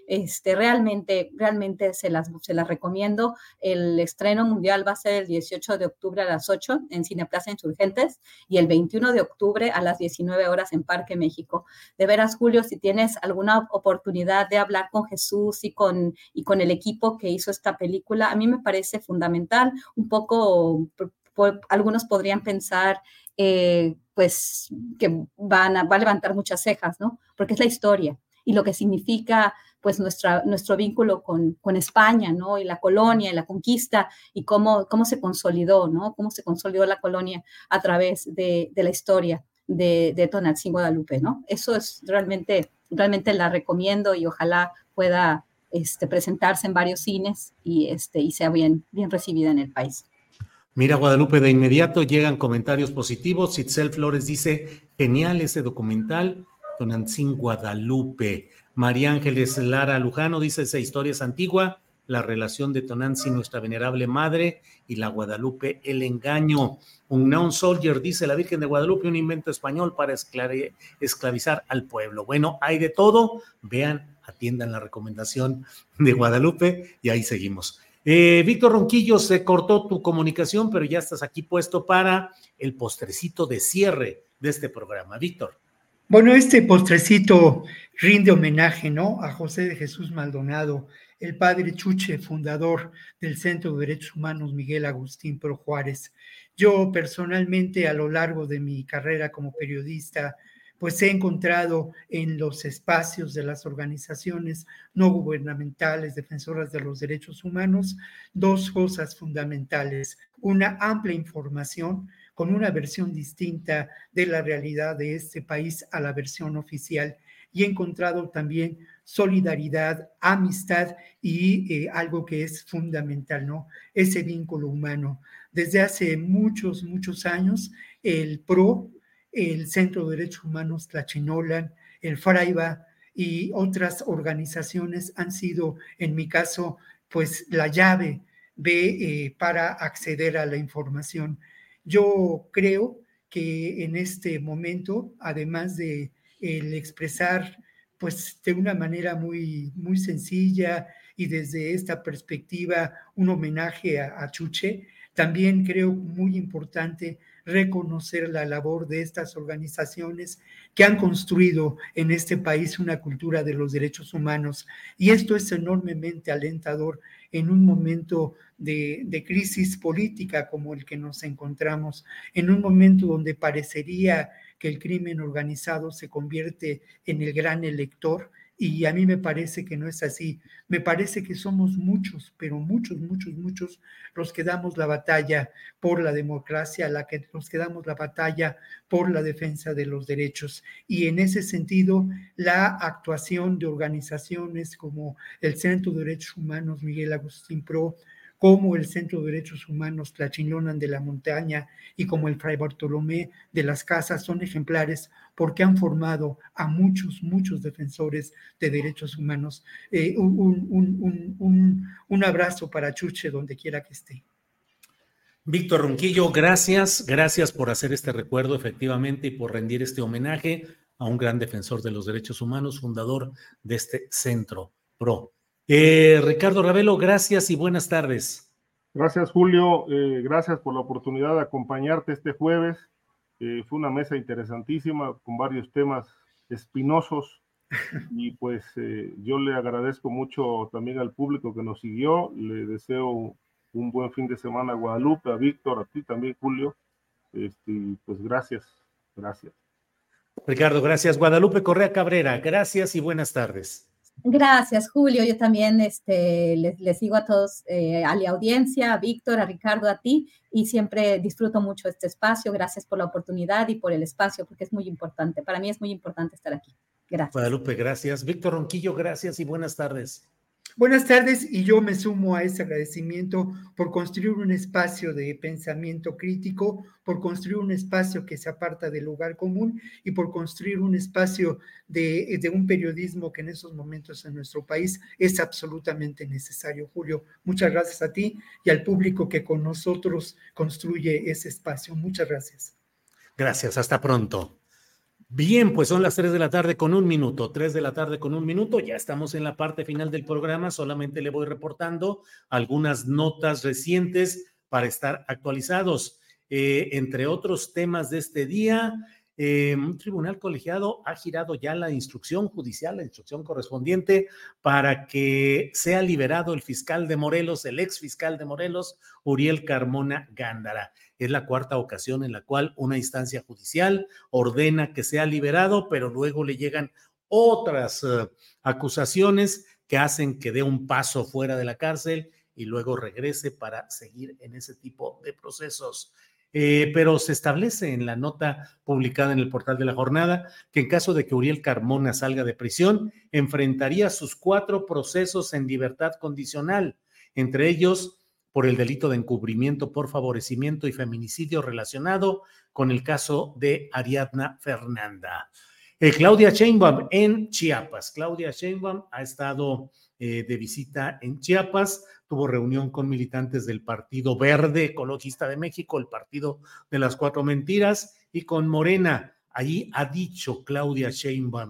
Este, realmente, realmente se las, se las recomiendo. El estreno mundial va a ser el dieciocho de octubre a las ocho en Cineplaza Insurgentes y el veintiuno de octubre a las diecinueve horas en Parque México. De veras, Julio, si tienes alguna oportunidad de hablar con Jesús y con, y con el equipo que hizo esta película, a mí me parece fundamental. Un poco, por, por, algunos podrían pensar eh, pues que van a, va a levantar muchas cejas, ¿no? Porque es la historia y lo que significa pues nuestra, nuestro vínculo con, con España, ¿no? Y la colonia y la conquista y cómo, cómo se consolidó, ¿no? Cómo se consolidó la colonia a través de, de la historia de, de Tonantzin Guadalupe, ¿no? Eso es realmente, realmente la recomiendo y ojalá pueda este, presentarse en varios cines y, este, y sea bien, bien recibida en el país. Mira, Guadalupe, de inmediato llegan comentarios positivos. Itzel Flores dice, genial ese documental, Tonantzin Guadalupe. María Ángeles Lara Lujano dice, esa historia es antigua, la relación de Tonantzin, nuestra venerable madre, y la Guadalupe, el engaño. Unknown Soldier dice, la Virgen de Guadalupe, un invento español para esclave, esclavizar al pueblo. Bueno, hay de todo. Vean, atiendan la recomendación de Guadalupe y ahí seguimos. Eh, Víctor Ronquillo, se cortó tu comunicación, pero ya estás aquí puesto para el postrecito de cierre de este programa. Víctor. Bueno, este postrecito rinde homenaje, ¿no?, a José de Jesús Maldonado, el padre Chuche, fundador del Centro de Derechos Humanos Miguel Agustín Pro Juárez. Yo personalmente, a lo largo de mi carrera como periodista, pues he encontrado en los espacios de las organizaciones no gubernamentales defensoras de los derechos humanos dos cosas fundamentales: una amplia información con una versión distinta de la realidad de este país a la versión oficial, y he encontrado también solidaridad, amistad y eh, algo que es fundamental, ¿no?, ese vínculo humano. Desde hace muchos, muchos años, el P R O, el Centro de Derechos Humanos Tlachinolan, el FRAIBA y otras organizaciones han sido, en mi caso, pues la llave de, eh, para acceder a la información. Yo creo que en este momento, además de el expresar pues de una manera muy, muy sencilla y desde esta perspectiva un homenaje a, a Chuche, también creo muy importante reconocer la labor de estas organizaciones que han construido en este país una cultura de los derechos humanos, y esto es enormemente alentador en un momento de, de crisis política como el que nos encontramos, en un momento donde parecería que el crimen organizado se convierte en el gran elector, y a mí me parece que no es así. Me parece que somos muchos, pero muchos, muchos, muchos los que damos la batalla por la democracia, la que, los que damos la batalla por la defensa de los derechos. Y en ese sentido, la actuación de organizaciones como el Centro de Derechos Humanos Miguel Agustín Pro, como el Centro de Derechos Humanos Tlachinolan de la Montaña y como el Fray Bartolomé de las Casas son ejemplares porque han formado a muchos, muchos defensores de derechos humanos. Eh, un, un, un, un, un abrazo para Chuche donde quiera que esté. Víctor Ronquillo, gracias, gracias por hacer este recuerdo efectivamente y por rendir este homenaje a un gran defensor de los derechos humanos, fundador de este Centro P R O. Eh, Ricardo Ravelo, gracias y buenas tardes. Gracias, Julio. Eh, gracias por la oportunidad de acompañarte este jueves. Eh, fue una mesa interesantísima con varios temas espinosos y pues eh, yo le agradezco mucho también al público que nos siguió. Le deseo un buen fin de semana a Guadalupe, a Víctor, a ti también, Julio. Este, pues gracias, gracias. Ricardo, gracias. Guadalupe Correa Cabrera, gracias y buenas tardes. Gracias, Julio. Yo también este, les, les sigo a todos, eh, a la audiencia, a Víctor, a Ricardo, a ti, y siempre disfruto mucho este espacio. Gracias por la oportunidad y por el espacio, porque es muy importante. Para mí es muy importante estar aquí. Gracias. Guadalupe, gracias. Víctor Ronquillo, gracias y buenas tardes. Buenas tardes, y yo me sumo a ese agradecimiento por construir un espacio de pensamiento crítico, por construir un espacio que se aparta del lugar común y por construir un espacio de, de un periodismo que en esos momentos en nuestro país es absolutamente necesario. Julio, muchas gracias a ti y al público que con nosotros construye ese espacio. Muchas gracias. Gracias, hasta pronto. Bien, pues son las tres de la tarde con un minuto, tres de la tarde con un minuto, ya estamos en la parte final del programa, solamente le voy reportando algunas notas recientes para estar actualizados. Eh, entre otros temas de este día, eh, un tribunal colegiado ha girado ya la instrucción judicial, la instrucción correspondiente para que sea liberado el fiscal de Morelos, el ex fiscal de Morelos, Uriel Carmona Gándara. Es la cuarta ocasión en la cual una instancia judicial ordena que sea liberado, pero luego le llegan otras uh, acusaciones que hacen que dé un paso fuera de la cárcel y luego regrese para seguir en ese tipo de procesos. Eh, pero se establece en la nota publicada en el portal de La Jornada que en caso de que Uriel Carmona salga de prisión, enfrentaría sus cuatro procesos en libertad condicional, entre ellos por el delito de encubrimiento por favorecimiento y feminicidio relacionado con el caso de Ariadna Fernanda. Eh, Claudia Sheinbaum en Chiapas. Claudia Sheinbaum ha estado eh, de visita en Chiapas, tuvo reunión con militantes del Partido Verde Ecologista de México, el Partido de las Cuatro Mentiras, y con Morena. Allí ha dicho Claudia Sheinbaum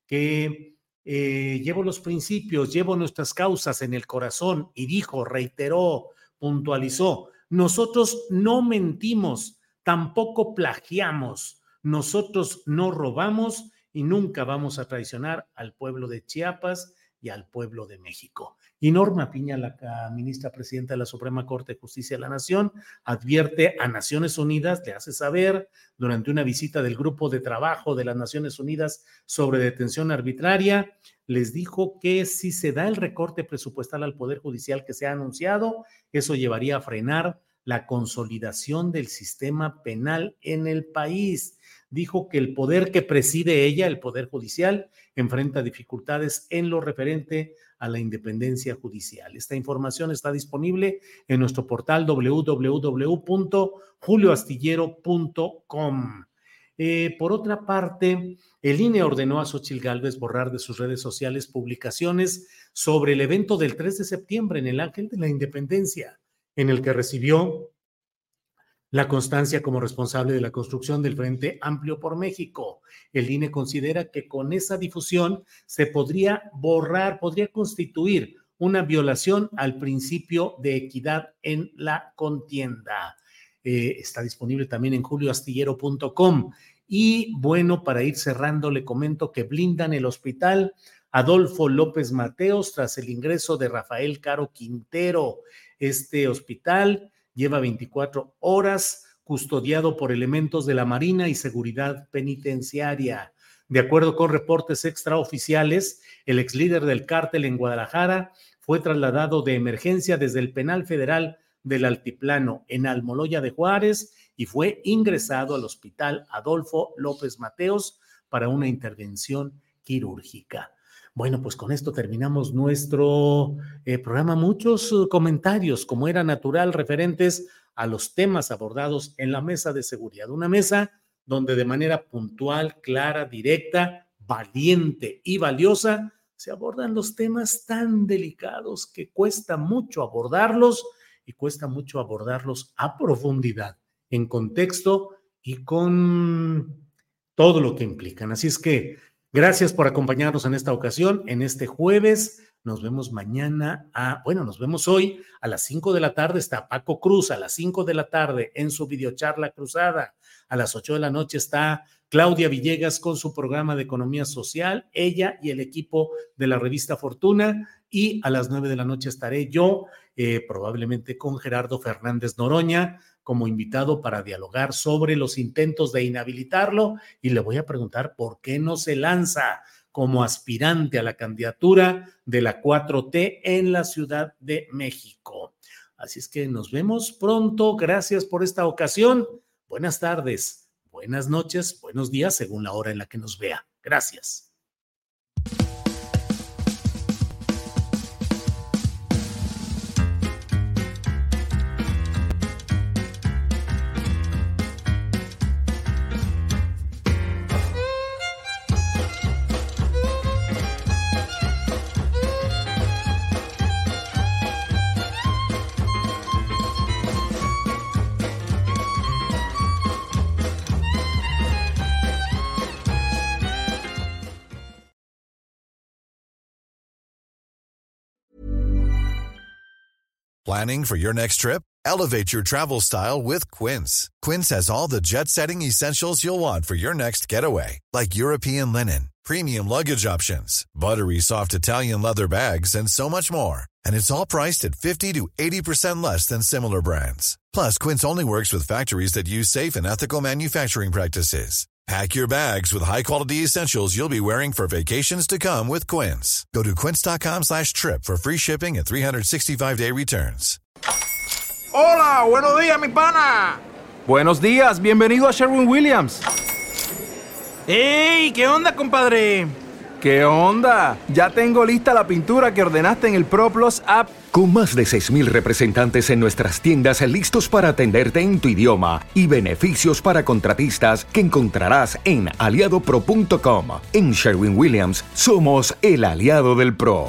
que eh, llevo los principios, llevo nuestras causas en el corazón, y dijo, reiteró, puntualizó, nosotros no mentimos, tampoco plagiamos, nosotros no robamos y nunca vamos a traicionar al pueblo de Chiapas y al pueblo de México. Y Norma Piña, la ministra presidenta de la Suprema Corte de Justicia de la Nación, advierte a Naciones Unidas, le hace saber durante una visita del Grupo de Trabajo de las Naciones Unidas sobre detención arbitraria, les dijo que si se da el recorte presupuestal al Poder Judicial que se ha anunciado, eso llevaría a frenar la consolidación del sistema penal en el país. Dijo que el poder que preside ella, el Poder Judicial, enfrenta dificultades en lo referente a la independencia judicial. Esta información está disponible en nuestro portal doble u doble u doble u punto julio astillero punto com. Eh, por otra parte, el I N E ordenó a Xóchitl Gálvez borrar de sus redes sociales publicaciones sobre el evento del tres de septiembre en el Ángel de la Independencia, en el que recibió la constancia como responsable de la construcción del Frente Amplio por México. El I N E considera que con esa difusión se podría borrar, podría constituir una violación al principio de equidad en la contienda. Eh, está disponible también en julio astillero punto com. Y bueno, para ir cerrando, le comento que blindan el hospital Adolfo López Mateos tras el ingreso de Rafael Caro Quintero. Este hospital lleva veinticuatro horas custodiado por elementos de la Marina y Seguridad Penitenciaria. De acuerdo con reportes extraoficiales, el ex líder del cártel en Guadalajara fue trasladado de emergencia desde el Penal Federal del Altiplano en Almoloya de Juárez y fue ingresado al Hospital Adolfo López Mateos para una intervención quirúrgica. Bueno, pues con esto terminamos nuestro eh, programa. Muchos uh, comentarios, como era natural, referentes a los temas abordados en la mesa de seguridad. Una mesa donde de manera puntual, clara, directa, valiente y valiosa se abordan los temas tan delicados que cuesta mucho abordarlos y cuesta mucho abordarlos a profundidad, en contexto y con todo lo que implican. Así es que gracias por acompañarnos en esta ocasión, en este jueves. Nos vemos mañana, a, bueno, nos vemos hoy a las cinco de la tarde. Está Paco Cruz a las cinco de la tarde en su videocharla cruzada. A las ocho de la noche está Claudia Villegas con su programa de economía social, ella y el equipo de la revista Fortuna. Y a las nueve de la noche estaré yo, eh, probablemente con Gerardo Fernández Noroña, como invitado para dialogar sobre los intentos de inhabilitarlo, y le voy a preguntar por qué no se lanza como aspirante a la candidatura de la cuatro T en la Ciudad de México. Así es que nos vemos pronto. Gracias por esta ocasión. Buenas tardes, buenas noches, buenos días, según la hora en la que nos vea. Gracias. Planning for your next trip? Elevate your travel style with Quince. Quince has all the jet-setting essentials you'll want for your next getaway, like European linen, premium luggage options, buttery soft Italian leather bags, and so much more. And it's all priced at fifty to eighty percent less than similar brands. Plus, Quince only works with factories that use safe and ethical manufacturing practices. Pack your bags with high-quality essentials you'll be wearing for vacations to come with Quince. Go to quince.com slash trip for free shipping and three sixty-five day returns. Hola, buenos días, mi pana. Buenos días, bienvenido a Sherwin-Williams. ¡Ey! ¿Qué onda, compadre? ¿Qué onda? Ya tengo lista la pintura que ordenaste en el ProPlus app. Con más de seis mil representantes en nuestras tiendas listos para atenderte en tu idioma y beneficios para contratistas que encontrarás en aliado pro punto com. En Sherwin-Williams somos el aliado del pro.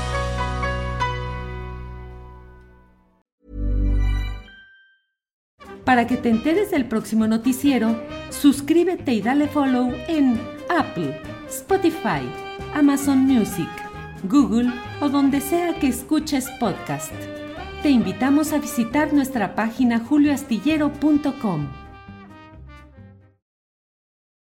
Para que te enteres del próximo noticiero, suscríbete y dale follow en Apple, Spotify, Amazon Music, Google o donde sea que escuches podcast. Te invitamos a visitar nuestra página julio astillero punto com.